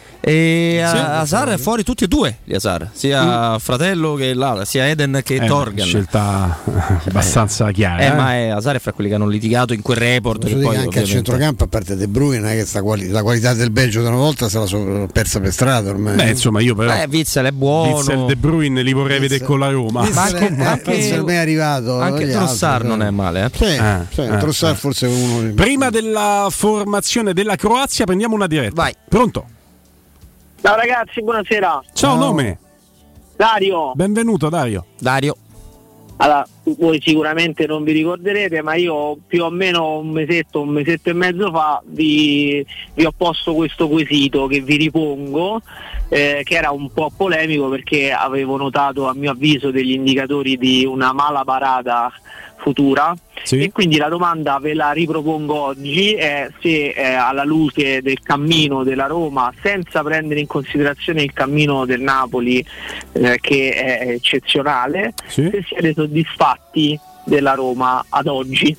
E Hazard è fuori tutti e due gli Hazard, sia fratello che l'ala, sia Eden che Torgan. Scelta abbastanza chiara. Ma Hazard è fra quelli che hanno litigato in quel report. Che poi, anche a centrocampo, a parte De Bruyne, che la qualità del Belgio da una volta se la sono persa per strada ormai. Insomma, io però Witsel è buono. Witsel, De Bruyne li vorrei vedere con la Roma. Ma anche ormai è arrivato. Anche Trossard non è male. Trossard forse è uno. Prima della formazione della Croazia prendiamo una diretta. Vai. Pronto? Ciao ragazzi, buonasera. Ciao, nome? Dario. Benvenuto Dario. Allora, voi sicuramente non vi ricorderete, ma io più o meno un mesetto e mezzo fa vi ho posto questo quesito che vi ripongo, che era un po' polemico perché avevo notato, a mio avviso, degli indicatori di una mala parata futura, e quindi la domanda ve la ripropongo oggi, è se alla luce del cammino della Roma, senza prendere in considerazione il cammino del Napoli che è eccezionale, se siete soddisfatti della Roma ad oggi.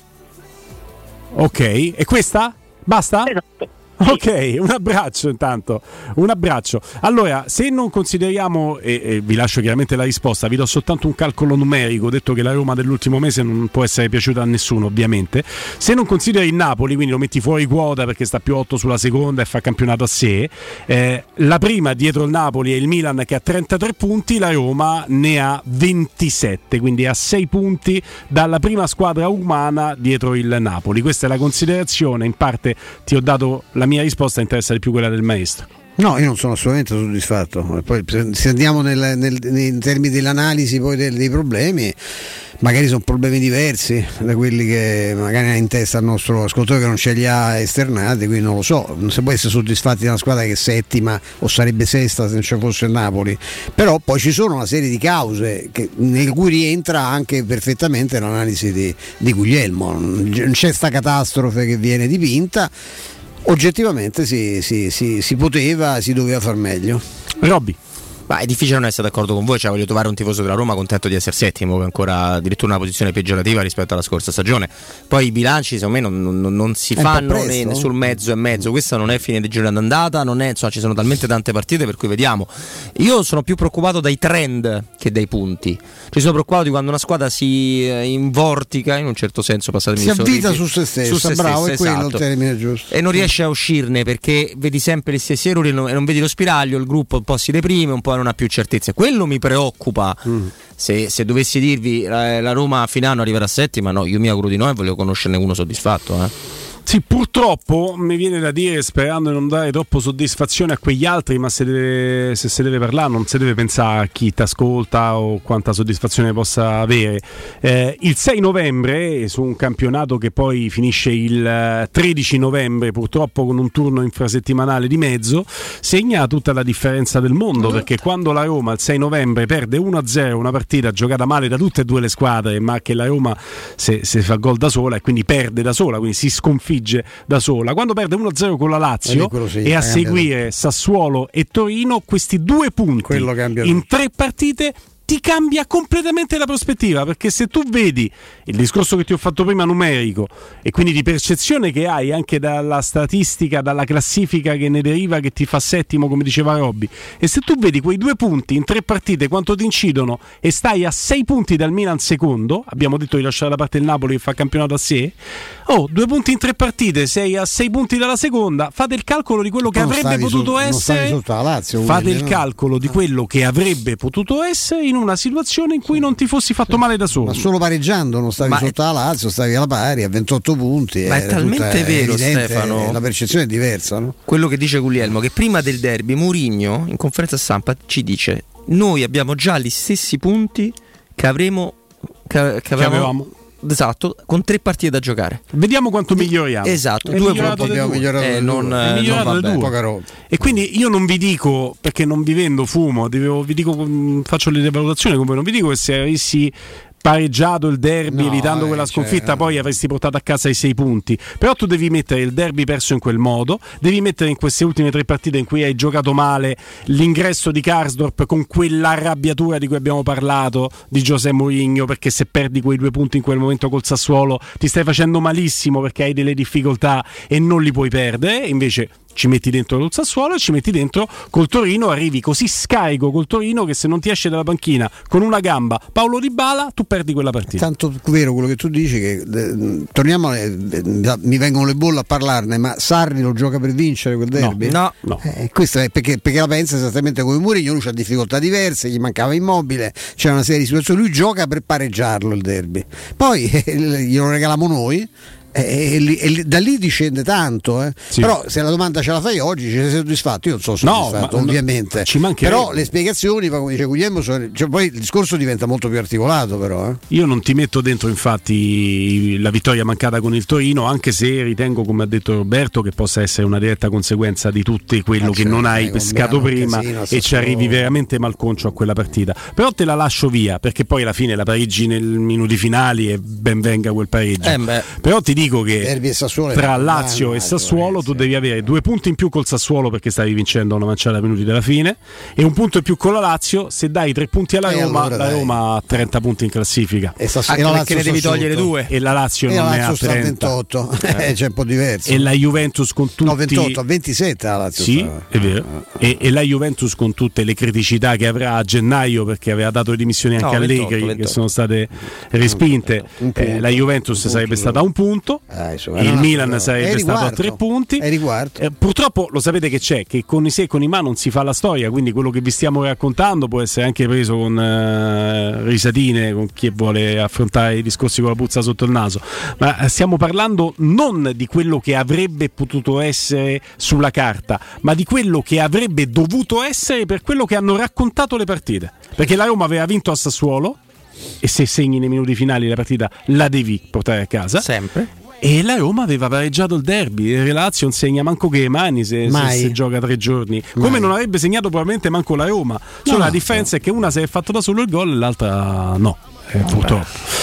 Ok, e questa? Basta? Esatto. Ok, un abbraccio intanto, un abbraccio. Allora, se non consideriamo, e vi lascio chiaramente la risposta, vi do soltanto un calcolo numerico, detto che la Roma dell'ultimo mese non può essere piaciuta a nessuno ovviamente. Se non consideri il Napoli, quindi lo metti fuori quota perché sta più 8 sulla seconda e fa campionato a sé, la prima dietro il Napoli è il Milan che ha 33 punti, la Roma ne ha 27, quindi a 6 punti dalla prima squadra umana dietro il Napoli. Questa è la considerazione, in parte ti ho dato la mia risposta, interessa di più quella del maestro. No, io non sono assolutamente soddisfatto. Poi se andiamo nei termini dell'analisi poi dei problemi, magari sono problemi diversi da quelli che magari ha in testa il nostro ascoltatore che non ce li ha esternati, quindi non lo so, non si può essere soddisfatti di una squadra che è settima o sarebbe sesta se non ci fosse il Napoli, però poi ci sono una serie di cause nel cui rientra anche perfettamente l'analisi di Guglielmo. Non c'è sta catastrofe che viene dipinta. Oggettivamente si doveva far meglio. Robby. Ma è difficile non essere d'accordo con voi, cioè voglio trovare un tifoso della Roma contento di essere settimo, che è ancora addirittura una posizione peggiorativa rispetto alla scorsa stagione. Poi i bilanci secondo me non si fanno né sul mezzo e mezzo, questa non è fine di girone d'andata, non è, insomma, ci sono talmente tante partite per cui vediamo. Io sono più preoccupato dai trend che dai punti, ci sono preoccupato di quando una squadra si invortica in un certo senso, si avvita su se stessa, bravo, è quello il termine giusto, e non riesce a uscirne perché vedi sempre gli stessi errori e non vedi lo spiraglio, il gruppo un po' si deprime, un po' non ha più certezze. Quello mi preoccupa. Se dovessi dirvi la Roma a fine anno arriverà settima, no, io mi auguro di no e voglio conoscerne uno soddisfatto. Sì, purtroppo mi viene da dire, sperando di non dare troppo soddisfazione a quegli altri, ma se si deve parlare non si deve pensare a chi ti ascolta o quanta soddisfazione possa avere. Il 6 novembre, su un campionato che poi finisce il 13 novembre, purtroppo con un turno infrasettimanale di mezzo, segna tutta la differenza del mondo, perché quando la Roma il 6 novembre perde 1-0 una partita giocata male da tutte e due le squadre, ma che la Roma si fa gol da sola e quindi perde da sola, quindi si sconfigge da sola, quando perde 1-0 con la Lazio e a seguire Sassuolo e Torino, questi 2 punti in 3 partite ti cambia completamente la prospettiva, perché se tu vedi il discorso che ti ho fatto prima numerico e quindi di percezione che hai anche dalla statistica, dalla classifica che ne deriva, che ti fa settimo come diceva Robby, e se tu vedi quei 2 punti in 3 partite quanto ti incidono e stai a 6 punti dal Milan secondo, abbiamo detto di lasciare da parte il Napoli che fa campionato a sé, 2 punti in 3 partite, sei a 6 punti dalla seconda, fate il calcolo di quello che avrebbe potuto essere, fate il calcolo di quello che avrebbe potuto essere in una situazione in cui non ti fossi fatto male da solo. Ma solo pareggiando, non stavi sotto la Lazio, stavi alla pari a 28 punti. Ma è talmente vero, evidente, Stefano. La percezione è diversa, no? Quello che dice Guglielmo, che prima del derby Mourinho in conferenza stampa ci dice: noi abbiamo già gli stessi punti che avevamo. Esatto, con 3 partite da giocare. Vediamo quanto miglioriamo. Esatto, è 2 migliorato punti. Non va bene. E quindi io non vi dico, perché non vi vendo fumo, vi dico, faccio le valutazioni come non vi dico che se avessi pareggiato il derby evitando quella sconfitta poi avresti portato a casa i 6 punti, però tu devi mettere il derby perso in quel modo, devi mettere in queste ultime 3 partite in cui hai giocato male l'ingresso di Karsdorp con quella arrabbiatura di cui abbiamo parlato di José Mourinho, perché se perdi quei 2 punti in quel momento col Sassuolo ti stai facendo malissimo perché hai delle difficoltà e non li puoi perdere, invece ci metti dentro col Sassuolo e ci metti dentro col Torino, arrivi così scarico col Torino che se non ti esce dalla panchina con una gamba Paulo Dybala tu perdi quella partita. Tanto vero quello che tu dici, che torniamo, mi vengono le bolle a parlarne, ma Sarri lo gioca per vincere quel derby? No. Questo è perché la pensa esattamente come Mourinho, lui ha difficoltà diverse, gli mancava Immobile, c'è una serie di situazioni, lui gioca per pareggiarlo il derby, poi glielo regaliamo noi. E da lì discende tanto, Sì. Però se la domanda ce la fai oggi ci sei soddisfatto? Io non sono soddisfatto, ovviamente, però le spiegazioni, come dice Guglielmo, poi il discorso diventa molto più articolato, però io non ti metto dentro infatti la vittoria mancata con il Torino, anche se ritengo, come ha detto Roberto, che possa essere una diretta conseguenza di tutto quello che non hai pescato prima e ci arrivi veramente malconcio a quella partita, però te la lascio via perché poi alla fine la pareggi nei minuti finali e ben venga quel pareggio, però ti dico che tra Lazio e Sassuolo tu devi avere 2 punti in più col Sassuolo perché stavi vincendo una manciata minuti dalla fine e 1 punto in più con la Lazio. Se dai 3 punti alla Roma, allora la Roma ha 30 punti in classifica e perché ne devi togliere 2 e la Lazio non ne ha 30. 28 c'è un po' diverso, e la Juventus con tutti 28 a 27 la Lazio sì, è vero, e la Juventus con tutte le criticità che avrà a gennaio perché aveva dato le dimissioni anche Allegri 28. Che sono state respinte, la Juventus sarebbe stata a 1 punto, il Milan sarebbe stato a 3 punti. Purtroppo lo sapete che c'è, che con i se e con i ma non si fa la storia, quindi quello che vi stiamo raccontando può essere anche preso con risatine, con chi vuole affrontare i discorsi con la puzza sotto il naso, ma stiamo parlando non di quello che avrebbe potuto essere sulla carta, ma di quello che avrebbe dovuto essere per quello che hanno raccontato le partite, perché la Roma aveva vinto a Sassuolo e se segni nei minuti finali la partita la devi portare a casa sempre, e la Roma aveva pareggiato il derby, il Lazio non segna manco che mani se gioca 3 giorni, come non avrebbe segnato probabilmente manco la Roma, la differenza è che una si è fatto da solo il gol e l'altra no, purtroppo.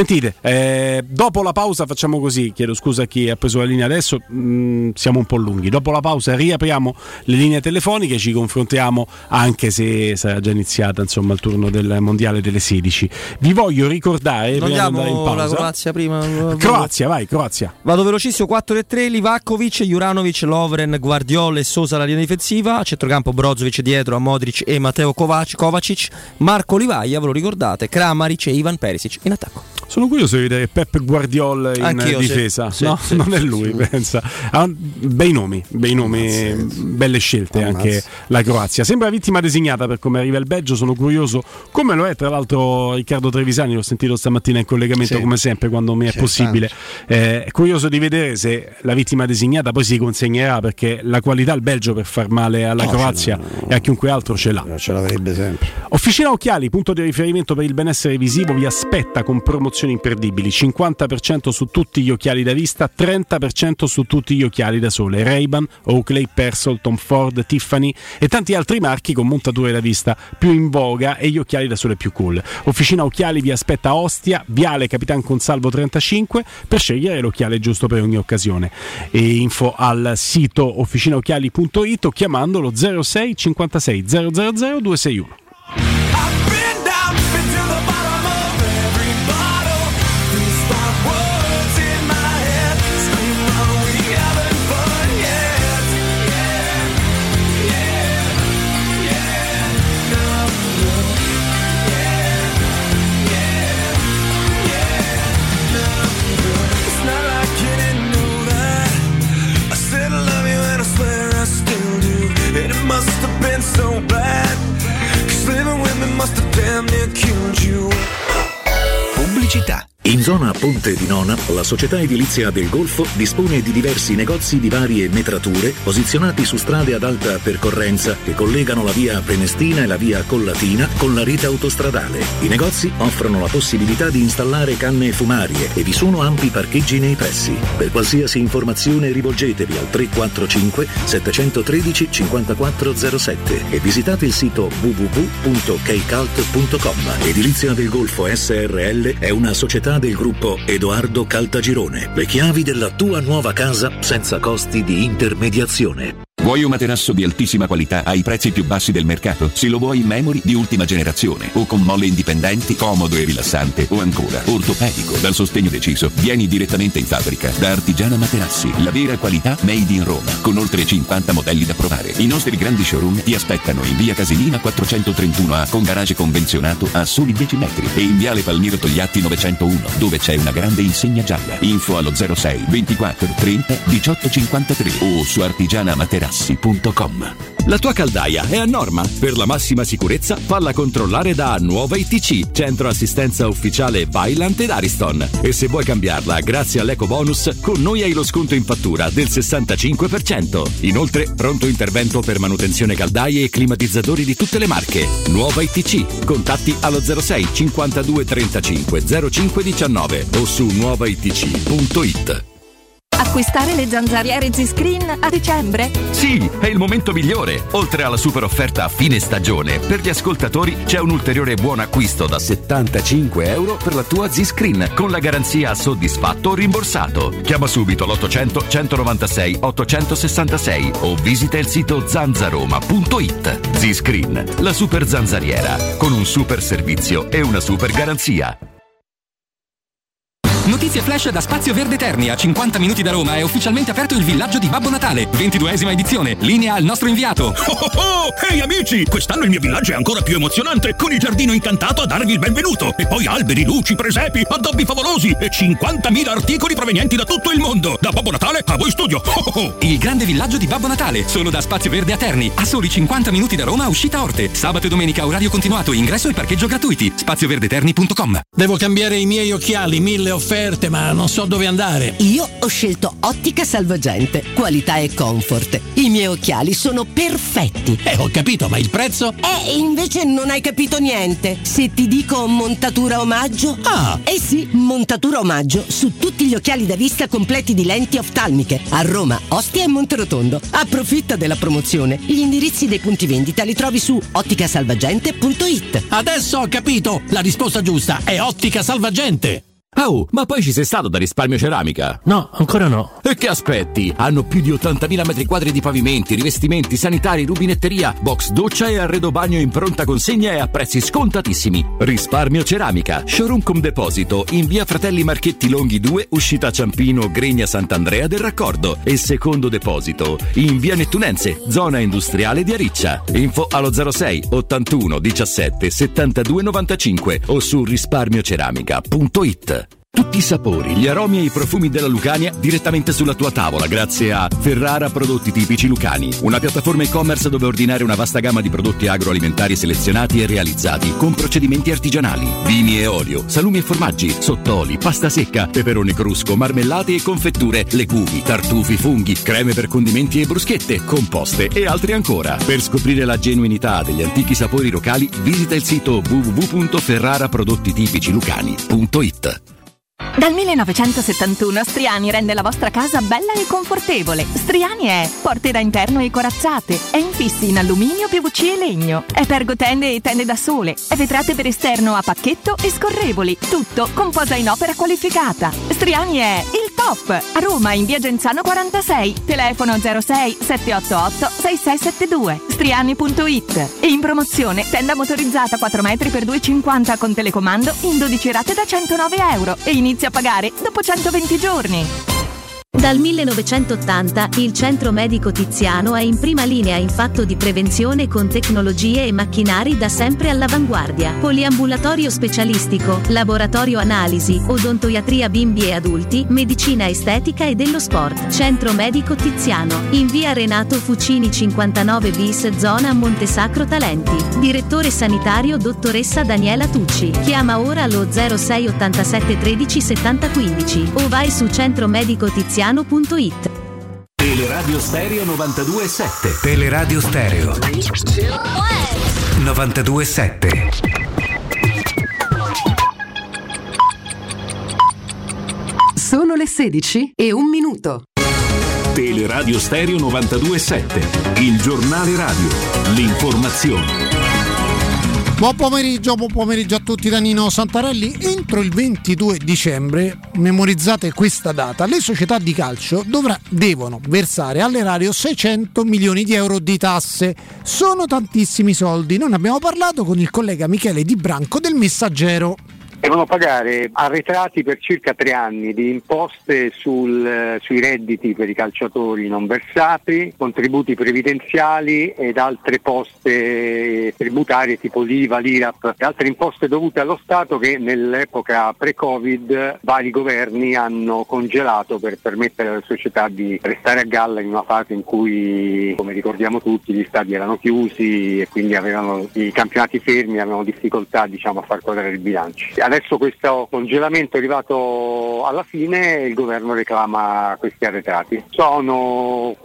Sentite, dopo la pausa facciamo così, chiedo scusa a chi ha preso la linea adesso, siamo un po' lunghi, dopo la pausa riapriamo le linee telefoniche, ci confrontiamo anche se sarà già iniziata insomma il turno del mondiale delle 16. Vi voglio ricordare, non diamo la Croazia prima. Croazia, vai, Croazia. Vado velocissimo, 4-3, Livakovic, Juranovic, Lovren, Guardiola e Sosa la linea difensiva, a centrocampo Brozovic dietro a Modric e Matteo Kovacic, Marco Livaia, ve lo ricordate, Kramaric e Ivan Perisic in attacco. Sono curioso di vedere Pep Guardiola in difesa. Sì, no, sì, non è lui, pensa. Ha bei nomi, belle scelte anche la Croazia. Sembra vittima designata per come arriva il Belgio, sono curioso come lo è tra l'altro Riccardo Trevisani, l'ho sentito stamattina in collegamento come sempre quando mi è possibile. Curioso di vedere se la vittima designata poi si consegnerà, perché la qualità il Belgio per far male alla Croazia e a chiunque altro ce l'ha. Ce l'avrebbe sempre. Officina Occhiali, punto di riferimento per il benessere visivo, vi aspetta con promozioni imperdibili: 50% su tutti gli occhiali da vista, 30% su tutti gli occhiali da sole, Ray-Ban, Oakley, Persol, Tom Ford, Tiffany e tanti altri marchi con montature da vista più in voga e gli occhiali da sole più cool. Officina Occhiali vi aspetta a Ostia, Viale Capitan Consalvo 35, per scegliere l'occhiale giusto per ogni occasione. E info al sito officinaocchiali.it o chiamandolo 06 56 000 261. So bad, 'cause living with me must have damn near killed you. Pubblicità. In zona Ponte di Nona, la società edilizia del Golfo dispone di diversi negozi di varie metrature posizionati su strade ad alta percorrenza che collegano la via Prenestina e la via Collatina con la rete autostradale. I negozi offrono la possibilità di installare canne fumarie e vi sono ampi parcheggi nei pressi. Per qualsiasi informazione rivolgetevi al 345 713 5407 e visitate il sito www.keicalt.com. Edilizia del Golfo SRL è una società del gruppo Edoardo Caltagirone. Le chiavi della tua nuova casa senza costi di intermediazione. Vuoi un materasso di altissima qualità ai prezzi più bassi del mercato? Se lo vuoi in memory di ultima generazione o con molle indipendenti, comodo e rilassante, o ancora ortopedico dal sostegno deciso, vieni direttamente in fabbrica da Artigiana Materassi, la vera qualità made in Roma, con oltre 50 modelli da provare. I nostri grandi showroom ti aspettano in via Casilina 431A con garage convenzionato a soli 10 metri e in viale Palmiro Togliatti 901 dove c'è una grande insegna gialla. Info allo 06 24 30 18 53 o su artigianamaterassi.com. La tua caldaia è a norma? Per la massima sicurezza falla controllare da Nuova ITC, centro assistenza ufficiale Vaillant ed Ariston. E se vuoi cambiarla grazie all'eco bonus, con noi hai lo sconto in fattura del 65%. Inoltre pronto intervento per manutenzione caldaie e climatizzatori di tutte le marche. Nuova ITC, contatti allo 06 52 35 05 19 o su nuovaitc.it. Acquistare le zanzariere Z-Screen a dicembre? Sì, è il momento migliore. Oltre alla super offerta a fine stagione, per gli ascoltatori c'è un ulteriore buon acquisto da €75 per la tua Z-Screen con la garanzia soddisfatto o rimborsato. Chiama subito l'800 196 866 o visita il sito zanzaroma.it. Z-Screen, la super zanzariera con un super servizio e una super garanzia. Notizie flash da Spazio Verde Terni, a 50 minuti da Roma è ufficialmente aperto il villaggio di Babbo Natale, 22esima edizione. Linea al nostro inviato. Ehi amici, quest'anno il mio villaggio è ancora più emozionante, con il giardino incantato a darvi il benvenuto. E poi alberi, luci, presepi, addobbi favolosi e 50.000 articoli provenienti da tutto il mondo. Da Babbo Natale a voi studio. Il grande villaggio di Babbo Natale, solo da Spazio Verde a Terni, a soli 50 minuti da Roma, uscita Orte. Sabato e domenica orario continuato, ingresso e parcheggio gratuiti. spazioverdeterni.com. Devo cambiare i miei occhiali, 1000 offerte, ma non so dove andare. Io ho scelto Ottica Salvagente, qualità e comfort. I miei occhiali sono perfetti. Ho capito, ma il prezzo? Invece non hai capito niente. Se ti dico montatura omaggio? Sì, montatura omaggio su tutti gli occhiali da vista completi di lenti oftalmiche a Roma, Ostia e Monterotondo. Approfitta della promozione. Gli indirizzi dei punti vendita li trovi su otticasalvagente.it. Adesso ho capito, la risposta giusta è Ottica Salvagente. Oh, ma poi ci sei stato da Risparmio Ceramica? No, ancora no. E che aspetti? Hanno più di 80.000 metri quadri di pavimenti, rivestimenti, sanitari, rubinetteria, box doccia e arredo bagno in pronta consegna e a prezzi scontatissimi. Risparmio Ceramica, showroom con deposito in via Fratelli Marchetti Longhi 2, uscita Ciampino, Gregna Sant'Andrea del Raccordo, e secondo deposito in via Nettunense, zona industriale di Ariccia. Info allo 06 81 17 72 95 o su risparmioceramica.it. Tutti i sapori, gli aromi e i profumi della Lucania direttamente sulla tua tavola grazie a Ferrara Prodotti Tipici Lucani, una piattaforma e-commerce dove ordinare una vasta gamma di prodotti agroalimentari selezionati e realizzati con procedimenti artigianali, vini e olio, salumi e formaggi, sottoli, pasta secca, peperone crusco, marmellate e confetture, legumi, tartufi, funghi, creme per condimenti e bruschette, composte e altri ancora. Per scoprire la genuinità degli antichi sapori locali visita il sito www.ferraraprodottitipicilucani.it. Dal 1971 Striani rende la vostra casa bella e confortevole. Striani è porte da interno e corazzate, è infissi in alluminio, PVC e legno, è pergotende e tende da sole, è vetrate per esterno a pacchetto e scorrevoli, tutto con posa in opera qualificata. Striani è il top! A Roma in via Genzano 46, telefono 06 788 6672, striani.it. E in promozione tenda motorizzata 4 metri per 2,50 con telecomando in 12 rate da 109 euro e inizia a pagare dopo 120 giorni. Dal 1980 il Centro Medico Tiziano è in prima linea in fatto di prevenzione con tecnologie e macchinari da sempre all'avanguardia. Poliambulatorio specialistico, laboratorio analisi, odontoiatria bimbi e adulti, medicina estetica e dello sport. Centro Medico Tiziano, in via Renato Fucini 59 bis, zona Montesacro Talenti. Direttore sanitario dottoressa Daniela Tucci. Chiama ora allo 06 87 13 70 15 o vai su centromedicotiziano.it. Teleradio Stereo 92.7. Teleradio Stereo 92.7. Sono le 16:01. Teleradio Stereo 92.7. Il giornale radio. L'informazione. Buon pomeriggio a tutti da Nino Santarelli. Entro il 22 dicembre, memorizzate questa data, le società di calcio devono versare all'erario 600 milioni di euro di tasse. Sono tantissimi soldi. Noi ne abbiamo parlato con il collega Michele Di Branco del Messaggero. Devono pagare arretrati per circa 3 anni di imposte sui redditi per i calciatori non versati, contributi previdenziali ed altre poste tributarie tipo l'IVA, l'IRAP e altre imposte dovute allo Stato che nell'epoca pre-Covid vari governi hanno congelato per permettere alle società di restare a galla in una fase in cui, come ricordiamo tutti, gli stadi erano chiusi e quindi avevano i campionati fermi, avevano difficoltà a far quadrare i bilanci. Adesso questo congelamento è arrivato alla fine e il governo reclama questi arretrati. Sono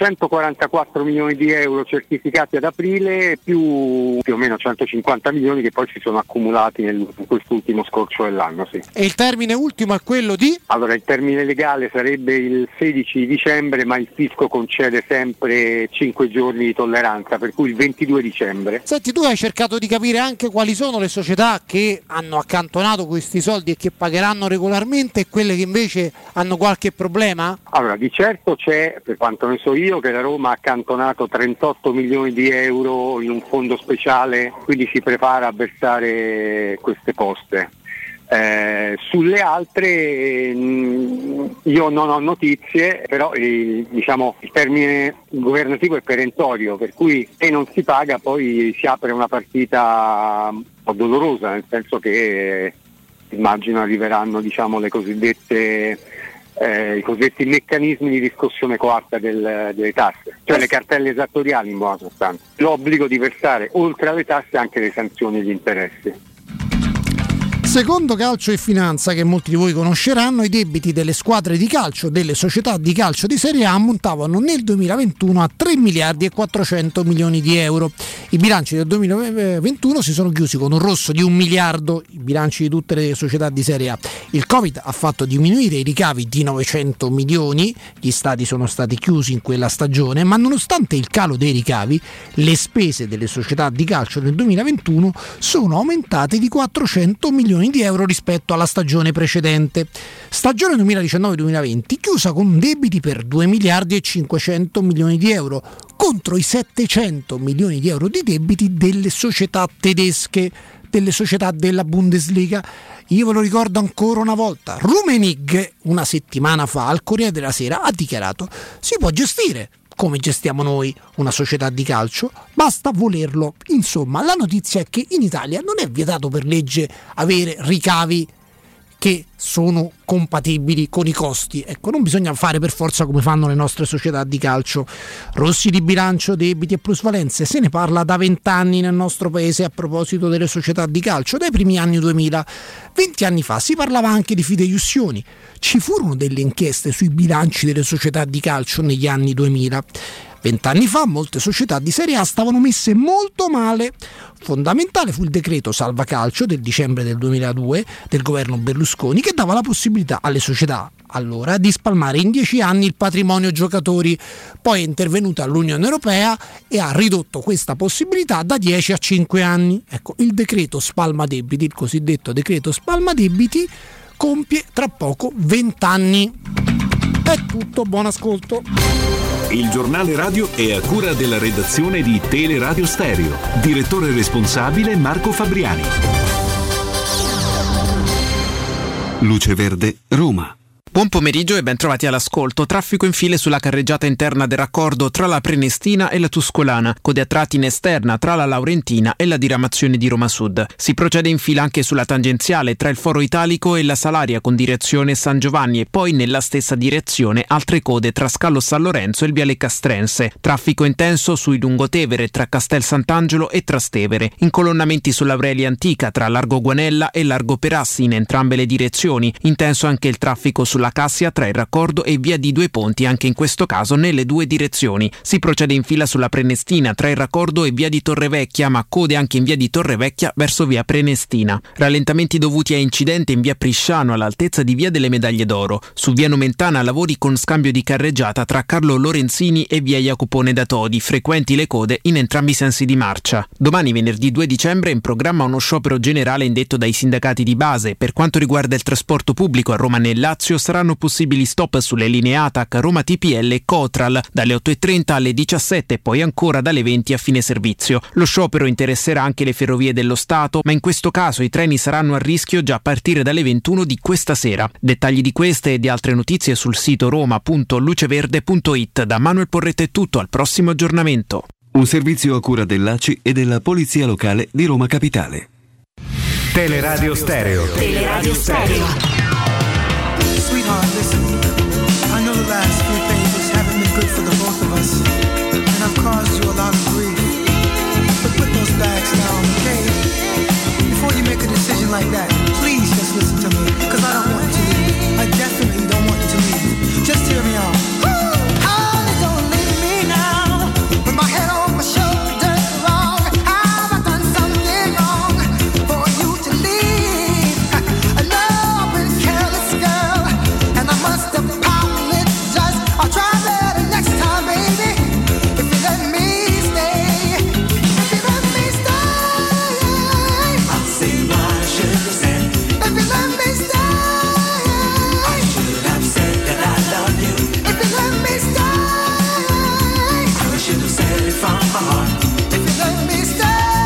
444 milioni di euro certificati ad aprile più o meno 150 milioni che poi si sono accumulati in quest'ultimo scorcio dell'anno. Sì. E il termine ultimo è quello di? Allora, il termine legale sarebbe il 16 dicembre, ma il fisco concede sempre 5 giorni di tolleranza, per cui il 22 dicembre. Senti, tu hai cercato di capire anche quali sono le società che hanno accantonato questi soldi e che pagheranno regolarmente e quelle che invece hanno qualche problema? Allora, di certo c'è, per quanto ne so io, che la Roma ha accantonato 38 milioni di euro in un fondo speciale, quindi si prepara a versare queste poste. Sulle altre io non ho notizie, però il termine governativo è perentorio, per cui se non si paga poi si apre una partita un po' dolorosa, nel senso che immagino arriveranno le cosiddette i cosiddetti meccanismi di riscossione coatta delle tasse, cioè le cartelle esattoriali in buona sostanza, l'obbligo di versare oltre alle tasse anche le sanzioni e gli interessi. Secondo Calcio e Finanza, che molti di voi conosceranno, i debiti delle squadre di calcio, delle società di calcio di Serie A ammontavano nel 2021 a 3 miliardi e 400 milioni di euro. I bilanci del 2021 si sono chiusi con un rosso di 1 miliardo, i bilanci di tutte le società di Serie A. Il Covid ha fatto diminuire i ricavi di 900 milioni, gli stadi sono stati chiusi in quella stagione, ma nonostante il calo dei ricavi, le spese delle società di calcio nel 2021 sono aumentate di 400 milioni milioni di euro rispetto alla stagione precedente. Stagione 2019-2020 chiusa con debiti per 2 miliardi e 500 milioni di euro contro i 700 milioni di euro di debiti delle società tedesche, delle società della Bundesliga. Io ve lo ricordo ancora una volta, Rummenigge una settimana fa al Corriere della Sera ha dichiarato: si può gestire come gestiamo noi una società di calcio, basta volerlo. Insomma, la notizia è che in Italia non è vietato per legge avere ricavi che sono compatibili con i costi. Ecco, non bisogna fare per forza come fanno le nostre società di calcio. Rossi di bilancio, debiti e plusvalenze, se ne parla da 20 anni nel nostro paese a proposito delle società di calcio, dai primi anni 2000. 20 anni fa si parlava anche di fideiussioni. Ci furono delle inchieste sui bilanci delle società di calcio negli anni 2000. 20 anni fa molte società di Serie A stavano messe molto male. Fondamentale fu il decreto Salva Calcio del dicembre del 2002 del governo Berlusconi, che dava la possibilità alle società allora di spalmare in 10 anni il patrimonio giocatori. Poi è intervenuta l'Unione Europea e ha ridotto questa possibilità da 10 a 5 anni. Ecco, il decreto Spalma Debiti, il cosiddetto decreto Spalma Debiti, compie tra poco 20 anni. È tutto, buon ascolto. Il giornale radio è a cura della redazione di Teleradio Stereo. Direttore responsabile Marco Fabriani. Luce Verde, Roma. Buon pomeriggio e ben trovati all'ascolto. Traffico in file sulla carreggiata interna del raccordo tra la Prenestina e la Tuscolana, code a tratti in esterna tra la Laurentina e la diramazione di Roma Sud. Si procede in fila anche sulla tangenziale tra il Foro Italico e la Salaria con direzione San Giovanni e poi nella stessa direzione altre code tra Scalo San Lorenzo e il Viale Castrense. Traffico intenso sui Lungotevere tra Castel Sant'Angelo e Trastevere. Incolonnamenti sull'Aurelia Antica tra Largo Guanella e Largo Perassi in entrambe le direzioni. Intenso anche il traffico sulla Cassia tra il raccordo e via di Due Ponti, anche in questo caso nelle due direzioni. Si procede in fila sulla Prenestina tra il raccordo e via di Torrevecchia, ma code anche in via di Torrevecchia verso via Prenestina. Rallentamenti dovuti a incidente in via Prisciano all'altezza di via delle Medaglie d'Oro. Su via Nomentana lavori con scambio di carreggiata tra Carlo Lorenzini e via Jacopone da Todi, frequenti le code in entrambi i sensi di marcia. Domani venerdì 2 dicembre è in programma uno sciopero generale indetto dai sindacati di base. Per quanto riguarda il trasporto pubblico a Roma e nel Lazio saranno possibili stop sulle linee ATAC, Roma TPL e Cotral dalle 8.30 alle 17 e poi ancora dalle 20 a fine servizio. Lo sciopero interesserà anche le ferrovie dello Stato, ma in questo caso i treni saranno a rischio già a partire dalle 21 di questa sera. Dettagli di queste e di altre notizie sul sito roma.luceverde.it. Da Manuel Porretta è tutto, al prossimo aggiornamento. Un servizio a cura dell'ACI e della Polizia Locale di Roma Capitale. Teleradio Stereo. Teleradio Stereo. Sweetheart, listen, I know the last few pages haven't been good for the both of us, and I've caused you a lot of grief, but put those bags down, okay? Before you make a decision like that, please just listen to me, because I don't want you to leave. I definitely don't want you to leave. Just hear me out. Don't leave me now, with my head on my shoulders wrong. Have I done something wrong for you to leave? I know I've been careless, girl, and I must apologize. I'll try better next time, baby. If you let me stay, if you let me stay, I'll say what I should have said. If you let me stay, I should have said that I love you. If you let me stay, I should have said it from my heart. If you let me stay,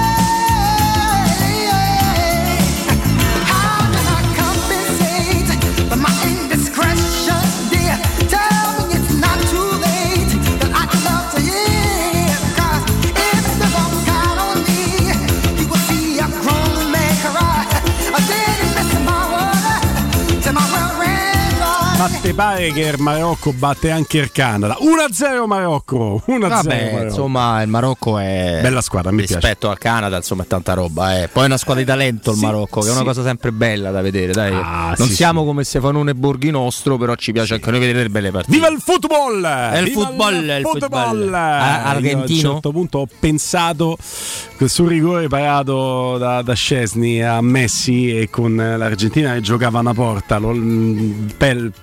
how can I compensate for my indiscretion, dear? Tell me it's not too late, that I can love to hear. 'Cause if the wrong got on me, you will see a grown man cry. I didn't miss my word to my well-read heart. Ma te pare che il Marocco batte anche il Canada? 1-0 Marocco. 1-0 Vabbè, Marocco. insomma, il Marocco è bella squadra, mi piace. Rispetto al Canada, insomma, è tanta roba. Poi è una squadra di talento il Marocco, che è una cosa sempre bella da vedere. Dai. Non siamo come Stefanone e Borghi nostro, però ci piace anche noi vedere le belle partite. Viva il football! È il football. Argentino. Io a un certo punto ho pensato che sul rigore parato da Szczesny a Messi e con l'Argentina che giocava una porta, Polonio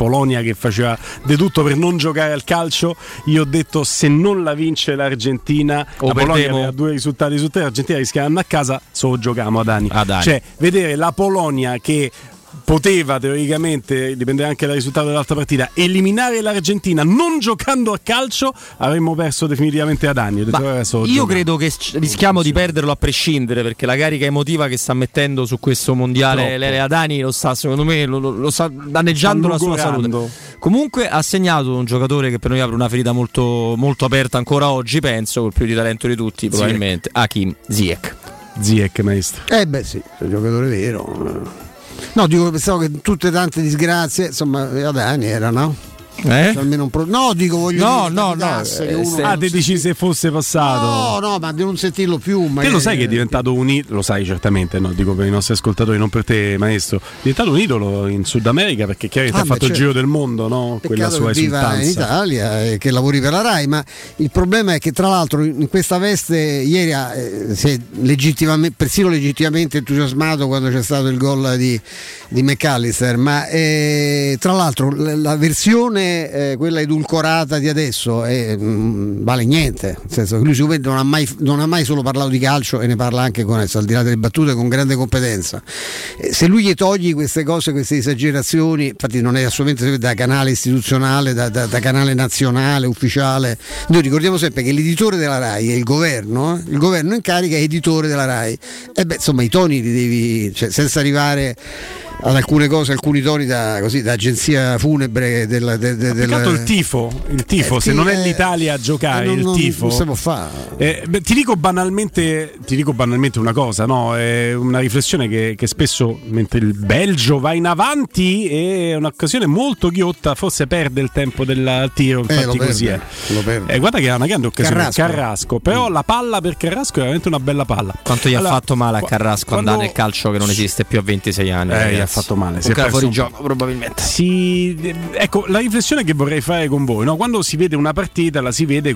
Polonia che faceva di tutto per non giocare al calcio. Io ho detto, se non la vince l'Argentina, la Polonia aveva 2 risultati su 3, l'Argentina rischia di andare a casa, solo giochiamo ad anni. Cioè, vedere la Polonia che poteva teoricamente, dipende anche dal risultato dell'altra partita, eliminare l'Argentina non giocando a calcio, avremmo perso definitivamente ad anni. Io credo che rischiamo di perderlo a prescindere, perché la carica emotiva che sta mettendo su questo mondiale Lele Adani lo sta, secondo me, lo sta danneggiando la sua salute. Comunque ha segnato un giocatore che per noi apre una ferita molto, molto aperta ancora oggi, penso, col più di talento di tutti, probabilmente Hakim Ziyech, maestro. Beh sì, è un giocatore vero. No, dico, pensavo che tutte tante disgrazie, insomma, Adani era, no? Almeno no, dico, voglio dire, te dici se fosse passato. No, ma di non sentirlo più. Te lo sai che è diventato lo sai certamente, no? Dico per i nostri ascoltatori, non per te, maestro. È diventato un idolo in Sud America, perché chiaramente ha fatto il giro del mondo, no? Quella sua esultanza. Viva in Italia e che lavori per la Rai, ma il problema è che tra l'altro in questa veste ieri si è persino legittimamente entusiasmato quando c'è stato il gol di McAllister, ma tra l'altro la versione quella edulcorata di adesso vale niente, nel senso che lui sicuramente non ha mai solo parlato di calcio, e ne parla anche con al di là delle battute con grande competenza. Se lui gli togli queste cose, queste esagerazioni, infatti non è assolutamente da canale istituzionale, da canale nazionale ufficiale, noi ricordiamo sempre che l'editore della Rai è il governo in carica è editore della Rai, insomma i toni li devi, cioè, senza arrivare ad alcune cose, alcuni toni da agenzia funebre il tifo se non è l'Italia a giocare, il tifo non si può fare. Ti dico banalmente una cosa, no? È una riflessione che spesso, mentre il Belgio va in avanti, è un'occasione molto ghiotta, forse perde il tempo del tiro, infatti così è. Guarda che è una grande occasione Carrasco, però la palla per Carrasco è veramente una bella palla. Quanto gli ha fatto male a Carrasco andare nel calcio che non esiste più a 26 anni, gli ha fatto male, si è fuori gioco probabilmente. Ecco, la riflessione che vorrei fare con voi, no? Quando si vede una partita la si vede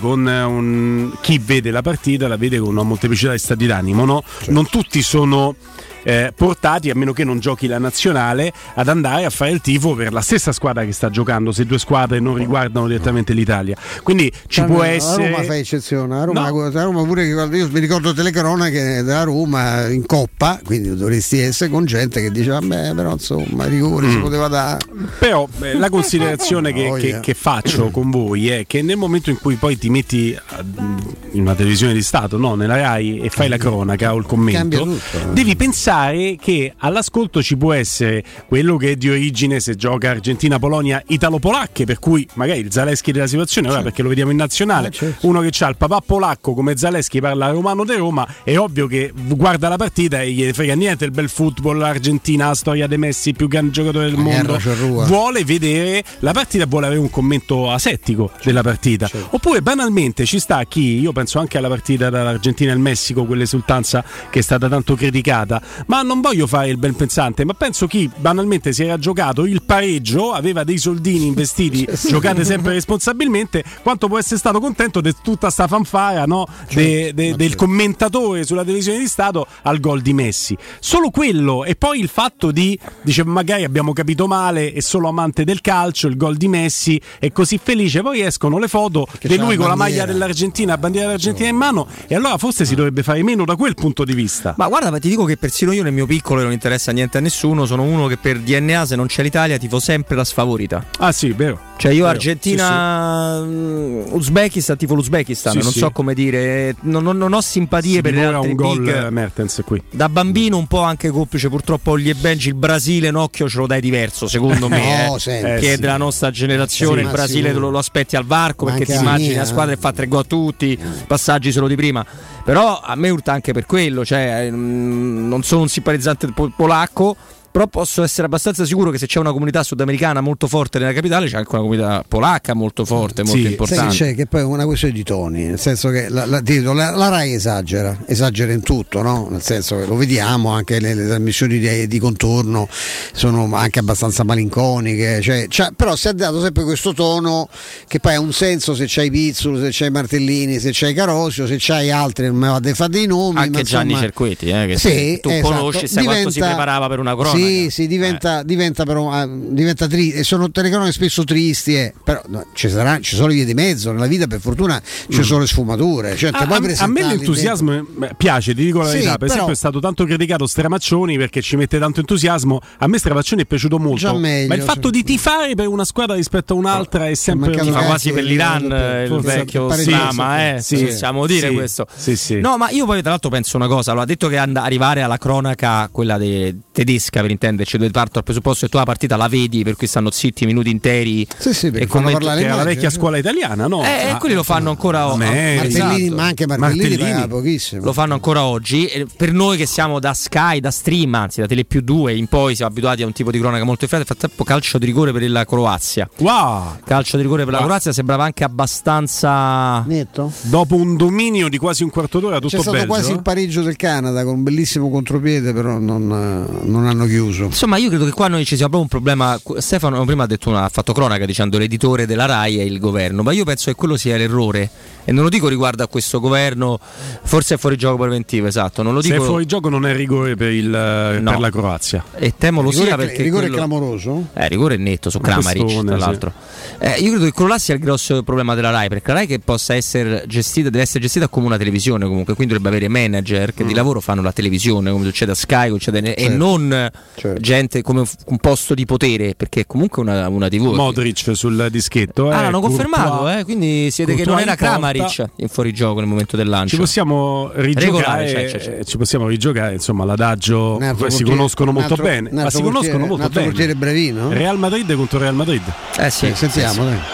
con chi vede la partita la vede con una molteplicità di stati d'animo, no? Certo. Non tutti sono portati, a meno che non giochi la nazionale, ad andare a fare il tifo per la stessa squadra che sta giocando, se 2 squadre non riguardano direttamente l'Italia. Quindi può essere. A Roma fa eccezione, a Roma pure, io mi ricordo telecronache della Roma in Coppa, quindi dovresti essere con gente che diceva però insomma rigore si poteva dare. Però la considerazione che faccio con voi è che nel momento in cui poi ti metti in una televisione di Stato, no, nella Rai, e fai la cronaca o il commento, devi pensare che all'ascolto ci può essere quello che è di origine, se gioca Argentina-Polonia, italo-polacche, per cui magari il Zaleschi della situazione, ora perché lo vediamo in nazionale, uno che ha il papà polacco come Zaleschi, parla romano di Roma, è ovvio che guarda la partita e gli frega niente il bel football, l'Argentina, la storia dei Messi, il più grande giocatore del mondo, vuole vedere la partita, vuole avere un commento asettico della partita. Oppure banalmente ci sta chi, io penso anche alla partita dall'Argentina e il Messico, quell'esultanza che è stata tanto criticata, ma non voglio fare il ben pensante, ma penso chi banalmente si era giocato il pareggio, aveva dei soldini investiti, giocate sempre responsabilmente, quanto può essere stato contento di tutta sta fanfara, no? Del commentatore sulla televisione di Stato al gol di Messi. Solo quello, e poi il fatto di dice magari abbiamo capito male, è solo amante del calcio, il gol di Messi è così felice, poi escono le foto di lui con la maglia dell'Argentina, bandiera dell'Argentina in mano, e allora forse si dovrebbe fare meno da quel punto di vista. Ma guarda, ti dico che persino io nel mio piccolo, e non interessa niente a nessuno, sono uno che per DNA, se non c'è l'Italia, tifo sempre la sfavorita. Ah sì, vero. Cioè io Argentina, Uzbekistan, tifo l'Uzbekistan, non so come dire, non ho simpatie per le altre un gol big. Mertens qui. Da bambino un po' anche complice purtroppo Olli e Benji, il Brasile in occhio ce lo dai diverso secondo me, che è della nostra generazione, il Brasile lo aspetti al varco, perché ti immagini la squadra che fa 3 gol a tutti, passaggi solo di prima. Però a me urta anche per quello, cioè non sono un simpatizzante polacco, però posso essere abbastanza sicuro che se c'è una comunità sudamericana molto forte nella capitale, c'è anche una comunità polacca molto forte, molto importante. C'è che poi è una questione di toni, nel senso che la Rai esagera in tutto, no? Nel senso che lo vediamo, anche le trasmissioni di contorno sono anche abbastanza malinconiche, però si è dato sempre questo tono che poi ha un senso se c'hai Pizzolo, se c'hai Martellini, se c'hai Carosio, se c'hai altri, non mi vado a fare dei nomi. Anche ma Gianni Cerqueti, che tu conosci, sai quanto si preparava per una cronaca. Sì, diventa però diventa triste, e sono telecronache spesso tristi, però no, ci sono le vie di mezzo nella vita, per fortuna ci sono le sfumature. Certo, poi a me l'entusiasmo piace, ti dico la verità. Per esempio è stato tanto criticato Stramaccioni perché ci mette tanto entusiasmo. A me Stramaccioni è piaciuto molto, meglio, ma il fatto di tifare per una squadra rispetto a un'altra è sempre fa quasi per l'Iran, il vecchio Sama, possiamo dire questo. Sì. No, ma io poi tra l'altro penso una cosa, allora, detto che arrivare alla cronaca quella tedesca, per intenderci, dove parto al presupposto che tu la partita la vedi, per cui stanno zitti minuti interi, e come parlare la vecchia scuola italiana, no? Quelli lo fanno ancora oggi. Ma anche Martellini pagava pochissimo. Lo fanno ancora oggi. E per noi che siamo da Sky, da Stream, anzi da Tele Più 2 in poi, siamo abituati a un tipo di cronaca molto efficace. Frattempo calcio di rigore per la Croazia. Wow! Calcio di rigore per la Croazia, sembrava anche abbastanza netto. Dopo un dominio di quasi un quarto d'ora, tutto c'è stato belgio, quasi il pareggio del Canada con un bellissimo contropiede, però non hanno chiuso. Insomma, io credo che qua noi ci sia proprio un problema. Stefano prima ha fatto cronaca dicendo l'editore della Rai e il governo, ma io penso che quello sia l'errore, e non lo dico riguardo a questo governo, forse è fuori gioco preventivo, esatto, non lo dico. Se è fuori gioco non è rigore per la Croazia, e temo lo sia, perché rigore è clamoroso, rigore netto su Kramaric, tra l'altro. Io credo che quello là sia il grosso problema della Rai, perché la Rai che possa essere gestita, deve essere gestita come una televisione, comunque, quindi dovrebbe avere manager che di lavoro fanno la televisione, come succede a Sky, e non gente come un posto di potere, perché è comunque una TV. Modric sul dischetto l'hanno confermato, quindi si vede che non era Kramaric in fuorigioco nel momento del lancio. Ci possiamo rigiocare, ci possiamo rigiocare, insomma, l'adagio si conoscono molto bene, ma si conoscono molto bene. Portiere Brevino, Real Madrid contro Real Madrid. Sentiamo, dai.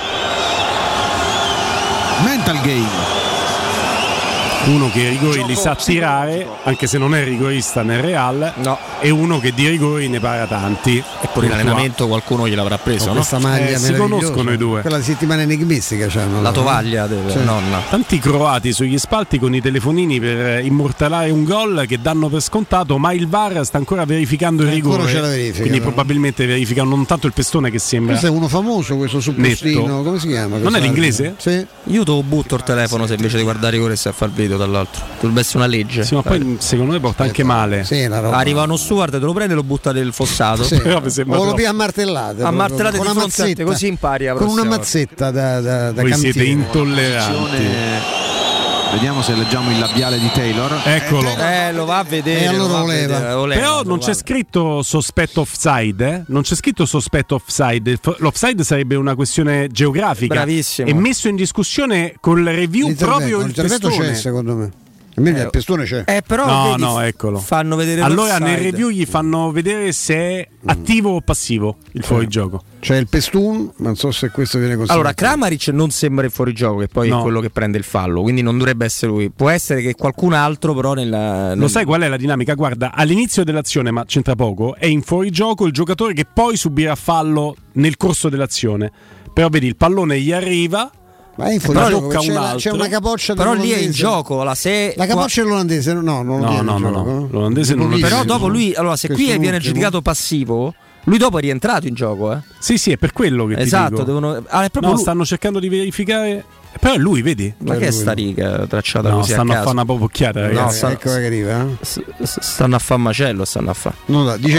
Mental Game. Uno che i rigori li sa tirare, anche se non è rigorista nel Real, e uno che di rigori ne para tanti. E poi in allenamento qualcuno gliel'avrà preso, no? Questa maglia si conoscono i due. Quella settimana enigmistica c'hanno la tovaglia della nonna. Tanti croati sugli spalti con i telefonini per immortalare un gol che danno per scontato, ma il VAR sta ancora verificando il rigore. Quindi probabilmente verificano non tanto il pestone, che sembra. Questo è uno famoso, questo suppostino, netto. come si chiama? Non è l'inglese? Sì. Io te lo butto il telefono se invece di guardare rigore stai a far video dall'altro. Dovrebbe essere una legge. Sì, ma poi secondo me porta anche male. Arriva uno steward, te lo prende e lo butta nel fossato. O lo pia a martellate. A martellate con una mazzetta, così impari. Con una mazzetta da voi cantiere. Siete intolleranti. Vediamo se leggiamo il labiale di Taylor. Eccolo. Lo va a vedere. E allora lo leva. Però non c'è scritto sospetto offside, Non c'è scritto sospetto offside. L'offside sarebbe una questione geografica. Bravissimo. E messo in discussione col review proprio il pestone. C'è, secondo me. Il pestone c'è. Però eccolo. Fanno vedere allora nel review gli fanno vedere se è attivo o passivo il fuorigioco. C'è il pestun, ma non so se questo viene considerato. Allora Kramaric non sembra il fuorigioco, che poi è quello che prende il fallo, quindi non dovrebbe essere lui. Può essere che qualcun altro però Lo sai qual è la dinamica? Guarda, all'inizio dell'azione, ma c'entra poco, è in fuorigioco il giocatore che poi subirà fallo nel corso dell'azione. Però vedi, il pallone gli arriva, ma c'è una capoccia, però lì è in gioco la capoccia è l'olandese, no, l'olandese non lo. Però dopo lui, allora se qui viene giudicato passivo, lui dopo è rientrato in gioco, Sì, è per quello che esatto, ti dico. è proprio stanno cercando di verificare. Però è lui, vedi? Ma che è sta riga tracciata così? Stanno a fare una popocchiata, ragazzi. Ecco che arriva. Stanno a fare macello, dice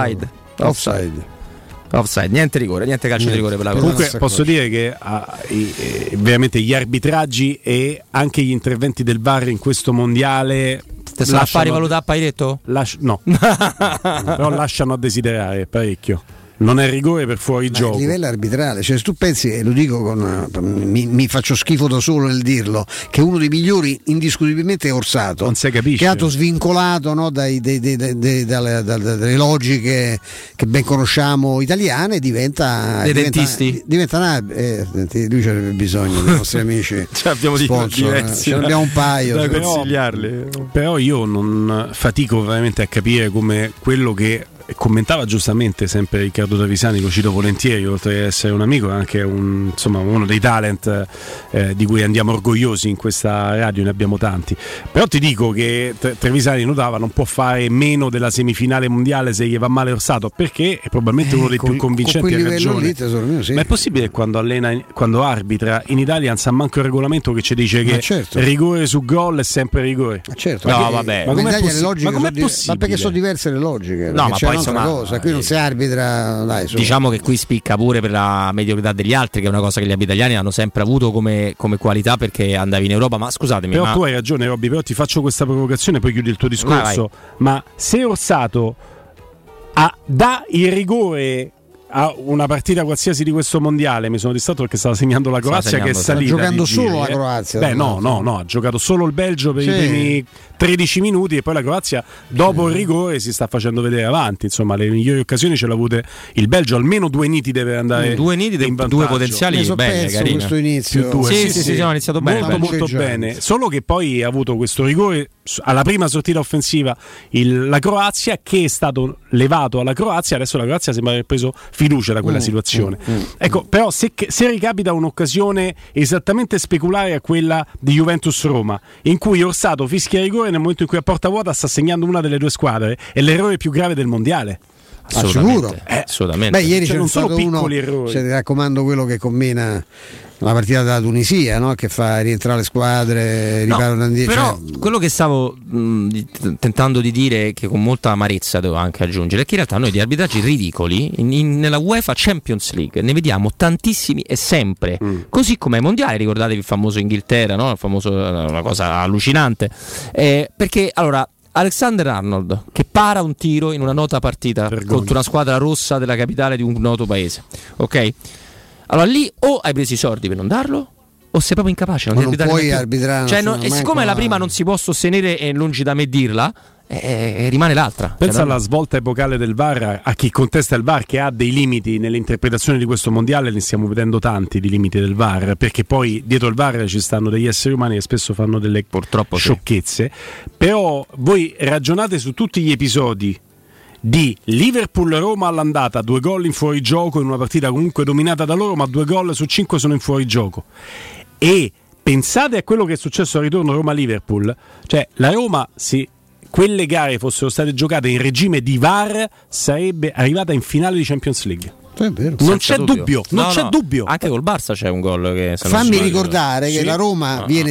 offside, niente rigore, niente calcio di rigore per la Croazia. Comunque posso dire che veramente gli arbitraggi e anche gli interventi del VAR in questo mondiale stanno a fare valutare, hai detto? No. Però lasciano a desiderare parecchio. Non è rigore per fuori gioco. A livello arbitrale, cioè se tu pensi, e lo dico mi faccio schifo da solo nel dirlo, che uno dei migliori indiscutibilmente è Orsato, non si capisce, che è stato svincolato, no, dalle logiche che ben conosciamo italiane, diventa dentisti, lui c'avrebbe bisogno dei nostri amici abbiamo sponsor, ce ne abbiamo un paio da consigliarli. Però io non fatico veramente a capire come quello che commentava giustamente sempre Riccardo Travisani, lo cito volentieri, oltre ad essere un amico è anche uno dei talent di cui andiamo orgogliosi in questa radio, ne abbiamo tanti. Però ti dico che Travisani notava non può fare meno della semifinale mondiale se gli va male Orsato, perché è probabilmente uno dei più convincenti, ha ragione. Ma è possibile che quando arbitra in Italia non sa manco il regolamento che ci dice che rigore su gol è sempre rigore? Certo. No, vabbè. Ma com'è possibile? Ma perché sono diverse le logiche? No, ma poi un'altra cosa, qui non si arbitra, dai, diciamo che qui spicca pure per la mediocrità degli altri, che è una cosa che gli arbitri italiani hanno sempre avuto come qualità, perché andavi in Europa. Ma scusatemi, però tu hai ragione, Robby, però ti faccio questa provocazione, poi chiudi il tuo discorso. Ma se Orsato dà il rigore a una partita qualsiasi di questo mondiale, mi sono distratto perché stava segnando la Croazia, che è salita. Sta giocando solo la Croazia. Beh, no, ha giocato solo il Belgio per i primi 13 minuti e poi la Croazia dopo il rigore si sta facendo vedere avanti. Insomma, le migliori occasioni ce l'ha avute il Belgio, almeno due niti deve andare. Due niti, due potenziali bene, carino. Questo inizio. Sì, hanno iniziato bene, molto bene. Solo che poi ha avuto questo rigore alla prima sortita offensiva la Croazia, che è stato levato alla Croazia. Adesso la Croazia sembra aver preso fiducia da quella situazione. Ecco, però se ricapita un'occasione esattamente speculare a quella di Juventus-Roma, in cui Orsato fischia rigore nel momento in cui a porta vuota sta segnando una delle due squadre, è l'errore più grave del mondiale. Sicuro? Assolutamente. Beh, ieri c'è stato uno, errori. ti raccomando, quello che combina la partita della Tunisia, no? Che fa rientrare le squadre, riparano indietro. Però quello che stavo tentando di dire, che con molta amarezza devo anche aggiungere, è che in realtà noi di arbitraggi ridicoli nella UEFA Champions League ne vediamo tantissimi e sempre, così come ai mondiali. Ricordatevi il famoso Inghilterra, no? Una cosa allucinante, perché allora Alexander-Arnold che para un tiro in una nota partita contro una squadra rossa della capitale di un noto paese, ok? Allora lì o hai preso i soldi per non darlo, o sei proprio incapace, non puoi arbitrare. Cioè, e siccome la prima non si può sostenere e lungi da me dirla, rimane l'altra. Pensa alla svolta epocale del VAR, a chi contesta il VAR, che ha dei limiti nell'interpretazione di questo mondiale. Ne stiamo vedendo tanti di limiti del VAR, perché poi dietro il VAR ci stanno degli esseri umani che spesso fanno delle sciocchezze. Però voi ragionate su tutti gli episodi di Liverpool-Roma all'andata, 2 gol in fuorigioco in una partita comunque dominata da loro, ma 2 gol su 5 sono in fuorigioco, e pensate a quello che è successo al ritorno Roma-Liverpool. Cioè la Roma, se quelle gare fossero state giocate in regime di VAR, sarebbe arrivata in finale di Champions League. È vero. Non c'è dubbio, c'è dubbio. Anche col Barça c'è un gol che fammi ricordare che la Roma viene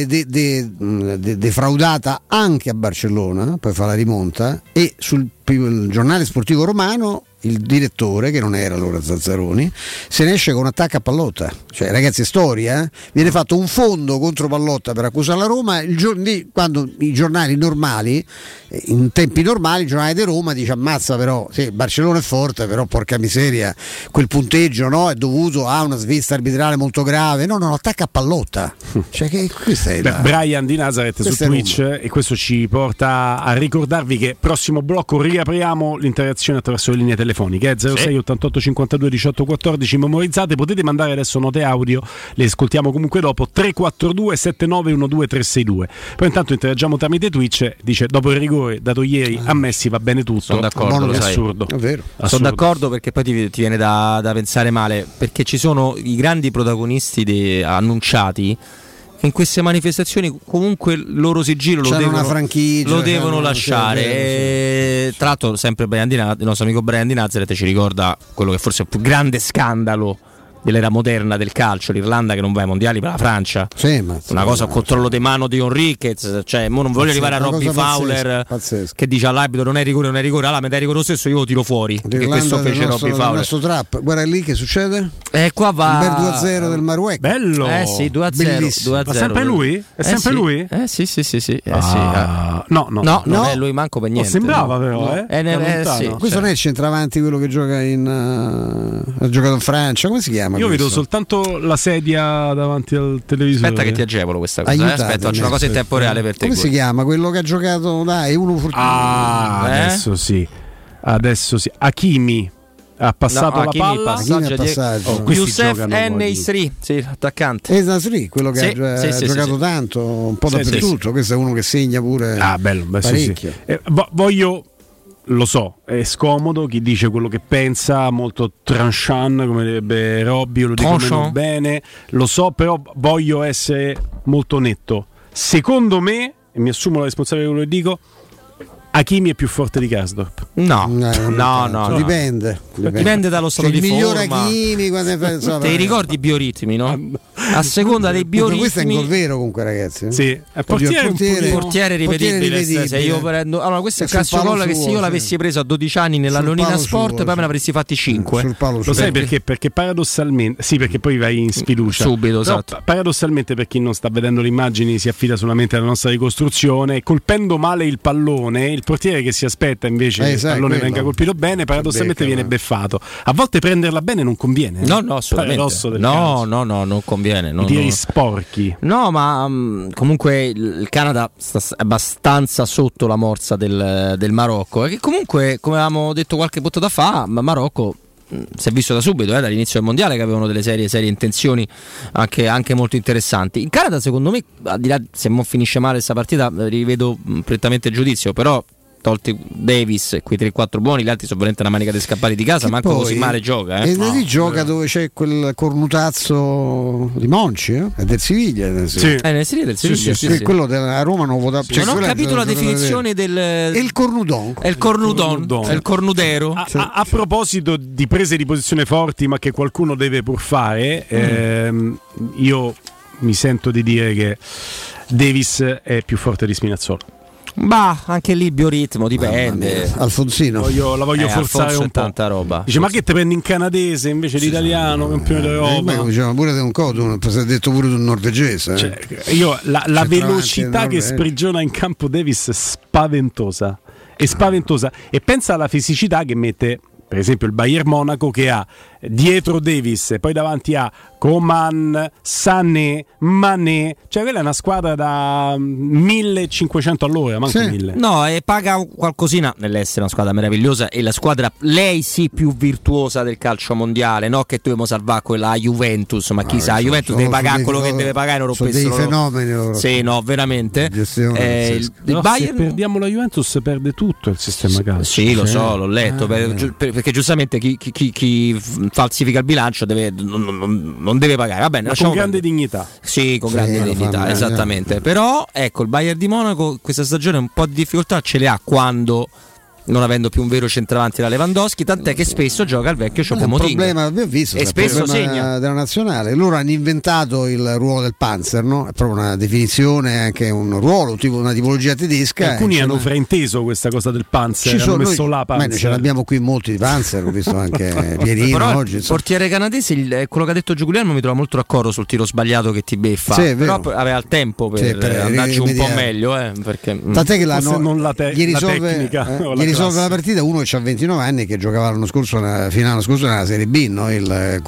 defraudata anche a Barcellona, poi fa la rimonta, e sul giornale sportivo romano il direttore, che non era allora Zazzaroni, se ne esce con un attacco a Pallotta. Cioè, ragazzi, è storia, viene fatto un fondo contro Pallotta per accusare la Roma quando i giornali normali, in tempi normali, il giornale di Roma dice ammazza, però sì, Barcellona è forte, però porca miseria, quel punteggio, no, è dovuto a una svista arbitrale molto grave. No, attacca a Pallotta. Cioè, che questa è Brian di Nazareth su Twitch, e questo ci porta a ricordarvi che prossimo blocco riapriamo l'interazione attraverso le linee telefoniche, 06 88 52 18 14 memorizzate. Potete mandare adesso note audio, le ascoltiamo comunque dopo. 342 7912 362. Poi intanto interagiamo tramite Twitch. Dice: dopo il rigore dato ieri a Messi va bene tutto. Sono d'accordo, è assurdo. È vero. Sono d'accordo, perché poi ti viene da pensare male, perché ci sono i grandi protagonisti annunciati che in queste manifestazioni comunque il loro sigillo lo devono lasciare. Tra l'altro sempre il nostro amico Brian di Nazareth ci ricorda quello che forse è il più grande scandalo dell'era moderna del calcio, l'Irlanda che non va ai mondiali per la Francia, una cosa a controllo di mano di Henry, cioè non voglio arrivare a Robbie Fowler che dice all'arbitro non è rigore, allora me dai rigore lo stesso, io lo tiro fuori, perché questo fece Robbie Fowler. Trap. Guarda lì che succede, qua va il 2-0 del Marwek, bello, sì, 2-0. Ma sempre lui? È sempre lui? Sì. No, non è lui manco per niente. Sembrava però, questo non è il centravanti, quello che gioca ha giocato in Francia, come si chiama? Io vedo soltanto la sedia davanti al televisore. Aspetta che ti agevolo questa cosa. Aspetta, faccio una cosa in tempo reale per te. Come si chiama quello che ha giocato? Dai, uno fortunato. Adesso sì. Hakimi ha passato la palla. Youssef En-Nesyri, sì, attaccante. En-Nesyri, quello che ha giocato tanto, un po' dappertutto. Questo è uno che segna pure. Bello, parecchio. Voglio. Lo so, è scomodo chi dice quello che pensa, molto tranchant, come direbbe Robby, lo dico meno bene, lo so, però voglio essere molto netto. Secondo me, e mi assumo la responsabilità di quello che dico, Hakimi è più forte di Karsdorp. No. Dipende dallo stato di forma. Il miglior Hakimi te ricordi i bioritmi, no? a seconda dei bioritmi. Questo è un gol vero comunque, ragazzi. Sì, è portiere rivedibile. Se io prendo, allora questo è il calcio gol che se io l'avessi preso a 12 anni nella Lolina Sport, poi me ne avresti fatti 5. Lo sai perché? Perché paradossalmente, sì, perché poi vai in sfiducia subito, esatto. Paradossalmente, per chi non sta vedendo le immagini, si affida solamente alla nostra ricostruzione. Colpendo male il pallone, il portiere che si aspetta invece che il pallone venga colpito bene, paradossalmente viene beffato. A volte prenderla bene non conviene. No, assolutamente. No, non conviene. I tiri sporchi. No, ma comunque il Canada sta abbastanza sotto la morsa del Marocco, e che comunque, come avevamo detto qualche puntata fa, Marocco si è visto da subito, dall'inizio del mondiale, che avevano delle serie intenzioni anche molto interessanti. Il Canada, secondo me, al di là se non finisce male questa partita, rivedo prettamente il giudizio, però tolti Davis e quei 3-4 buoni, gli altri sono veramente una manica di scappare di casa, manco così male gioca. E lì gioca dove c'è quel cornutazzo di Monci, è del Siviglia. Nel Siviglia del Siviglia, sì. Quello della Roma non vota. Non ho capito la definizione del. È il cornudon. È il cornudon, è il cornudero. A proposito di prese di posizione forti, ma che qualcuno deve pur fare, io mi sento di dire che Davis è più forte di Spinazzola. Bah, anche lì bioritmo dipende. Alfonsino la voglio forzare un po'. Tanta roba. Dice, ma che te prendi in canadese invece di italiano, campione d'Europa? Diceva pure di un codo, si è detto pure di un norvegese. Io la velocità che sprigiona in campo Davis è spaventosa. E pensa alla fisicità che mette, per esempio, il Bayern Monaco, che ha dietro Davis e poi davanti a Coman, Sané, Mané, cioè quella è una squadra da 1500 all'ora, manco 1000. No, e paga qualcosina nell'essere una squadra meravigliosa, e la squadra, lei sì, più virtuosa del calcio mondiale, no che dobbiamo salvare quella Juventus, ma chissà, la Juventus deve pagare quello che deve pagare, non rompessero. Sono dei fenomeni loro. Sì, no, veramente. Il Bayern, se perdiamo la Juventus perde tutto il sistema calcio. Sì, lo so, l'ho letto, perché giustamente chi falsifica il bilancio non deve pagare, va bene, ma con grande dignità. Sì, con grande dignità, esattamente. Però ecco, il Bayern di Monaco questa stagione un po' di difficoltà ce le ha, quando non avendo più un vero centravanti da Lewandowski, tant'è che spesso gioca il vecchio Choupo-Moting. Il problema, abbiamo visto, e spesso segna della nazionale. Loro hanno inventato il ruolo del Panzer, no? È proprio una definizione, anche un ruolo, tipo una tipologia tedesca. Alcuni hanno frainteso questa cosa del Panzer, hanno messo là Panzer. Noi ce l'abbiamo qui molti di Panzer, ho visto anche Pierino però oggi. Il portiere canadese, quello che ha detto Giuliano, mi trova molto d'accordo sul tiro sbagliato che ti beffa, però aveva il tempo per andarci un po' meglio, perché tant'è che gli risolve la partita uno che ha 29 anni, che giocava l'anno scorso nella Serie B, no? Il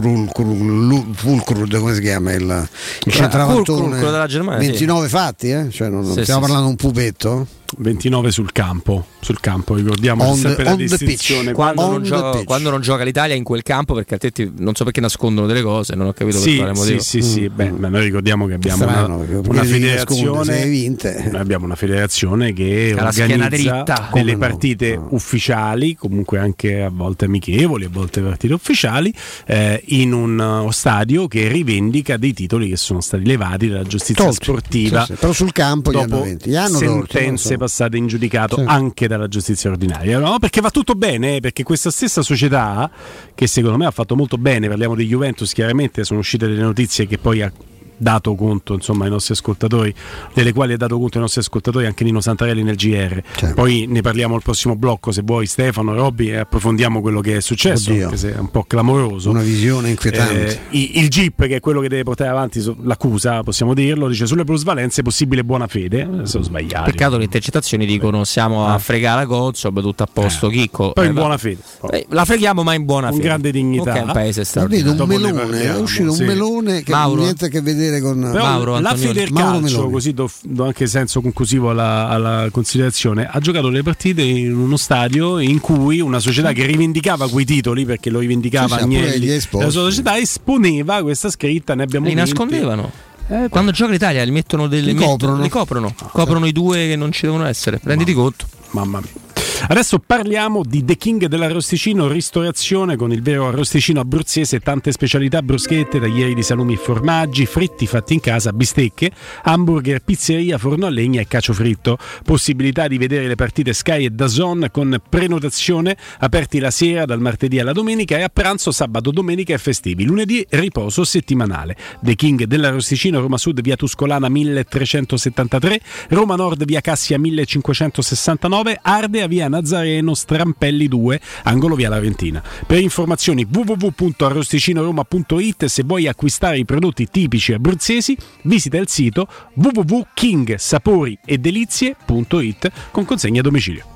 Fulkrud, come si chiama, il centravantone della Germania, 29 fatti, cioè non stiamo parlando un pupetto. 29 sul campo, ricordiamo sempre la distinzione quando non gioca l'Italia in quel campo, perché altrimenti non so perché nascondono delle cose, non ho capito per quale motivo. Sì. Beh, noi ricordiamo che abbiamo una federazione, noi abbiamo una federazione che organizza delle partite ufficiali, comunque anche a volte amichevoli, a volte partite ufficiali, in uno stadio che rivendica dei titoli che sono stati levati dalla giustizia sportiva. Però sul campo dopo gli hanno sentenze passate in giudicato anche dalla giustizia ordinaria, no? Perché va tutto bene, perché questa stessa società, che secondo me ha fatto molto bene, parliamo di Juventus, chiaramente sono uscite delle notizie che poi ha dato conto, insomma, ai nostri ascoltatori, delle quali ha dato conto ai nostri ascoltatori anche Nino Santarelli nel GR. Poi ne parliamo al prossimo blocco, se vuoi, Stefano, Robby, e approfondiamo quello che è successo, anche se è un po' clamoroso, una visione inquietante. Il GIP, che è quello che deve portare avanti l'accusa, possiamo dirlo, dice: sulle plusvalenze possibile buona fede. Sono sbagliati. Peccato, le intercettazioni dicono siamo a fregare la Gozzob, tutto a posto, Chicco. Poi in buona fede. La freghiamo, ma in buona fede. Con grande dignità. È un paese straordinario. È uscito un melone che non ha niente a che vedere con Mauro, la Federcalcio, così do anche senso conclusivo alla considerazione, ha giocato le partite in uno stadio in cui una società che rivendicava quei titoli, perché lo rivendicava Agnelli, la sua società esponeva questa scritta, ne abbiamo li nascondevano. Quando gioca l'Italia li mettono coprono i due che non ci devono essere, renditi conto. Mamma mia. Adesso parliamo di The King dell'arrosticino, ristorazione con il vero arrosticino abruzzese, tante specialità, bruschette, taglieri di salumi e formaggi, fritti fatti in casa, bistecche, hamburger, pizzeria, forno a legna e cacio fritto. Possibilità di vedere le partite Sky e DAZN con prenotazione, aperti la sera dal martedì alla domenica e a pranzo sabato, domenica e festivi. Lunedì riposo settimanale. The King dell'arrosticino, Roma Sud via Tuscolana 1373, Roma Nord via Cassia 1569, Ardea via Nazareno Strampelli 2, angolo via Laventina. Per informazioni www.arrosticinoroma.it. Se vuoi acquistare i prodotti tipici abruzzesi, visita il sito www.kingsaporiedelizie.it con consegna a domicilio.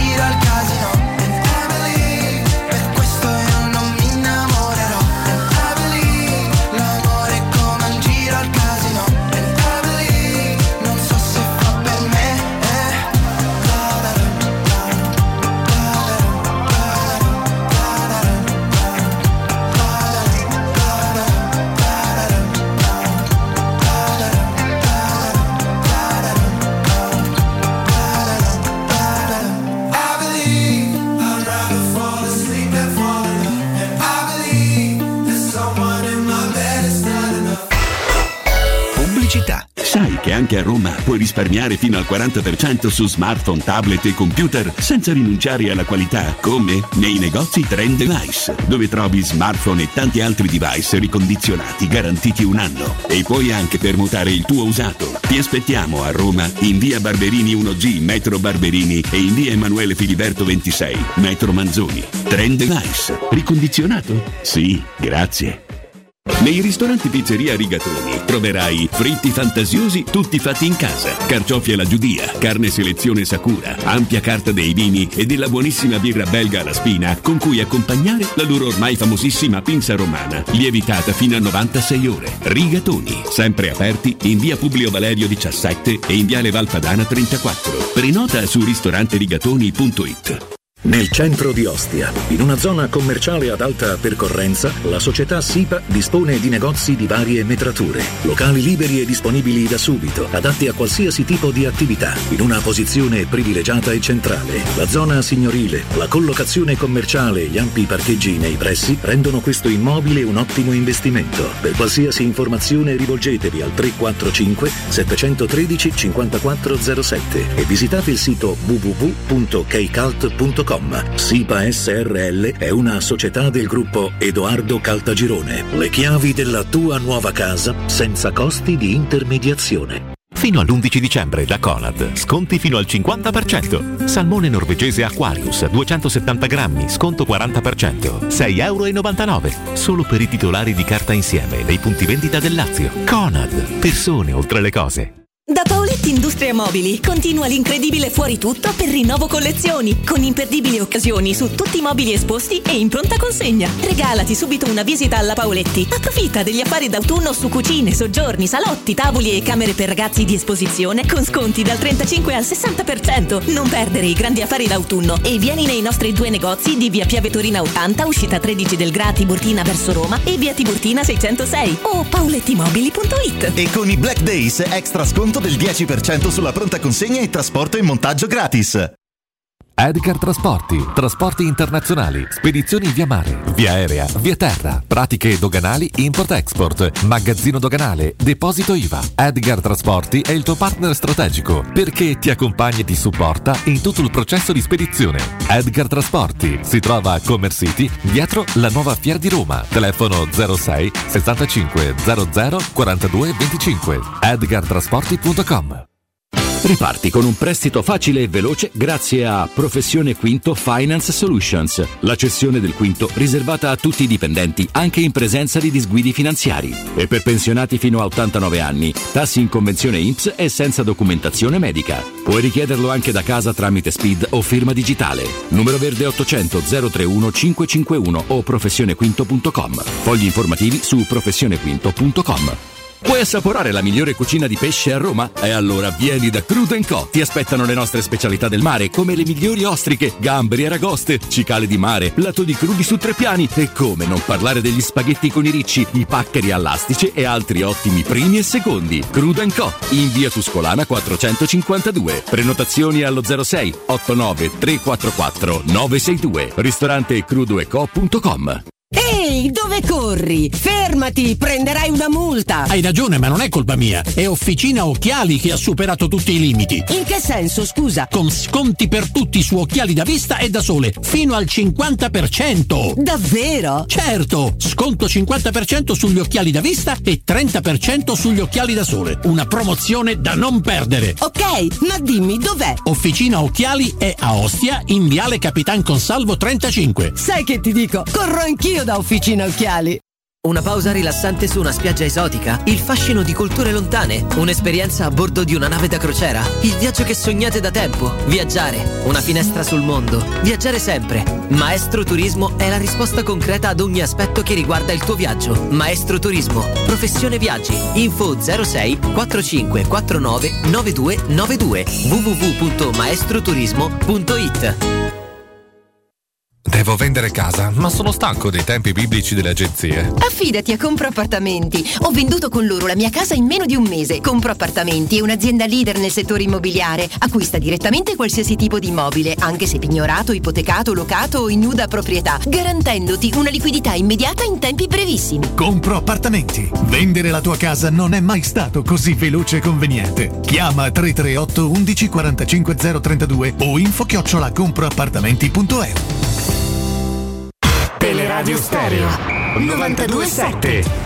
Sai che anche a Roma puoi risparmiare fino al 40% su smartphone, tablet e computer senza rinunciare alla qualità, come nei negozi Trend Nice, dove trovi smartphone e tanti altri device ricondizionati garantiti un anno. E puoi anche permutare il tuo usato. Ti aspettiamo a Roma in via Barberini 1G, metro Barberini, e in via Emanuele Filiberto 26, metro Manzoni. Trend Nice. Ricondizionato? Sì, grazie. Nei ristoranti Pizzeria Rigatoni troverai fritti fantasiosi tutti fatti in casa, carciofi alla giudia, carne selezione Sakura, ampia carta dei vini e della buonissima birra belga alla spina con cui accompagnare la loro ormai famosissima pinza romana, lievitata fino a 96 ore. Rigatoni, sempre aperti in via Publio Valerio 17 e in viale Valpadana 34. Prenota su ristoranterigatoni.it. Nel centro di Ostia, in una zona commerciale ad alta percorrenza, la società SIPA dispone di negozi di varie metrature, locali liberi e disponibili da subito, adatti a qualsiasi tipo di attività, in una posizione privilegiata e centrale. La zona signorile, la collocazione commerciale e gli ampi parcheggi nei pressi rendono questo immobile un ottimo investimento. Per qualsiasi informazione rivolgetevi al 345 713 5407 e visitate il sito www.keicalt.com. SIPA SRL è una società del gruppo Edoardo Caltagirone. Le chiavi della tua nuova casa senza costi di intermediazione. Fino all'11 dicembre da Conad, sconti fino al 50%. Salmone norvegese Aquarius, 270 grammi, sconto 40%, €6,99. Solo per i titolari di carta insieme nei punti vendita del Lazio. Conad, persone oltre le cose. Da Paoletti Industria Mobili continua l'incredibile fuori tutto per rinnovo collezioni, con imperdibili occasioni su tutti i mobili esposti e in pronta consegna. Regalati subito una visita alla Paoletti. Approfitta degli affari d'autunno su cucine, soggiorni, salotti, tavoli e camere per ragazzi di esposizione con sconti dal 35 al 60%. Non perdere i grandi affari d'autunno e vieni nei nostri 2 negozi di via Piave Torina 80, uscita 13 del Gra Tiburtina verso Roma, e via Tiburtina 606 o paolettimobili.it. E con i Black Days extra sconto del 10% sulla pronta consegna e trasporto e montaggio gratis. Edgar Trasporti, trasporti internazionali, spedizioni via mare, via aerea, via terra, pratiche doganali import-export, magazzino doganale, deposito IVA. Edgar Trasporti è il tuo partner strategico perché ti accompagna e ti supporta in tutto il processo di spedizione. Edgar Trasporti si trova a Commerce City, dietro la nuova Fiera di Roma. Telefono 06 65 00 42 25. edgartrasporti.com. Riparti con un prestito facile e veloce grazie a Professione Quinto Finance Solutions, la cessione del quinto riservata a tutti i dipendenti anche in presenza di disguidi finanziari, e per pensionati fino a 89 anni, tassi in convenzione INPS e senza documentazione medica. Puoi richiederlo anche da casa tramite SPID o firma digitale. Numero verde 800 031 551 o professionequinto.com. Fogli informativi su professionequinto.com. Vuoi assaporare la migliore cucina di pesce a Roma? E allora vieni da Crudo & Co. Ti aspettano le nostre specialità del mare, come le migliori ostriche, gamberi e aragoste, cicale di mare, platò di crudi su 3 piani e come non parlare degli spaghetti con i ricci, i paccheri all'astice e altri ottimi primi e secondi. Crudo & Co. in via Tuscolana 452. Prenotazioni allo 06 89 344 962. Ristorante crudoeco.com. Ehi, dove corri? Fermati, prenderai una multa. Hai ragione, ma non è colpa mia. È Officina Occhiali che ha superato tutti i limiti. In che senso, scusa? Con sconti per tutti su occhiali da vista e da sole, fino al 50%. Davvero? Certo, sconto 50% sugli occhiali da vista e 30% sugli occhiali da sole. Una promozione da non perdere. Ok, ma dimmi dov'è? Officina Occhiali è a Ostia, in Viale Capitan Consalvo 35. Sai che ti dico? Corro anch'io da Officina Occhiali. Una pausa rilassante su una spiaggia esotica? Il fascino di culture lontane? Un'esperienza a bordo di una nave da crociera? Il viaggio che sognate da tempo? Viaggiare, una finestra sul mondo, viaggiare sempre. Maestro Turismo è la risposta concreta ad ogni aspetto che riguarda il tuo viaggio. Maestro Turismo, professione viaggi. Info 06 45 49 9292 www.maestroturismo.it. Devo vendere casa, ma sono stanco dei tempi biblici delle agenzie. Affidati a Compro Appartamenti. Ho venduto con loro la mia casa in meno di un mese. Compro Appartamenti è un'azienda leader nel settore immobiliare. Acquista direttamente qualsiasi tipo di immobile, anche se pignorato, ipotecato, locato o in nuda proprietà, garantendoti una liquidità immediata in tempi brevissimi. Compro Appartamenti. Vendere la tua casa non è mai stato così veloce e conveniente. Chiama 338 11 45 032 o info@comproappartamenti.eu. Teleradio Stereo 92.7.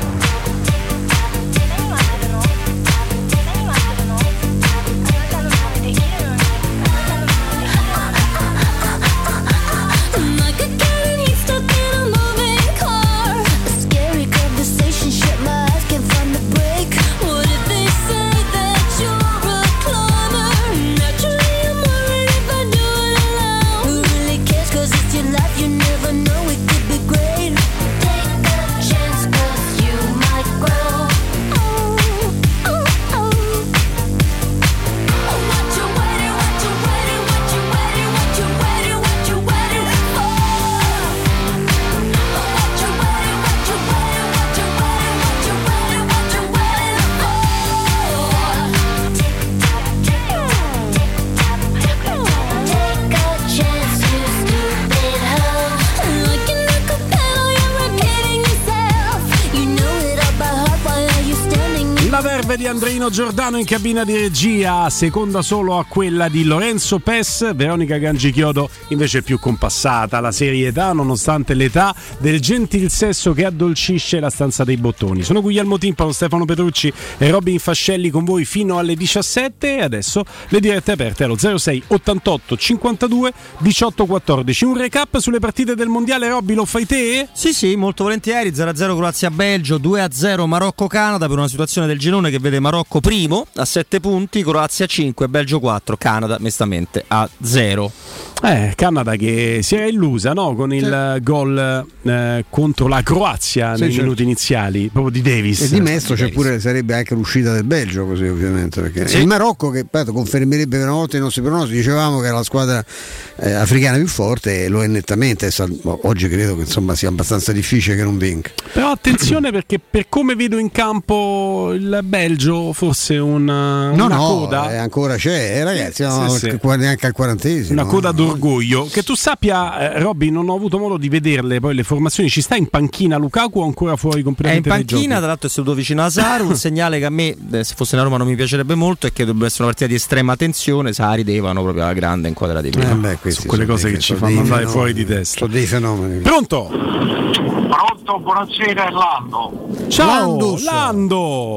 Di Andreino Giordano in cabina di regia, seconda solo a quella di Lorenzo Pes. Veronica Gangichiodo invece più compassata, la serietà nonostante l'età del gentil sesso che addolcisce la stanza dei bottoni. Sono Guglielmo Timpano, Stefano Petrucci e Robin Fascelli con voi fino alle 17 e adesso le dirette aperte allo 06 88 52 18 14. Un recap sulle partite del mondiale, Robby, lo fai te? Sì, molto volentieri. 0-0 Croazia-Belgio, 2-0 Marocco-Canada per una situazione del girone che vede Marocco primo a 7 punti, Croazia 5, Belgio 4, Canada mestamente a 0. Canada che si era illusa, no? Con il gol contro la Croazia nei minuti iniziali, proprio di Davis. E di Mesto c'è pure, sarebbe anche l'uscita del Belgio, così ovviamente, perché il Marocco, che confermerebbe per una volta i nostri pronostici, dicevamo che era la squadra africana più forte e lo è nettamente. Oggi credo che insomma sia abbastanza difficile che non vinca. Però attenzione perché per come vedo in campo il Belgio forse una coda ancora c'è, ragazzi, neanche al 40esimo, una coda d'orgoglio. Che tu sappia, Robby, non ho avuto modo di vederle poi le formazioni. Ci sta in panchina Lukaku o ancora fuori completamente? È in panchina, tra l'altro è seduto vicino a Sarri. Un segnale che a me, se fosse una Roma, non mi piacerebbe molto, è che dovrebbe essere una partita di estrema tensione. Sarri devono proprio alla grande inquadrati. Sono quelle cose che ci fanno andare fuori di testa. Sono dei fenomeni. Pronto, buonasera, Lando. Ciao Lando.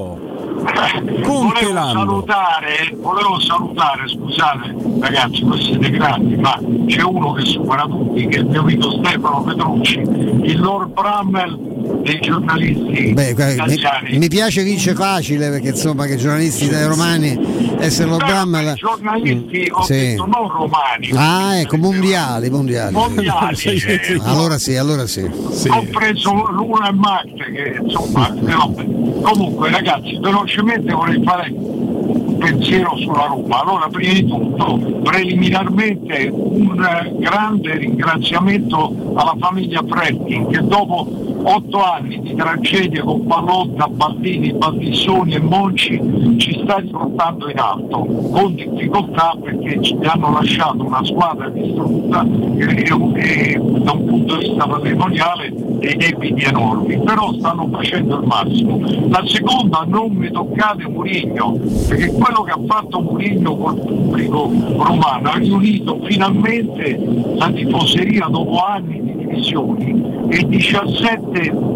Volevo salutare, scusate ragazzi, voi siete grandi, ma c'è uno che supera tutti, che è il mio amico Stefano Petrucci, il Lord Bramwell dei giornalisti italiani. Mi piace vince facile, perché insomma che giornalisti romani essere Lord Bramwell. Giornalisti ho detto non romani. Ah, ecco, mondiali. Sì. Allora sì. Ho preso Luna e Marte, che insomma comunque ragazzi, velocemente vorrei fare un pensiero sulla Roma. Allora, prima di tutto, preliminarmente un grande ringraziamento alla famiglia Fretti, che dopo 8 anni di tragedie con Pallotta, Baldini, Baldissoni e Monci ci sta riportando in alto, con difficoltà, perché ci hanno lasciato una squadra distrutta e da un punto di vista patrimoniale dei debiti enormi, però stanno facendo il massimo. La seconda, non mi toccate Mourinho, perché quello che ha fatto Mourinho col pubblico romano ha riunito finalmente la tifoseria dopo anni di divisioni e 17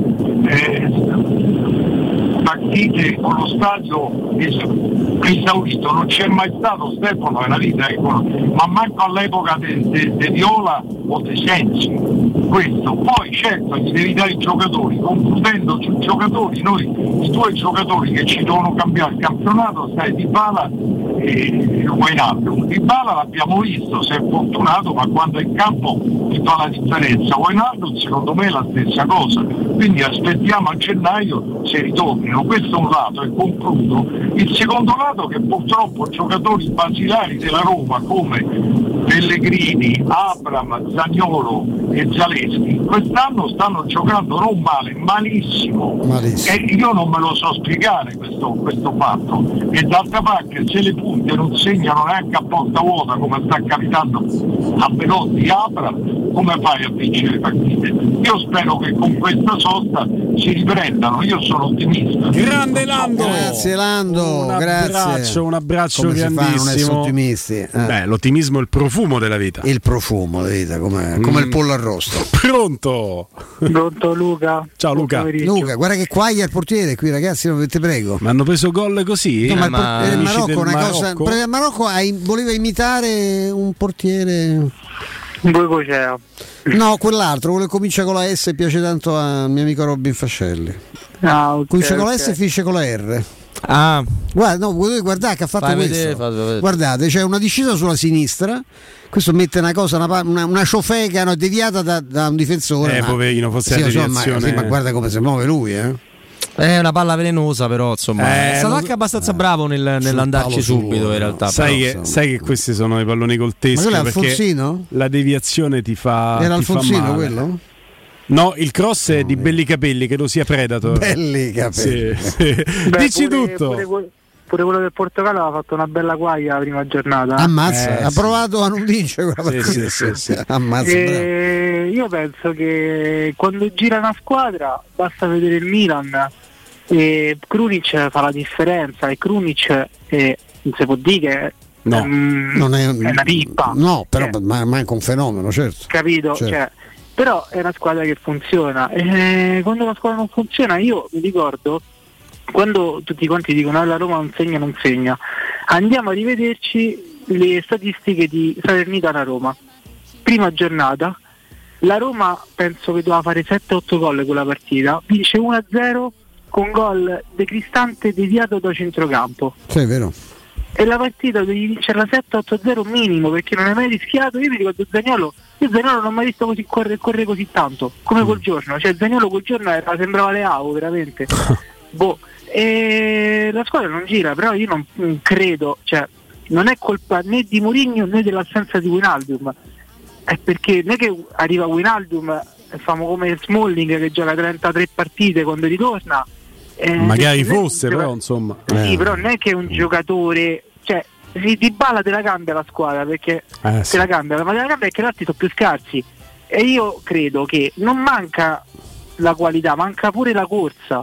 partite con lo stadio esaurito. Non c'è mai stato, Stefano, nella vita, ma manco all'epoca de Viola o De Sensi. Questo poi certo gli devi dare i giocatori. Concludendo sui giocatori, noi i due giocatori che ci devono cambiare il campionato stai Dybala e Wijnaldum. Dybala l'abbiamo visto, si è fortunato, ma quando è in campo ti fa la differenza. Wijnaldum secondo me è la stessa cosa, quindi aspettiamo a gennaio se ritornino. Questo è un lato, e concludo. Il secondo lato, che purtroppo giocatori basilari della Roma come Pellegrini, Abraham, Zaniolo e Zaleschi quest'anno stanno giocando non male, malissimo. E io non me lo so spiegare questo fatto, e d'altra parte se le punte non segnano neanche a porta vuota, come sta capitando a Belotti, Abraham, come fai a vincere le partite? Io spero che con questa sosta si riprendano, io sono ottimista. Grande Lando! Grazie Lando, grazie. Un abbraccio come grandissimo. Si fa a non essere ottimisti? Beh, l'ottimismo è il profumo della vita. Il profumo della vita, come il pollo arrosto. Pronto Luca. Ciao Luca. Luca, guarda che qua è il portiere qui, ragazzi, te prego. Ma hanno preso gol così? No, ma il Marocco una cosa. Il Marocco voleva imitare un portiere. No, quell'altro, quello che comincia con la S, piace tanto al mio amico Robin Fascelli. Comincia con la S e finisce con la R. Guardate che ha fatto questo. Guardate, c'è una discesa sulla sinistra. Questo mette una cosa, una ciofeca deviata da un difensore. Poverino, fosse la deviazione. Ma guarda come si muove lui, È una palla velenosa, però insomma è stato anche abbastanza bravo nell'andarci subito, in realtà. Sai che questi sono i palloni col teschio. Ma quello è Alfonsino? La deviazione ti fa. Era ti Alfonsino fa male. quello? No, il cross è di Belli Capelli, credo sia Predator. Belli Capelli. Sì. Dici tutto. Pure quello del Portogallo aveva fatto una bella guaglia la prima giornata. Ammazza, ha provato a non vincere quella partita. Sì. Ammazza, io penso che quando gira una squadra basta vedere il Milan e Krunic fa la differenza, e Krunic non si può dire che non è una pippa. No, però ma è anche un fenomeno, certo. Capito? Certo. Cioè, però è una squadra che funziona, e quando la squadra non funziona, io mi ricordo quando tutti quanti dicono la Roma non segna, andiamo a rivederci le statistiche di Salernitana-Roma. Prima giornata la Roma penso che doveva fare 7-8 gol quella partita, vince 1-0 con gol De Cristante deviato da centrocampo. Sì, è vero. E la partita devi vincerla 7-8-0 minimo, perché non hai mai rischiato. Io mi ricordo Zaniolo non ho mai visto così correre così tanto come quel giorno, cioè Zaniolo quel giorno sembrava Leao veramente. E la squadra non gira, però io non credo, cioè non è colpa né di Mourinho né dell'assenza di Wijnaldum, è perché non è che arriva Wijnaldum e famo come Smalling che gioca 33 partite quando ritorna, magari fosse, però insomma sì, però non è che è un giocatore, cioè Dybala te la cambia la squadra, perché te la cambia, ma te la cambia perché gli altri sono più scarsi, e io credo che non manca la qualità, manca pure la corsa.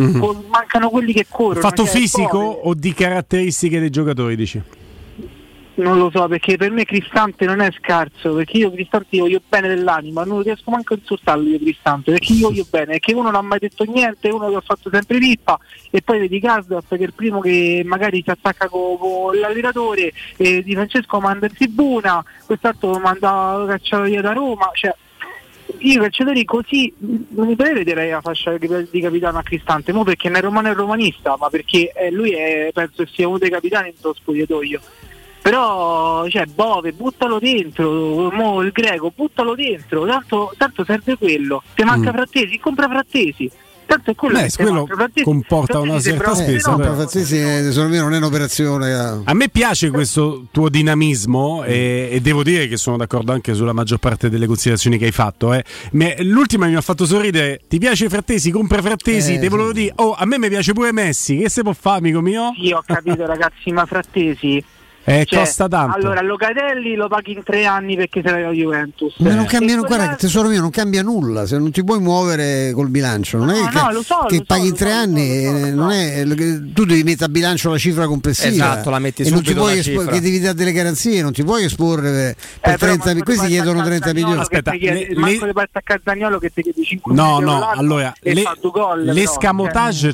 Mancano quelli che corrono. Fatto fisico o di caratteristiche dei giocatori, dici? Non lo so, perché per me Cristante non è scarso, perché io Cristante voglio bene dell'anima, non riesco manco a insultarlo io Cristante, perché io voglio bene, perché uno non ha mai detto niente, uno che ha fatto sempre rippa, e poi vedi Kasdorp che è il primo che magari si attacca con l'allenatore, e Di Francesco manda in tribuna, quest'altro lo manda cacciato via da Roma, cioè io calciatori così non mi potrei vedere la fascia di capitano a Cristante, mo perché non è romano e romanista, ma perché lui penso che sia uno dei capitani in lo spogliatoio. Però cioè Bove, buttalo dentro, mo il Greco, buttalo dentro, tanto serve quello. Se manca Frattesi, compra Frattesi. Tanto è quello che quello comporta una certa spesa. Frattesi non è un'operazione. A me piace questo tuo dinamismo e devo dire che sono d'accordo anche sulla maggior parte delle considerazioni che hai fatto. L'ultima mi ha fatto sorridere. Ti piace Frattesi? Compra Frattesi. Te volevo dire, a me mi piace pure Messi. Che se può fare, amico mio? Sì, ho capito ragazzi, ma Frattesi costa tanto. Allora Locatelli lo paghi in 3 anni perché sei la Juventus. Ma non cambia, guarda, tesoro mio, non cambia nulla se non ti puoi muovere col bilancio. Non è che paghi in 3 anni, non è tu devi mettere a bilancio la cifra complessiva. Esatto, la metti subito. E non ti puoi che devi dare delle garanzie, non ti puoi esporre per 30 questi chiedono 30 milioni. Aspetta, manco di attaccare Zaniolo che ti chiede 5 milioni. No, allora l'escamotage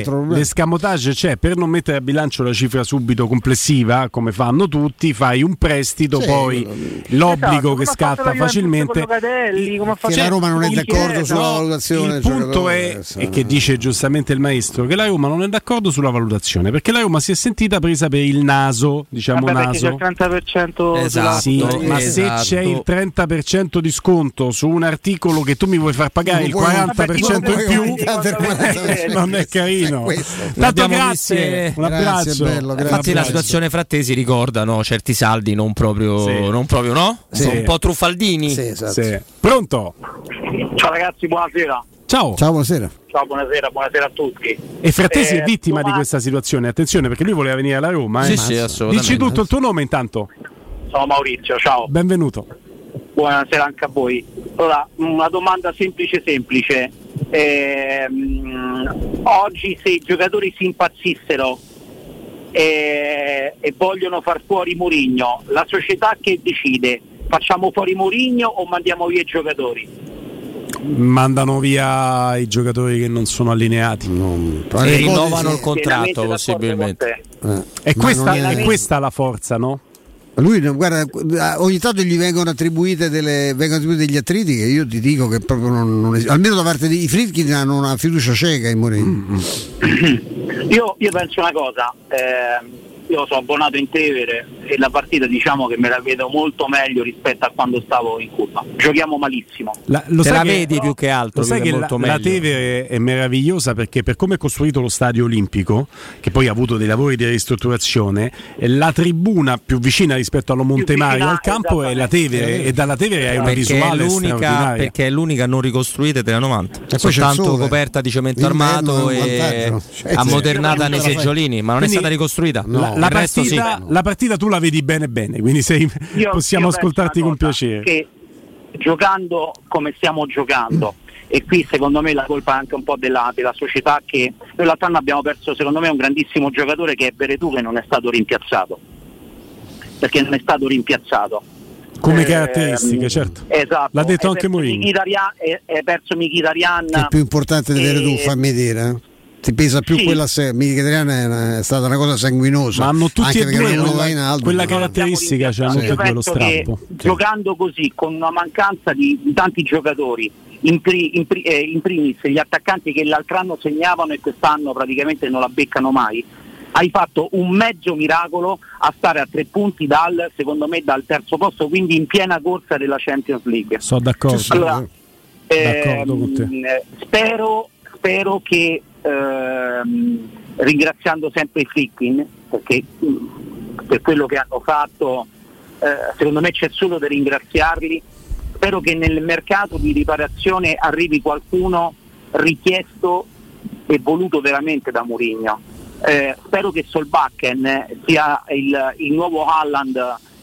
c'è per non mettere a bilancio la cifra subito complessiva, come fanno tutti, fai un prestito, poi l'obbligo che scatta facilmente. La Roma non è d'accordo sulla valutazione. Il punto è che dice giustamente il maestro che la Roma non è d'accordo sulla valutazione perché la Roma si è sentita presa per il naso, diciamo. Vabbè, naso. C'è il 30% esatto, sì, ma se c'è il 30% di sconto su un articolo che tu mi vuoi far pagare il 40% in più, non è carino. Tanto grazie, un abbraccio. Infatti la situazione Frattesi ricorda certi saldi non proprio no? Sì. Sono un po' truffaldini. Sì, esatto. Sì. Pronto? Ciao ragazzi, buonasera. Ciao, buonasera. Ciao, buonasera a tutti. E Frattesi è vittima di questa situazione, attenzione, perché lui voleva venire alla Roma. Sì, assolutamente. Dici tutto il tuo nome intanto. Sono Maurizio, ciao. Benvenuto. Buonasera anche a voi. Allora, una domanda semplice. Oggi se i giocatori si impazzissero e vogliono far fuori Mourinho, la società che decide? Facciamo fuori Mourinho o mandiamo via i giocatori? Mandano via i giocatori che non sono allineati, e rinnovano il contratto possibilmente. È questa la forza, no? Lui, guarda, ogni tanto gli vengono attribuite degli attriti che io ti dico che proprio non almeno da parte dei Friedkin hanno una fiducia cieca in Mourinho. Io penso una cosa, io sono abbonato in Tevere e la partita diciamo che me la vedo molto meglio rispetto a quando stavo in curva. Giochiamo malissimo. La vedi più che altro. Lo sai che la Tevere è meravigliosa perché per come è costruito lo stadio olimpico, che poi ha avuto dei lavori di ristrutturazione, la tribuna più vicina rispetto allo Montemario al campo è la Tevere, e dalla Tevere hai una visuale straordinaria. Perché è l'unica non ricostruita della 90, soltanto coperta di cemento armato e ammodernata nei seggiolini, ma non è stata ricostruita. La partita tu la vedi bene, quindi possiamo ascoltarti con piacere. Che giocando come stiamo giocando, e qui secondo me la colpa è anche un po' della società, che noi l'altro anno abbiamo perso secondo me un grandissimo giocatore che è Veretù, che non è stato rimpiazzato, perché non è stato rimpiazzato come caratteristiche, certo. Esatto. L'ha detto anche Mourinho. È perso Mkhitaryan, che è più importante di Veretù, fammi dire. Ti pesa più quella Mkhitaryan è stata una cosa sanguinosa, ma hanno tutti anche e due quella caratteristica, cioè tutti e due lo strappo. Giocando così, con una mancanza di tanti giocatori, in primis gli attaccanti che l'altro anno segnavano e quest'anno praticamente non la beccano mai, hai fatto un mezzo miracolo a stare a 3 punti secondo me dal terzo posto, quindi in piena corsa della Champions League. Sono d'accordo. Allora, d'accordo con te. Spero che ringraziando sempre i Friedkin, perché per quello che hanno fatto secondo me c'è solo da ringraziarli. Spero che nel mercato di riparazione arrivi qualcuno richiesto e voluto veramente da Mourinho. Spero che Solbakken sia il nuovo Haaland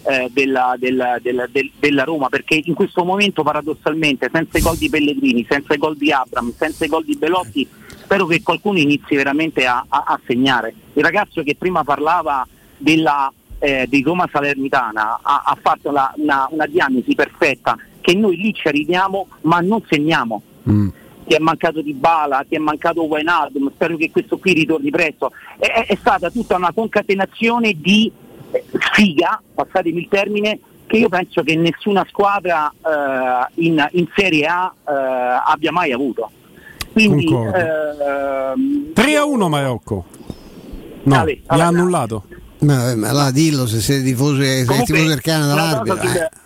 della Roma, perché in questo momento paradossalmente, senza i gol di Pellegrini, senza i gol di Abraham, senza i gol di Belotti, spero che qualcuno inizi veramente a segnare. Il ragazzo che prima parlava della di Roma Salernitana ha fatto una diagnosi perfetta, che noi lì ci arriviamo ma non segniamo. Ti è mancato Dybala, ti è mancato Wijnaldum, spero che questo qui ritorni presto. È stata tutta una concatenazione di sfiga, passatemi il termine, che io penso che nessuna squadra in Serie A abbia mai avuto. Quindi 3-1 Marocco. No, li ha annullato. Ma là dillo, se sei tifoso del Canada l'arbitro.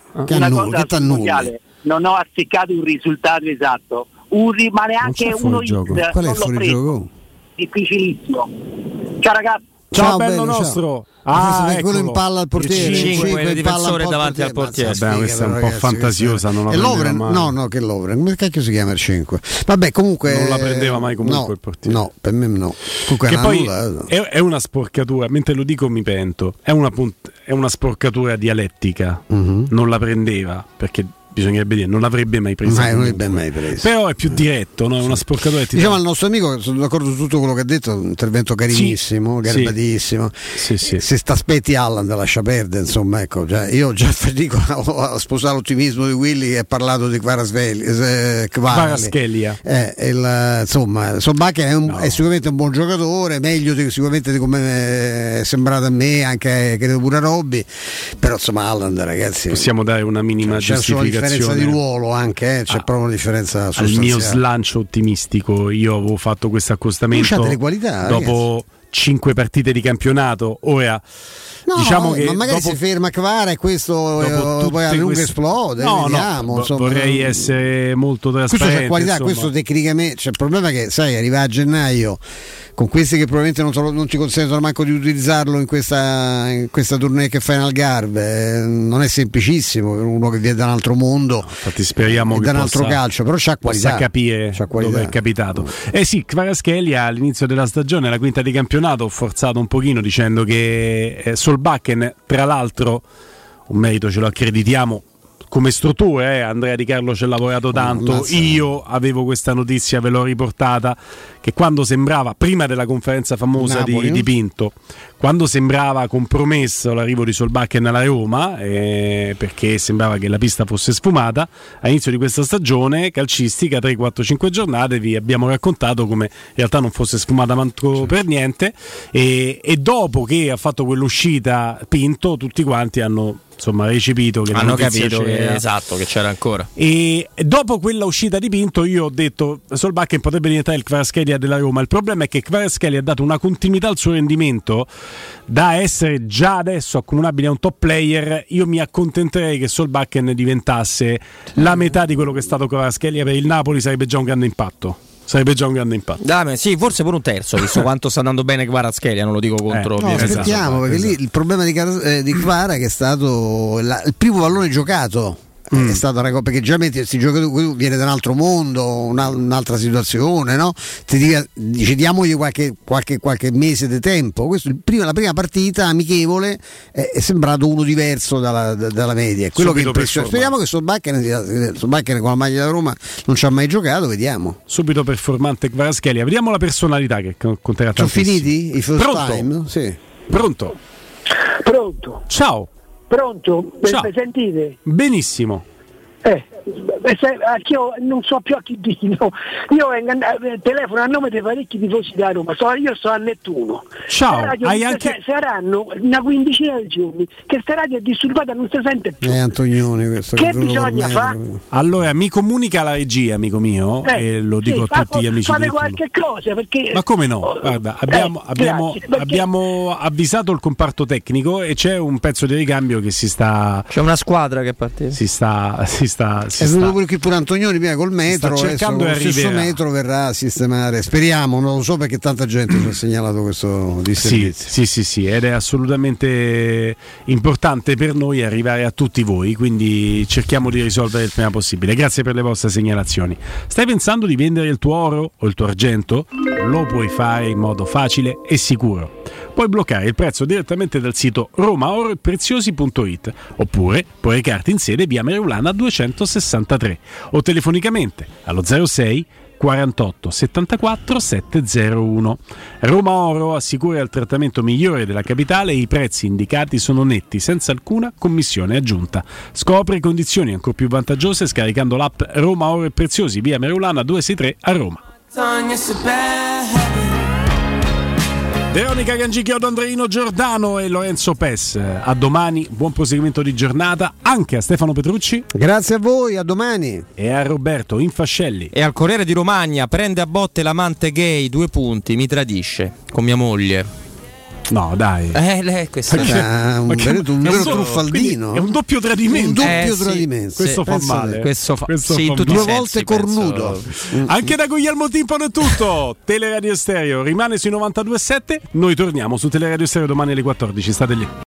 Che t'annulli? Non ho azzeccato un risultato esatto. Ma neanche uno X. Qual è il fuorigioco? Difficilissimo. Ciao ragazzi. Ciao bello nostro. Quello in palla al portiere, 5 il difensore davanti al portiere. Questa è un po' fantasiosa, non la prendeva mai. No, che Lovren, come cacchio si chiama il 5? Vabbè, comunque non la prendeva mai comunque il portiere. No, per me no. Comunque che poi è una sporcatura, mentre lo dico mi pento. È una sporcatura dialettica. Non la prendeva perché bisognerebbe dire, non l'avrebbe mai preso. Però è più diretto, no? È una sporcatura. Diciamo al nostro amico, sono d'accordo su tutto quello che ha detto, un intervento carinissimo, garbatissimo. Se t'aspetti Haaland lascia perdere, insomma, ecco, io già fatico a sposare l'ottimismo di Willy che ha parlato di Kvaratskhelia. Insomma, Solbakken è sicuramente un buon giocatore, meglio sicuramente di come è sembrato a me, anche credo pure a Robby, però insomma Haaland, ragazzi, possiamo dare una minima giustificazione. Differenza di ruolo anche, c'è proprio una differenza sostanziale. Al mio slancio ottimistico io avevo fatto questo accostamento delle qualità, dopo 5 partite di campionato. Ora diciamo che ma magari si ferma Kvara e questo poi a lungo esplode. Vediamo, vorrei essere molto trasparente. Questo c'è qualità, questo tecnicamente c'è il problema che sai, arriva a gennaio con questi che probabilmente non ti consentono manco di utilizzarlo in questa tournée che fai in Algarve, non è semplicissimo per uno che viene da un altro mondo. Infatti speriamo che da un altro calcio, però c'ha qualità, possa capire dove è capitato. Sì, Kvaratskhelia all'inizio della stagione, la quinta di campionato, ho forzato un pochino dicendo che Solbakken, tra l'altro un merito ce lo accreditiamo come strutture, Andrea Di Carlo ci ha lavorato tanto. Io avevo questa notizia, ve l'ho riportata, che quando sembrava, prima della conferenza famosa di Pinto, quando sembrava compromesso l'arrivo di Solbakken alla Roma, perché sembrava che la pista fosse sfumata, all'inizio di questa stagione calcistica, 3-4-5 giornate, vi abbiamo raccontato come in realtà non fosse sfumata manco per niente, e dopo che ha fatto quell'uscita Pinto, tutti quanti hanno recepito che hanno capito che c'era ancora, e dopo quella uscita di Pinto io ho detto Solbakken potrebbe diventare il Kvaratskhelia della Roma. Il problema è che Kvaratskhelia ha dato una continuità al suo rendimento da essere già adesso accomunabile a un top player. Io mi accontenterei che Solbakken diventasse la metà di quello che è stato Kvaratskhelia per il Napoli, sarebbe già un grande impatto. Sì, forse pure un terzo, visto quanto sta andando bene Kvaratskhelia, non lo dico contro. Aspettiamo, perché lì il problema di Kvara che è stato il primo pallone giocato. È stato perché già questi giocatori viene da un altro mondo, un'altra situazione, no? Dice diamogli qualche mese di tempo. La prima partita amichevole è sembrato uno diverso dalla media. Quello che impressiona. Speriamo che Solbakken con la maglia da Roma non ci ha mai giocato, vediamo. Subito performante Kvaratskhelia. Vediamo la personalità che conterà tantissimo. Sono finiti i first time? Sì. Pronto? Ciao. Pronto? Ciao. Mi sentite? Benissimo. Io non so più a chi dire. Io telefono a nome dei parecchi tifosi da Roma. Io sto a Nettuno. Ciao. Saranno una quindicina di giorni che sta radio è disturbata, non si sente più. Antonioni, questo che bisogna fare? Allora mi comunica la regia, amico mio, e lo dico a tutti gli amici. Fate qualche cosa perché. Ma come no? Guarda, abbiamo avvisato il comparto tecnico e c'è un pezzo di ricambio che c'è una squadra che parte. È venuto pure Antonioni prima col metro, cercando lo stesso metro verrà a sistemare, speriamo, non lo so perché tanta gente ci ha segnalato questo disservizio. Sì, ed è assolutamente importante per noi arrivare a tutti voi, quindi cerchiamo di risolvere il prima possibile. Grazie per le vostre segnalazioni. Stai pensando di vendere il tuo oro o il tuo argento? Lo puoi fare in modo facile e sicuro. Puoi bloccare il prezzo direttamente dal sito romaoroepreziosi.it oppure puoi recarti in sede via Merulana 263 o telefonicamente allo 06 48 74 701. Roma Oro assicura il trattamento migliore della capitale e i prezzi indicati sono netti, senza alcuna commissione aggiunta. Scopri condizioni ancora più vantaggiose scaricando l'app Roma Oro e Preziosi, via Merulana 263 a Roma. Veronica Gangicchiodo, Andreino Giordano e Lorenzo Pes. A domani, buon proseguimento di giornata anche a Stefano Petrucci. Grazie a voi, a domani. E a Roberto Infascelli. E al Corriere di Romagna, prende a botte l'amante gay, 2 punti, mi tradisce con mia moglie. No, dai. Lei questo un vero truffaldino. È un doppio tradimento. Tradimento. Questo fa male. Questo fa sì, 2 volte cornuto. Anche da Guglielmo Timpano è tutto. Teleradio Stereo rimane sui 92.7. Noi torniamo su Teleradio Stereo domani alle 14. State lì.